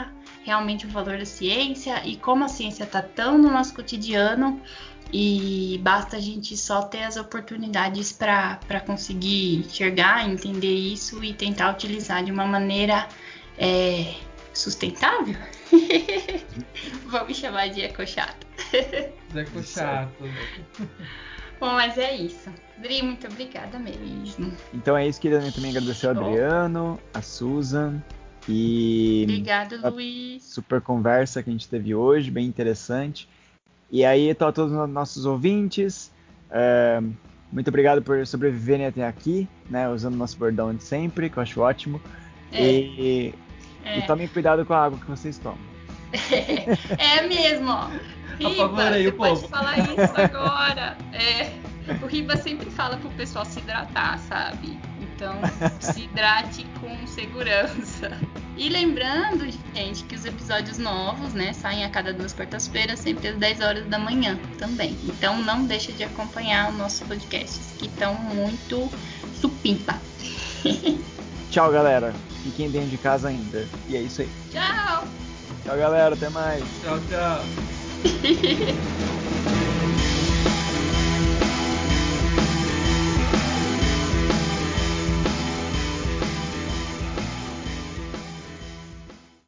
realmente o valor da ciência e como a ciência está tão no nosso cotidiano e basta a gente só ter as oportunidades para conseguir enxergar, entender isso e tentar utilizar de uma maneira sustentável. Vamos chamar de ecochato. Ecochato. Bom, mas é isso. Adri, muito obrigada mesmo. Então é isso, queria também agradecer ao Adriano, a Susan e obrigado, a Luiz. super conversa que a gente teve hoje, bem interessante. E aí, a todos os nossos ouvintes, muito obrigado por sobreviverem até aqui, né, usando o nosso bordão de sempre, que eu acho ótimo. E tomem cuidado com a água que vocês tomam. É mesmo, ó. Riba, você pode falar isso agora. O Riba sempre fala pro pessoal se hidratar, sabe? Então, se hidrate com segurança. E lembrando, gente, que os episódios novos, né, saem a cada 2 quartas-feiras, sempre às 10 horas da manhã também. Então, não deixa de acompanhar os nossos podcasts, que estão muito supimpa. Tchau, galera. Fiquem dentro de casa ainda. E é isso aí. Tchau. Tchau, galera. Até mais. Tchau, tchau.